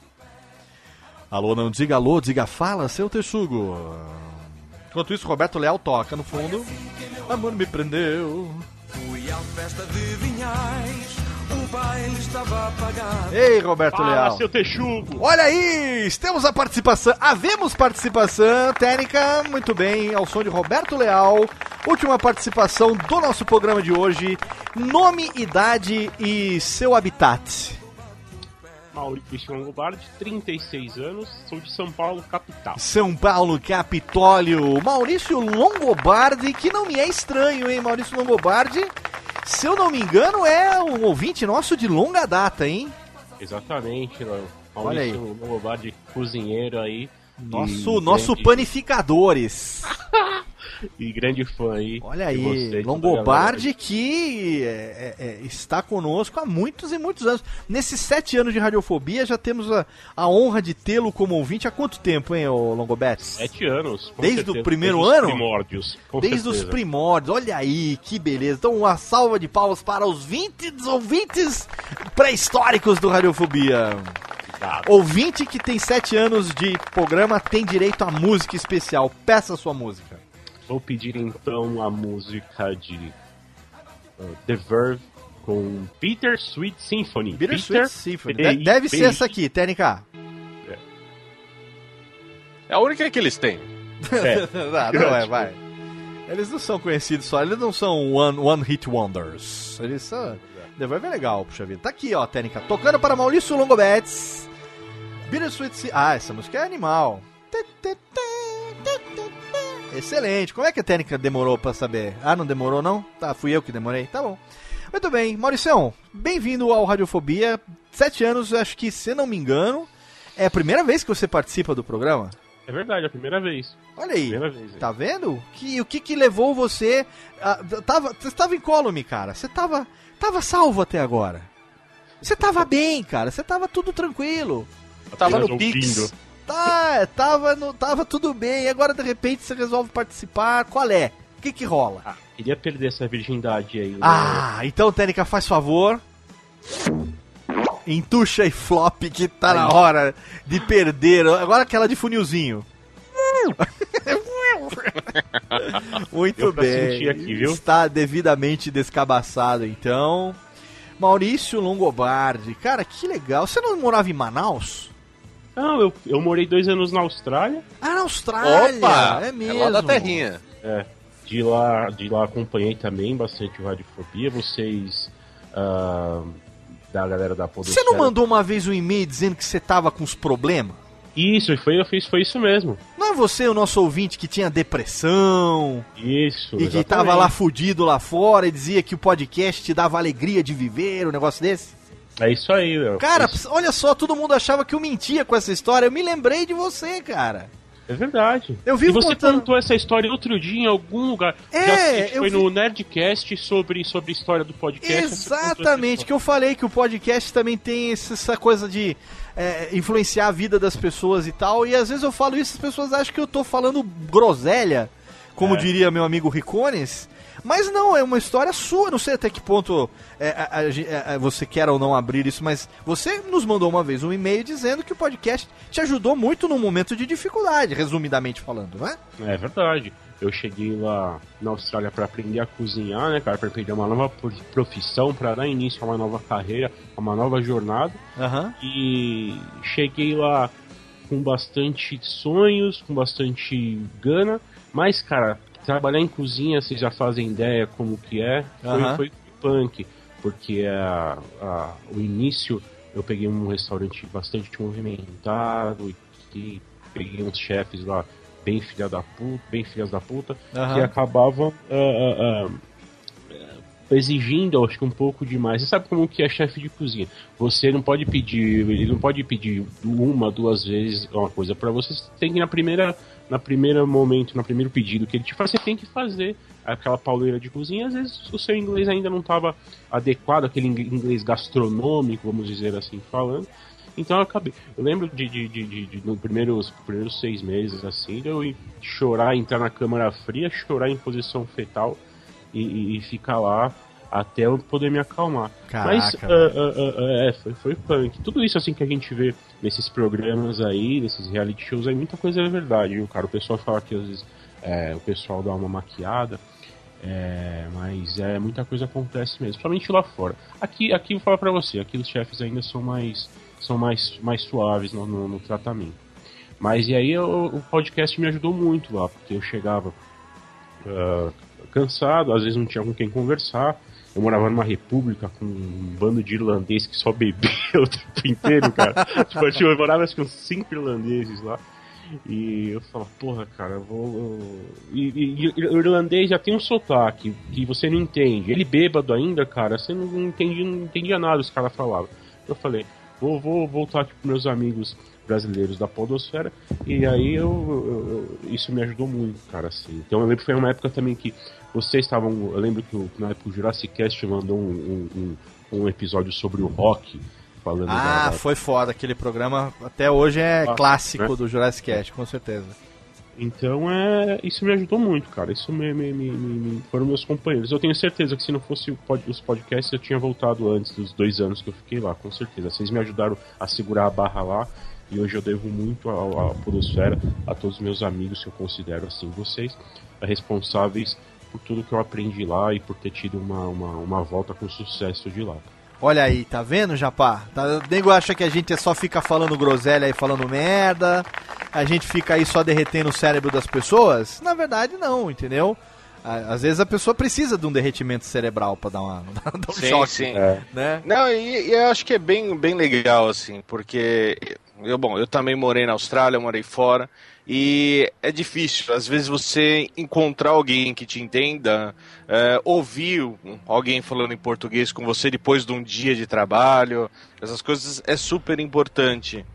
S3: Alô, não diga alô, diga fala, seu texugo. Enquanto isso, Roberto Leal toca no fundo. Amor me prendeu.
S2: Fui à festa de Vinhais, o baile estava apagado.
S3: Ei, Roberto
S18: Fala,
S3: Leal.
S18: seu texugo.
S3: Olha aí, temos a participação, havemos participação técnica, muito bem, ao som de Roberto Leal. Última participação do nosso programa de hoje. Nome, idade e seu habitat.
S18: Maurício Longobardi, trinta e seis anos, sou de São Paulo, capital.
S3: São Paulo, Capitólio. Maurício Longobardi, que não me é estranho, hein? Maurício Longobardi, se eu não me engano, é um ouvinte nosso de longa data, hein?
S18: Exatamente, Léo.
S3: Olha aí.
S18: Maurício Longobardi, cozinheiro aí.
S3: Nosso,
S18: e
S3: nosso
S18: grande...
S3: panificadores.
S18: E grande fã aí.
S3: Olha aí,
S18: você,
S3: Longobardi que é, é, está conosco há muitos e muitos anos. Nesses sete anos de Radiofobia já temos a, a honra de tê-lo como ouvinte há quanto tempo, hein, ô Longoberti?
S18: Sete anos.
S3: Desde
S18: certeza.
S3: o primeiro
S18: Desde
S3: ano?
S18: Os primórdios. Com
S3: Desde
S18: certeza.
S3: os primórdios, olha aí, que beleza. Então uma salva de palmas para os vinte ouvintes pré-históricos do Radiofobia.
S18: Obrigado.
S3: Ouvinte que tem sete anos de programa tem direito a música especial. Peça a sua música.
S18: Vou pedir então a música de uh, The Verve com Bitter Sweet Symphony.
S3: Bitter
S18: Bitter
S3: Sweet Symphony.
S18: B I
S3: De- Deve ser
S18: B I.
S3: essa aqui, T N K.
S4: É a única que eles têm.
S18: É.
S3: não, não é, vai. Eles não são conhecidos só, eles não são one, one hit wonders. Eles são. The Verve é legal, puxa vida. Tá aqui, ó, técnica. Tocando para Maurício Longobetes. Bittersweet Symphony. Ah, essa música é animal. Excelente. Como é que a técnica demorou pra saber? Ah, não demorou não? Tá, fui eu que demorei. Tá bom. Muito bem, Mauricião, bem-vindo ao Radiofobia. Sete anos, acho que, se não me engano, é a primeira vez que você participa do programa?
S18: É verdade, é a primeira vez.
S3: Olha aí,
S18: Primeira vez, hein?
S3: tá vendo? Que, o que que levou você... A, tava, você estava incólume, cara. Você tava, tava salvo até agora. Você tava bem, cara. Você tava tudo tranquilo.
S4: Tava
S18: Apenas
S4: no Pix.
S18: ouvindo.
S3: Tá, tava, no, tava tudo bem. E agora, de repente, você resolve participar. Qual é? O que que rola?
S18: Ah, queria perder essa virgindade aí. né?
S3: Ah, então, Tênica, faz favor. Entuxa e flop que tá na hora de perder. Agora aquela de funilzinho. Muito
S18: Deu pra
S3: bem.
S18: sentir aqui, viu?
S3: Está devidamente descabaçado, então. Maurício Longobardi. Cara, que legal. Você não morava em Manaus?
S18: Não, eu, eu morei dois anos na Austrália.
S3: Ah, na Austrália.
S4: Opa!
S3: É
S4: É
S3: mesmo.
S4: lá da terrinha.
S18: É, de lá, de lá acompanhei também bastante o Radiofobia. Vocês, ah, da galera da Podosfera.
S3: Você não mandou uma vez um e-mail dizendo que você tava com os problemas?
S18: Isso, foi, eu fiz, foi isso mesmo.
S3: Não é você o nosso ouvinte que tinha depressão?
S18: Isso,
S3: E que
S18: exatamente.
S3: tava lá fudido lá fora e dizia que o podcast te dava alegria de viver, um negócio desse?
S18: É isso aí, meu.
S3: Cara,
S18: Isso.
S3: olha só, todo mundo achava que eu mentia com essa história. Eu me lembrei de você, cara.
S18: É verdade.
S3: Eu vivo
S18: e você
S3: contando-
S18: contou essa história outro dia em algum lugar.
S3: É,
S18: Já sei,
S3: eu
S18: foi
S3: vi-
S18: no Nerdcast sobre, sobre a história do podcast. você contou essa
S3: Exatamente, que eu falei que o podcast também tem esse- essa coisa de é, influenciar a vida das pessoas e tal. E às vezes eu falo isso, as pessoas acham que eu tô falando groselha, como
S18: É.
S3: diria meu amigo Ricones. Mas não, é uma história sua. Não sei até que ponto é, a- a- a- você quer ou não abrir isso, mas você nos mandou uma vez um e-mail dizendo que o podcast te ajudou muito num momento de dificuldade, resumidamente falando, não é?
S18: É verdade. Eu cheguei lá na Austrália pra aprender a cozinhar, né, cara? Pra aprender uma nova por- profissão, pra dar início a uma nova carreira, a uma nova jornada.
S3: Aham.
S18: E cheguei lá com bastante sonhos, com bastante gana. Mas, cara, trabalhar em cozinha, vocês já fazem ideia como que é. Foi,
S3: Aham.
S18: foi punk, porque a, a, o início eu peguei um restaurante bastante movimentado e, e peguei uns chefes lá bem filha da puta, bem filhas da puta,
S3: Aham.
S18: que acabavam ah, ah, ah, exigindo, acho que um pouco demais. Você sabe como que é chefe de cozinha? Você não pode pedir, ele não pode pedir uma, duas vezes uma coisa para você. Você tem que na primeira, na primeira momento, no primeiro pedido que ele te faz, você tem que fazer aquela pauleira de cozinha. Às vezes o seu inglês ainda não estava adequado, aquele inglês gastronômico, vamos dizer assim, falando. Então eu acabei. Eu lembro de, de, de, de, de nos primeiros, primeiros seis meses, assim, de eu ir chorar, entrar na câmara fria, chorar em posição fetal e, e ficar lá até eu poder me acalmar.
S3: Caraca,
S18: Mas uh, uh, uh, é, foi, foi punk. Tudo isso assim que a gente vê nesses programas aí, nesses reality shows aí, muita coisa é verdade, viu, cara? O pessoal fala que às vezes é, o pessoal dá uma maquiada. É, mas é, muita coisa acontece mesmo, principalmente lá fora. Aqui, aqui eu vou falar pra você, aqui os chefes ainda são mais são mais, mais suaves no, no, no tratamento. Mas e aí eu, o podcast me ajudou muito lá, porque eu chegava uh, cansado, às vezes não tinha com quem conversar. Eu morava numa república com um bando de irlandês que só bebia o tempo inteiro, cara. tipo, eu morava acho que uns cinco irlandeses lá. E eu falava, porra, cara, eu vou. Eu... E, e, e o irlandês já tem um sotaque que você não entende. Ele bêbado ainda, cara, você não entendia, não entendia nada os caras falavam. Eu falei, vou, vou voltar aqui pros meus amigos brasileiros da podosfera. E aí eu, eu, eu, isso me ajudou muito, cara, assim. Então eu lembro que foi uma época também que vocês estavam. Eu lembro que na época o Jurassic Cast mandou um, um, um episódio sobre o rock. Falando
S3: ah,
S18: da, da...
S3: foi foda. Aquele programa até hoje é
S18: Clássico,
S3: clássico, né? Do Jurassic Cast, com certeza.
S18: Então é, isso me ajudou muito, cara. Isso me, me, me, me foram meus companheiros. Eu tenho certeza que se não fosse o pod, os podcasts eu tinha voltado antes dos dois anos que eu fiquei lá, com certeza. Vocês me ajudaram a segurar a barra lá e hoje eu devo muito à, à podosfera, a todos os meus amigos que eu considero assim, vocês responsáveis por tudo que eu aprendi lá e por ter tido uma, uma, uma volta com sucesso de lá.
S3: Olha aí, tá vendo, Japá? Tá, o nego acha que a gente só fica falando groselha aí, falando merda, a gente fica aí só derretendo o cérebro das pessoas? Na verdade, não, entendeu? Às vezes a pessoa precisa de um derretimento cerebral pra dar, uma, dar um
S4: sim,
S3: choque.
S4: Sim,
S3: é. Né?
S4: Não, e, e eu acho que é bem, bem legal, assim, porque eu, bom, eu também morei na Austrália, morei fora, e é difícil, às vezes você encontrar alguém que te entenda, é, ouvir alguém falando em português com você depois de um dia de trabalho, essas coisas é super importante.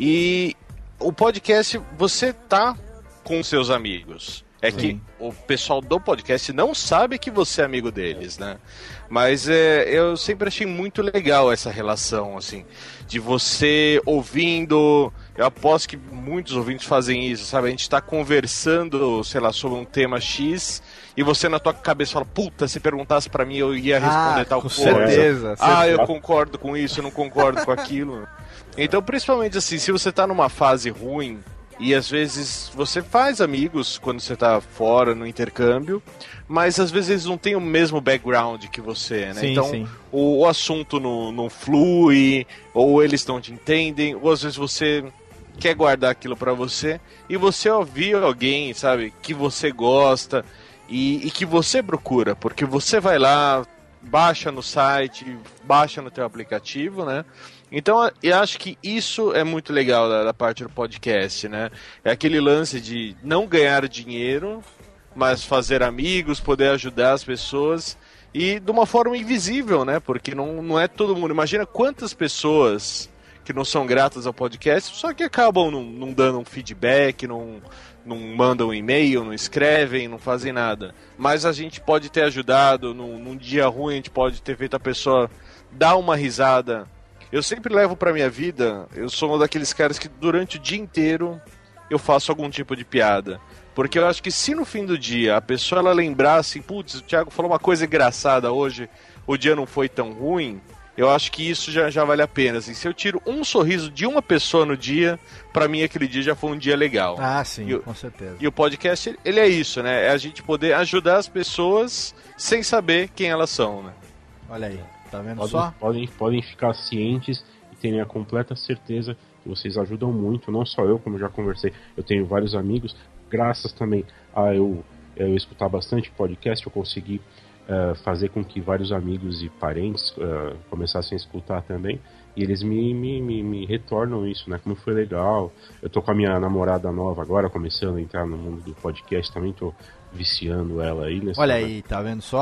S4: E o podcast, você tá com seus amigos. É Sim. que o pessoal do podcast não sabe que você é amigo deles, né? Mas é, eu sempre achei muito legal essa relação, assim, de você ouvindo. Eu aposto que muitos ouvintes fazem isso, sabe? A gente tá conversando, sei lá, sobre um tema X e você na tua cabeça fala, puta, se perguntasse pra mim eu ia responder ah, tal
S3: coisa.
S4: Certeza,
S3: ah,
S4: certeza. eu concordo com isso, eu não concordo com aquilo. Então, principalmente assim, se você tá numa fase ruim, e às vezes você faz amigos quando você tá fora no intercâmbio, mas às vezes eles não têm o mesmo background que você, né?
S3: Sim,
S4: então
S3: sim.
S4: O, o assunto não, não flui, ou eles não te entendem, ou às vezes você quer guardar aquilo pra você, e você ouvir alguém, sabe, que você gosta e, e que você procura, porque você vai lá, baixa no site, baixa no teu aplicativo, né? Então, eu acho que isso é muito legal da, da parte do podcast, né? É aquele lance de não ganhar dinheiro, mas fazer amigos, poder ajudar as pessoas e de uma forma invisível, né? Porque não, não é todo mundo. Imagina quantas pessoas que não são gratas ao podcast, só que acabam não, não dando um feedback, não, não mandam um e-mail, não escrevem, não fazem nada. Mas a gente pode ter ajudado, num, num dia ruim a gente pode ter feito a pessoa dar uma risada. Eu sempre levo pra minha vida, eu sou um daqueles caras que durante o dia inteiro eu faço algum tipo de piada. Porque eu acho que se no fim do dia a pessoa ela lembrar assim, putz, o Thiago falou uma coisa engraçada hoje, o dia não foi tão ruim, eu acho que isso já, já vale a pena. Assim, se eu tiro um sorriso de uma pessoa no dia, pra mim aquele dia já foi um dia legal.
S3: Ah, sim,
S4: e,
S3: com certeza.
S4: E o podcast, ele é isso, né? É a gente poder ajudar as pessoas sem saber quem elas são, né?
S3: Olha aí. Tá vendo
S18: podem,
S3: só?
S18: Podem, podem ficar cientes e terem a completa certeza que vocês ajudam muito, não só eu, como eu já conversei, eu tenho vários amigos, graças também a eu, eu escutar bastante podcast, eu consegui uh, fazer com que vários amigos e parentes uh, começassem a escutar também, e eles me, me, me, me retornam isso, né, como foi legal. Eu tô com a minha namorada nova agora, começando a entrar no mundo do podcast, também tô viciando ela aí. Nessa
S3: Olha aí, tá vendo só?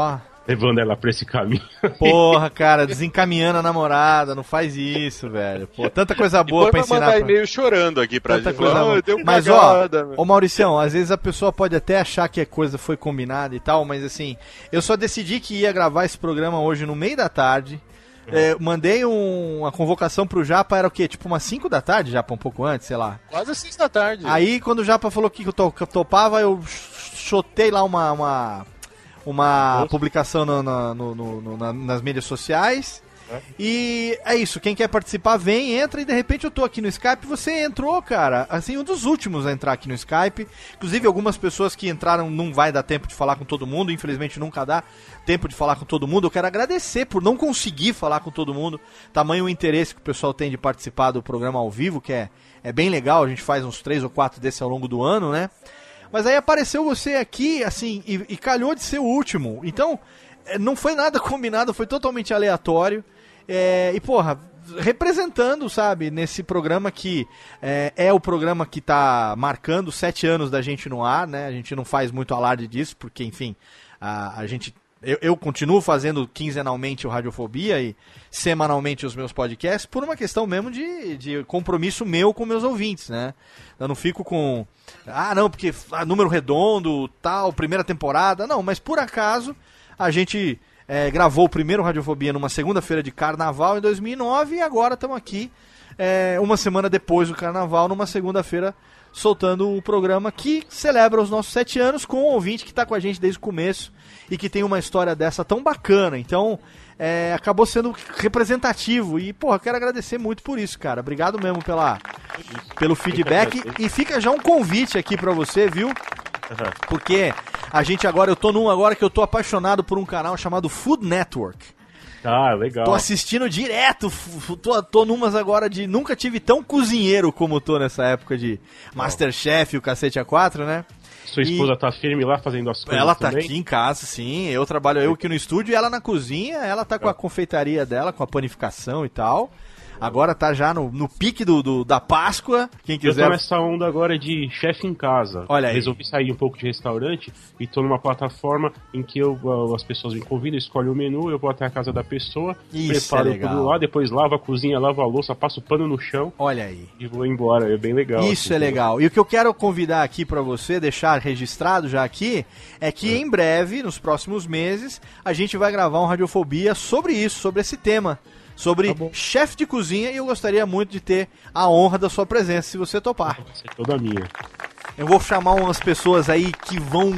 S18: levando ela pra esse caminho.
S3: Porra, cara, desencaminhando a namorada, não faz isso, velho. Pô, tanta coisa boa pra ensinar.
S4: mandar
S3: pra...
S4: e-mail chorando aqui pra
S3: Tanta
S4: gente.
S3: coisa
S4: Ah,
S3: boa.
S4: deu
S3: Mas
S4: cagada,
S3: ó, ô Mauricião, às vezes a pessoa pode até achar que a coisa foi combinada e tal, mas assim, eu só decidi que ia gravar esse programa hoje no meio da tarde. É, mandei um, uma convocação pro Japa, era o quê? Tipo umas cinco da tarde, Japa, um pouco antes, sei lá.
S4: Quase às seis da tarde.
S3: Aí quando o Japa falou que eu, to, que eu topava, eu chotei lá uma, uma, uma
S4: Nossa.
S3: publicação no, no, no, no, na, nas mídias sociais. É. E é isso, quem quer participar vem, entra e de repente eu tô aqui no Skype, você entrou, cara, assim, um dos últimos a entrar aqui no Skype. Inclusive algumas pessoas que entraram não vai dar tempo de falar com todo mundo, infelizmente nunca dá tempo de falar com todo mundo. Eu quero agradecer por não conseguir falar com todo mundo, tamanho o interesse que o pessoal tem de participar do programa ao vivo, que é, é bem legal, a gente faz uns três ou quatro desses ao longo do ano, né? Mas aí apareceu você aqui, assim, e, e calhou de ser o último, então não foi nada combinado, foi totalmente aleatório. É, e porra, representando, sabe, nesse programa que é, é o programa que tá marcando sete anos da gente no ar, né? A gente não faz muito alarde disso, porque, enfim, a, a gente... Eu, eu continuo fazendo quinzenalmente o Radiofobia e semanalmente os meus podcasts por uma questão mesmo de, de compromisso meu com meus ouvintes, né? Eu não fico com... Ah, não, porque ah, número redondo, tal, primeira temporada... Não, mas por acaso a gente... É, gravou o primeiro Radiofobia numa segunda-feira de carnaval em dois mil e nove e agora estamos aqui é, uma semana depois do carnaval, numa segunda-feira, soltando o programa que celebra os nossos sete anos com um ouvinte que está com a gente desde o começo e que tem uma história dessa tão bacana. Então é, acabou sendo representativo e, porra, quero agradecer muito por isso, cara. Obrigado mesmo pela, pelo feedback e fica já um convite aqui para você, viu? Porque a gente agora, eu tô num agora que eu tô apaixonado por um canal chamado Food Network.
S18: Ah, legal.
S3: Tô assistindo direto, tô, tô numas agora de... Nunca tive tão cozinheiro como tô nessa época de Masterchef e o cacete A quatro, né?
S18: Sua esposa e... tá firme lá fazendo as coisas
S3: Ela tá
S18: também?
S3: aqui em casa, sim. Eu trabalho, eu aqui no estúdio e ela na cozinha. Ela tá com a confeitaria dela, com a panificação e tal. Agora tá já no, no pique do, do, da Páscoa. Quem quiser...
S18: Eu tô nessa onda agora de chefe em casa.
S3: Olha aí.
S18: Resolvi sair um pouco de restaurante e tô numa plataforma em que eu, as pessoas me convidam, escolhem o menu, eu vou até a casa da pessoa,
S3: Isso
S18: preparo
S3: é
S18: tudo lá, depois lavo a cozinha, lavo a louça, passo o pano no chão.
S3: Olha aí.
S18: E vou embora, é bem legal.
S3: Isso
S18: assim,
S3: é legal. E o que eu quero convidar aqui pra você, deixar registrado já aqui, é que é. em breve, nos próximos meses, a gente vai gravar um Radiofobia sobre isso, sobre esse tema. Sobre tá chefe de cozinha, e eu gostaria muito de ter a honra da sua presença, se você topar.
S18: Vai ser toda minha.
S3: Eu vou chamar umas pessoas aí que vão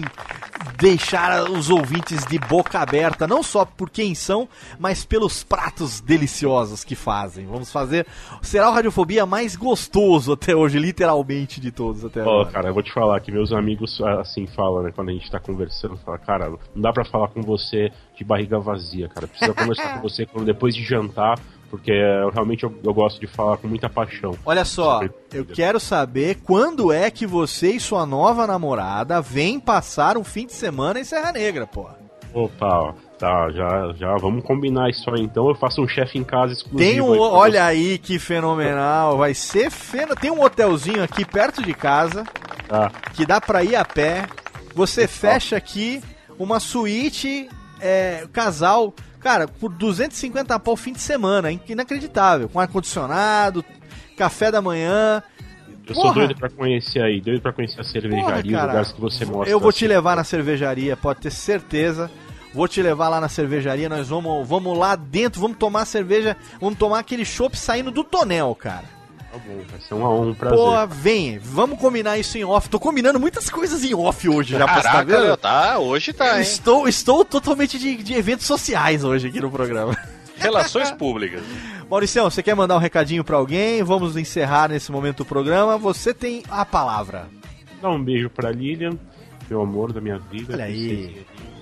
S3: deixar os ouvintes de boca aberta, não só por quem são, mas pelos pratos deliciosos que fazem. Vamos fazer... Será o Radiofobia mais gostoso até hoje, literalmente, de todos até
S18: Pô,
S3: agora.
S18: cara, eu vou te falar que meus amigos assim falam, né, quando a gente tá conversando, fala, cara, não dá pra falar com você de barriga vazia, cara, precisa conversar com você depois de jantar, porque eu, realmente eu, eu gosto de falar com muita paixão.
S3: Olha só, eu quero saber quando é que você e sua nova namorada vêm passar um fim de semana em Serra Negra, pô.
S18: Opa, ó, tá, já, já vamos combinar isso aí então, eu faço um chefe em casa exclusivo.
S3: Tem um,
S18: aí
S3: olha
S18: você.
S3: aí que fenomenal, vai ser feno... Tem um hotelzinho aqui perto de casa,
S18: ah.
S3: que dá pra ir a pé, você que fecha top. Aqui uma suíte, é, casal... Cara, por duzentos e cinquenta pau fim de semana, inacreditável. Com ar-condicionado, café da manhã.
S18: Eu
S3: Porra.
S18: sou doido pra conhecer aí, doido pra conhecer a cervejaria, os lugares que você mostra.
S3: Eu vou
S18: assim.
S3: te levar na cervejaria, pode ter certeza. Vou te levar lá na cervejaria, nós vamos, vamos lá dentro, vamos tomar cerveja, vamos tomar aquele chopp saindo do tonel, cara.
S18: Tá bom, vai ser uma honra, um prazer.
S3: Pô, vem, vamos combinar isso em off. Tô combinando muitas coisas em off hoje já,
S4: Caraca,
S3: tá vendo?
S4: Tá, hoje tá, hein?
S3: Estou, estou totalmente de, de eventos sociais hoje aqui no programa.
S4: Relações públicas.
S3: Mauricião, você quer mandar um recadinho pra alguém? Vamos encerrar nesse momento o programa. Você tem a palavra.
S18: Dá um beijo pra Lilian, meu amor da minha vida.
S3: Olha aí.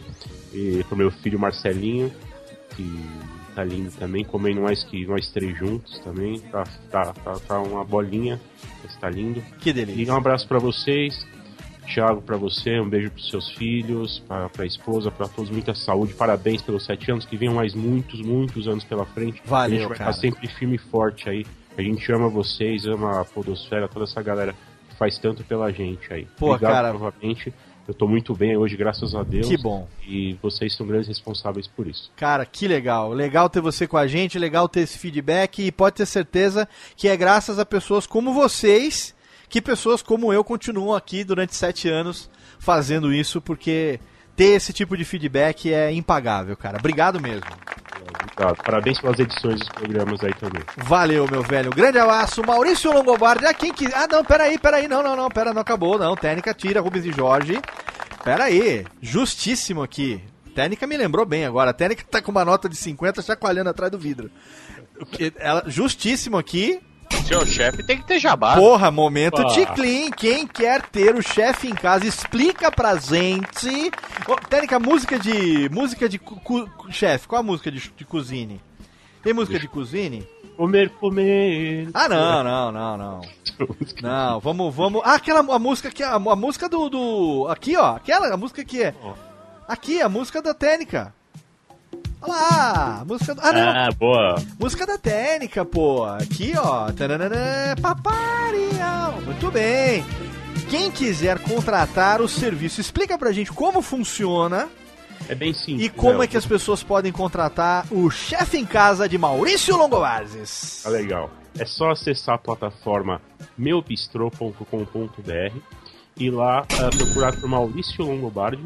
S18: E pro meu filho Marcelinho, que... tá lindo também, comendo mais que nós três juntos também, tá, tá, tá, tá uma bolinha, mas tá lindo.
S3: Que delícia.
S18: E um abraço pra vocês, Thiago, pra você, um beijo pros seus filhos, pra, pra esposa, pra todos, muita saúde, parabéns pelos sete anos, que venham mais muitos, muitos anos pela frente.
S3: Valeu,
S18: a gente vai
S3: cara.
S18: estar sempre firme e forte aí, a gente ama vocês, ama a podosfera, toda essa galera que faz tanto pela gente aí.
S3: Pô,
S18: Obrigado
S3: cara.
S18: novamente. eu tô muito bem hoje, graças a Deus.
S3: Que bom.
S18: E vocês são grandes responsáveis por isso.
S3: Cara, que legal. Legal ter você com a gente, legal ter esse feedback e pode ter certeza que é graças a pessoas como vocês que pessoas como eu continuam aqui durante sete anos fazendo isso, porque ter esse tipo de feedback é impagável, cara. Obrigado mesmo.
S18: Obrigado. Parabéns pelas edições dos programas aí também.
S3: Valeu, meu velho. Grande abraço. Maurício Longobardi. Ah, quem que... Ah, não, peraí, peraí. Não, não, não. Pera, não acabou, não. Técnica tira, Rubens e Jorge. Peraí. Justíssimo aqui. Técnica me lembrou bem agora. A Técnica tá com uma nota de cinquenta chacoalhando atrás do vidro. Ela... Justíssimo aqui.
S4: Seu chefe tem que ter jabá.
S3: Porra, momento ah. Ticlin. Quem quer ter o chefe em casa, explica pra gente. Oh, Técnica, música de. Música de. Chefe, qual a música de, de cozinha? Tem música de cozinha?
S18: Comer, comer.
S3: Ah, não, não, não, não. Não, vamos, vamos. Ah, aquela a música que. A, a música do, do. Aqui, ó. Aquela, a música que é. Aqui, a música da Técnica. Olha lá, música do... Ah, não.
S18: Ah, boa.
S3: Música da Técnica, pô. Aqui, ó. Tananana, paparial. Muito bem. Quem quiser contratar o serviço, explica pra gente como funciona.
S18: É bem simples.
S3: E como
S18: né?
S3: é que as pessoas podem contratar o Chefe em Casa de Maurício Longobardi.
S18: Tá legal. É só acessar a plataforma meu bistrô ponto com ponto b r e lá uh, procurar por Maurício Longobardi.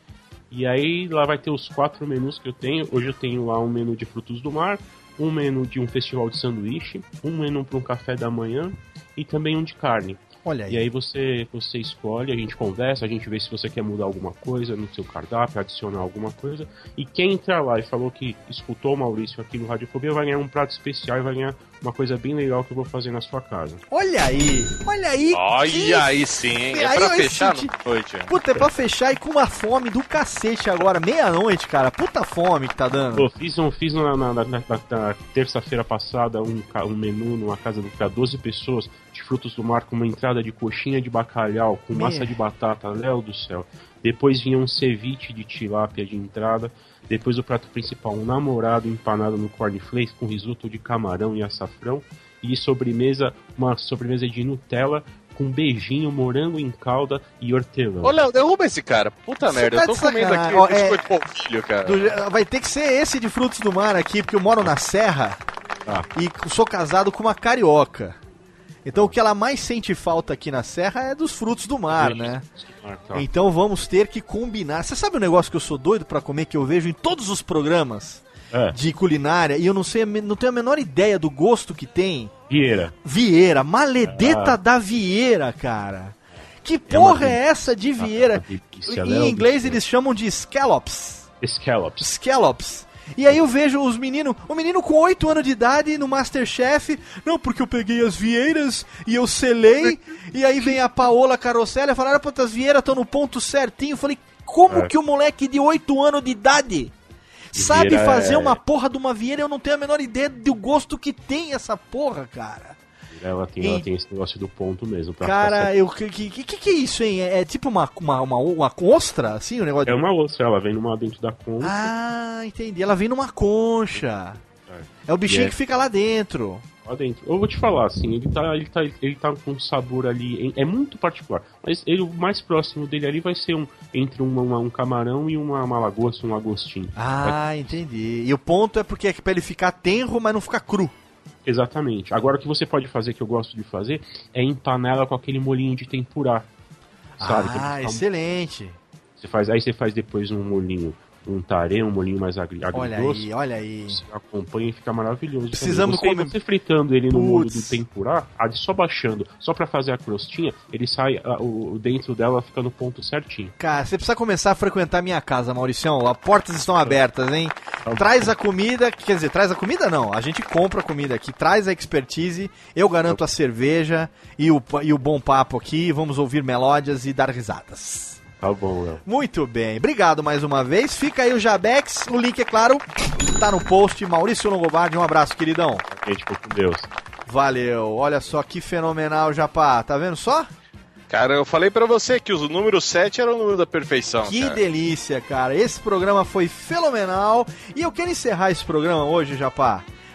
S18: E aí lá vai ter os quatro menus que eu tenho. Hoje eu tenho lá um menu de frutos do mar, um menu de um festival de sanduíche, um menu para um café da manhã e também um de carne.
S3: Olha aí.
S18: E aí você, você escolhe, a gente conversa, a gente vê se você quer mudar alguma coisa no seu cardápio, adicionar alguma coisa. E quem entrar lá e falou que escutou o Maurício aqui no Radiofobia vai ganhar um prato especial e vai ganhar uma coisa bem legal que eu vou fazer na sua casa.
S3: Olha aí, olha aí.
S4: Olha
S3: que...
S4: aí sim, é
S3: aí
S4: pra fechar
S3: senti...
S4: no noite.
S3: Puta, é pra fechar e com uma fome do cacete agora, meia-noite, cara. Puta fome que tá dando.
S18: Eu fiz, um, fiz na, na, na, na, na terça-feira passada um, um menu numa casa para doze pessoas de frutos do mar com uma entrada de coxinha de bacalhau com massa de batata, Léo do céu. Depois vinha um ceviche de tilápia de entrada. Depois o prato principal, um namorado empanado no cornflakes com risoto de camarão e açafrão. E sobremesa, uma sobremesa de Nutella com beijinho, morango em calda e hortelã.
S4: Ô, Léo, derruba esse cara. Puta
S3: Você
S4: merda,
S3: tá
S4: eu tô comendo aqui
S3: Ó,
S4: biscoito
S3: é...
S4: polvilho, cara.
S3: Do... Vai ter que ser esse de frutos do mar aqui, porque eu moro na serra
S18: ah.
S3: e sou casado com uma carioca. Então o que ela mais sente falta aqui na serra é dos frutos do mar, né? Então vamos ter que combinar. Você sabe um negócio que eu sou doido pra comer, que eu vejo em todos os programas
S18: é.
S3: de culinária, e eu não sei, não tenho a menor ideia do gosto que tem?
S18: Vieira.
S3: Vieira, maledeta ah. da Vieira, cara. Que porra é, uma... é essa de Vieira? Ah, em inglês eles chamam de scallops.
S18: Scallops.
S3: Scallops. E aí eu vejo os meninos, o menino com oito anos de idade no Masterchef, não, porque eu peguei as vieiras e eu selei, e aí vem a Paola Carosella e falaram, pô, as vieiras estão no ponto certinho. Eu falei, como é. que o moleque de oito anos de idade sabe
S18: vieira
S3: fazer
S18: é...
S3: uma porra de uma vieira? Eu não tenho a menor ideia do gosto que tem essa porra, cara.
S18: Ela tem,
S3: e...
S18: ela tem esse negócio do ponto mesmo. Pra
S3: cara, eu que, que, que que é isso, hein? É, é tipo uma, uma, uma, uma ostra, assim, o negócio? De...
S18: É uma ostra, ela vem numa dentro da concha.
S3: Ah, entendi. Ela vem numa concha. É, é o bichinho é... que fica lá dentro.
S18: Lá dentro. Eu vou te falar, assim, ele tá, ele tá, ele tá com um sabor ali, é muito particular. Mas ele, o mais próximo dele ali vai ser um entre um, uma, um camarão e uma, uma lagosta, um lagostim.
S3: Ah,
S18: vai...
S3: entendi. E o ponto é porque é pra ele ficar tenro, mas não ficar cru.
S18: Exatamente. Agora o que você pode fazer, que eu gosto de fazer, é empanar ela com aquele molhinho de tempurá. Sabe?
S3: Ah, excelente.
S18: Você faz, aí você faz depois um molhinho, um tarê, um molhinho mais agri agridoce.
S3: Olha aí, olha aí.
S18: Você acompanha e fica maravilhoso.
S3: Precisamos
S18: você,
S3: comer...
S18: você fritando ele no molho do tempurá, só baixando, só pra fazer a crostinha, ele sai, o, o dentro dela fica no ponto certinho.
S3: Cara, você precisa começar a frequentar minha casa, Mauricião. As portas estão abertas, hein? Traz a comida, quer dizer, traz a comida não, a gente compra a comida aqui, traz a expertise, eu garanto a cerveja e o, e o bom papo aqui, vamos ouvir melódias e dar risadas.
S18: Tá bom, Léo.
S3: Muito bem, obrigado mais uma vez, fica aí o Jabex, o link é claro, tá no post. Maurício Longobardi, um abraço, queridão.
S18: Gente, por Deus.
S3: Valeu, olha só que fenomenal, Japá, tá vendo só?
S4: Cara, eu falei pra você que o número sete era o número da perfeição.
S3: Que
S4: cara.
S3: delícia, cara. Esse programa foi fenomenal. E eu quero encerrar esse programa hoje, Japá,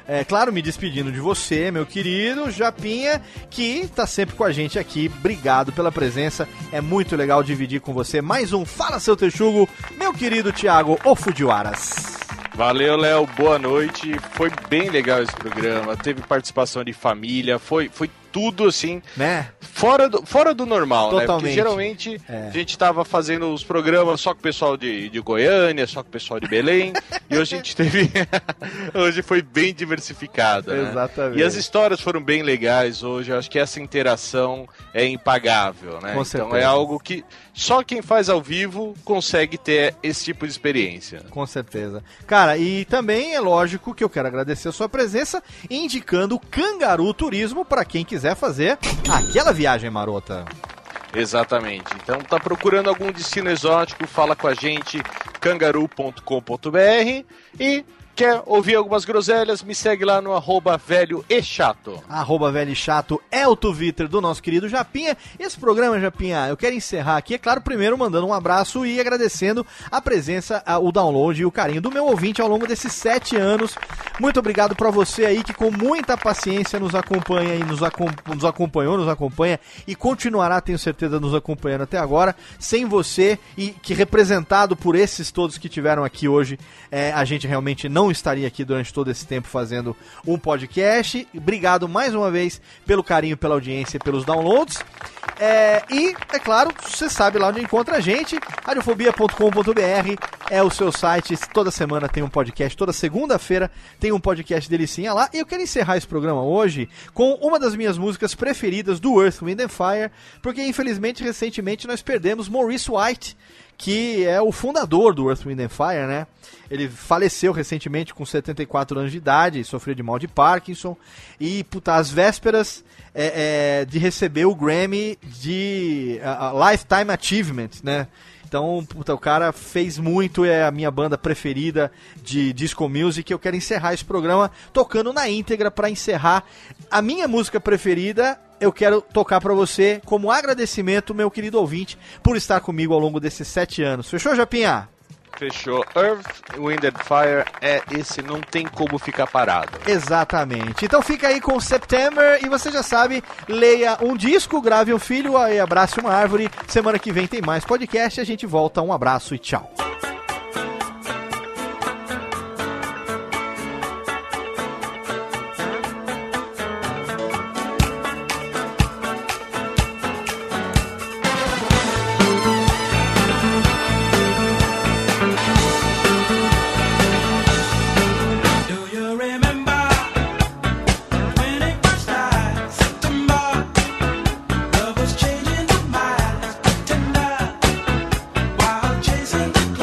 S3: É claro, me despedindo de você, meu querido Japinha, que tá sempre com a gente aqui. Obrigado pela presença. É muito legal dividir com você mais um Fala Seu Texugo, meu querido Thiago Ofujiwaras.
S4: Valeu, Léo. Boa noite. Foi bem legal esse programa. Teve participação de família. Foi, foi tudo assim,
S3: né?
S4: Fora do, fora do normal,
S3: totalmente,
S4: né? Porque geralmente
S3: é.
S4: a gente tava fazendo os programas só com o pessoal de, de Goiânia, só com o pessoal de Belém, e hoje a gente teve... hoje foi bem diversificado, né?
S3: Exatamente.
S4: E as histórias foram bem legais hoje, eu acho que essa interação é impagável, né?
S3: Com
S4: então
S3: certeza.
S4: é algo que só quem faz ao vivo consegue ter esse tipo de experiência.
S3: Com certeza. Cara, e também é lógico que eu quero agradecer a sua presença, indicando o Cangaru Turismo para quem quiser fazer aquela viagem marota.
S4: Exatamente. Então tá procurando algum destino exótico, fala com a gente, cangaru ponto com ponto b r, e quer ouvir algumas groselhas, me segue lá no arroba velho e chato.
S3: Arroba velho e chato é o Twitter do nosso querido Japinha. Esse programa, Japinha, eu quero encerrar aqui, é claro, primeiro mandando um abraço e agradecendo a presença, o download e o carinho do meu ouvinte ao longo desses sete anos. Muito obrigado pra você aí que com muita paciência nos acompanha e nos, acom nos acompanhou, nos acompanha e continuará, tenho certeza, nos acompanhando até agora. Sem você e que representado por esses todos que tiveram aqui hoje, é, a gente realmente não estaria aqui durante todo esse tempo fazendo um podcast. Obrigado mais uma vez pelo carinho, pela audiência, pelos downloads. É, e, é claro, você sabe lá onde encontra a gente, radiofobia ponto com ponto b r é o seu site. Toda semana tem um podcast, toda segunda-feira tem um podcast delicinha lá. E eu quero encerrar esse programa hoje com uma das minhas músicas preferidas do Earth, Wind and Fire, porque infelizmente recentemente nós perdemos Maurice White, que é o fundador do Earth, Wind and Fire, né? Ele faleceu recentemente com setenta e quatro anos de idade, sofreu de mal de Parkinson, e, puta, às vésperas é, é, de receber o Grammy de uh, Lifetime Achievement, né? Então, puta, o cara fez muito, é a minha banda preferida de disco music. Eu quero encerrar esse programa tocando na íntegra. Para encerrar a minha música preferida, eu quero tocar para você como agradecimento, meu querido ouvinte, por estar comigo ao longo desses sete anos. Fechou, Japinha?
S4: Fechou. Earth, Wind and Fire é esse, não tem como ficar parado.
S3: Exatamente. Então fica aí com September e você já sabe, leia um disco, grave um filho e abrace uma árvore. Semana que vem tem mais podcast, a gente volta. Um abraço e tchau.
S2: Chasing the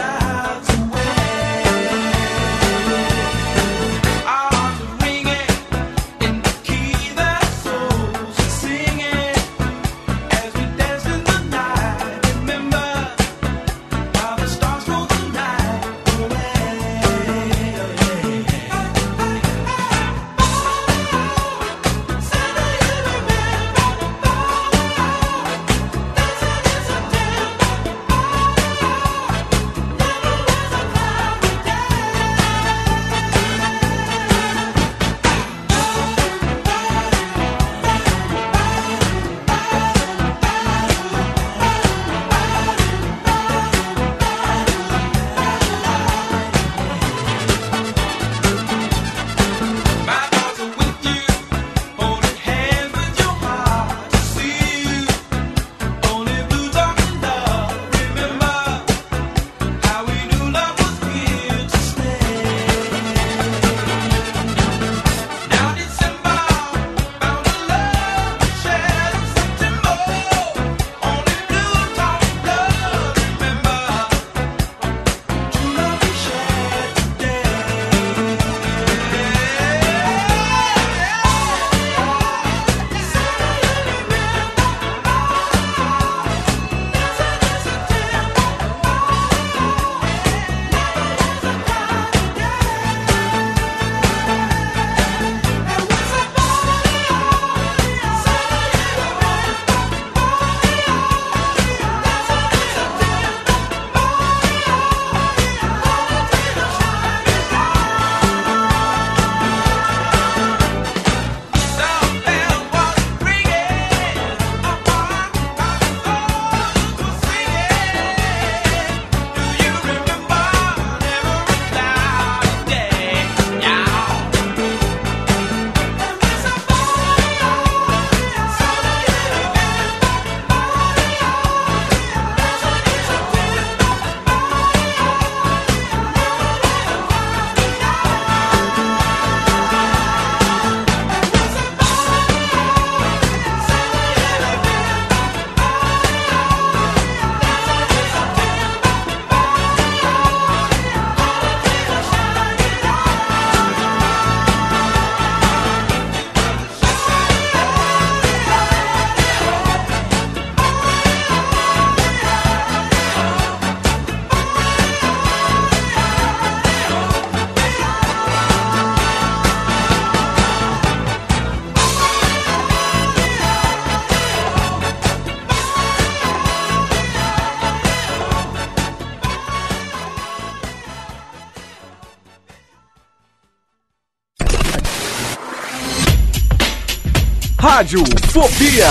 S19: Rádio Fobia.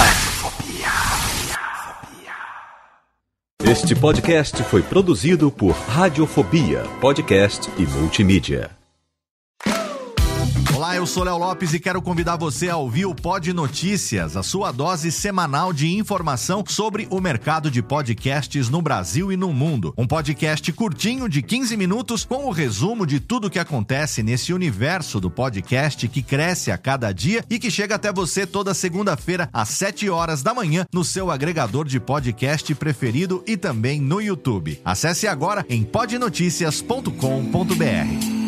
S19: Este podcast foi produzido por Radiofobia, podcast e multimídia.
S3: Olá, eu sou Léo Lopes e quero convidar você a ouvir o Pod Notícias, a sua dose semanal de informação sobre o mercado de podcasts no Brasil e no mundo. Um podcast curtinho de quinze minutos com o resumo de tudo que acontece nesse universo do podcast que cresce a cada dia e que chega até você toda segunda-feira às sete horas da manhã no seu agregador de podcast preferido e também no YouTube. Acesse agora em pod noticias ponto com ponto b r.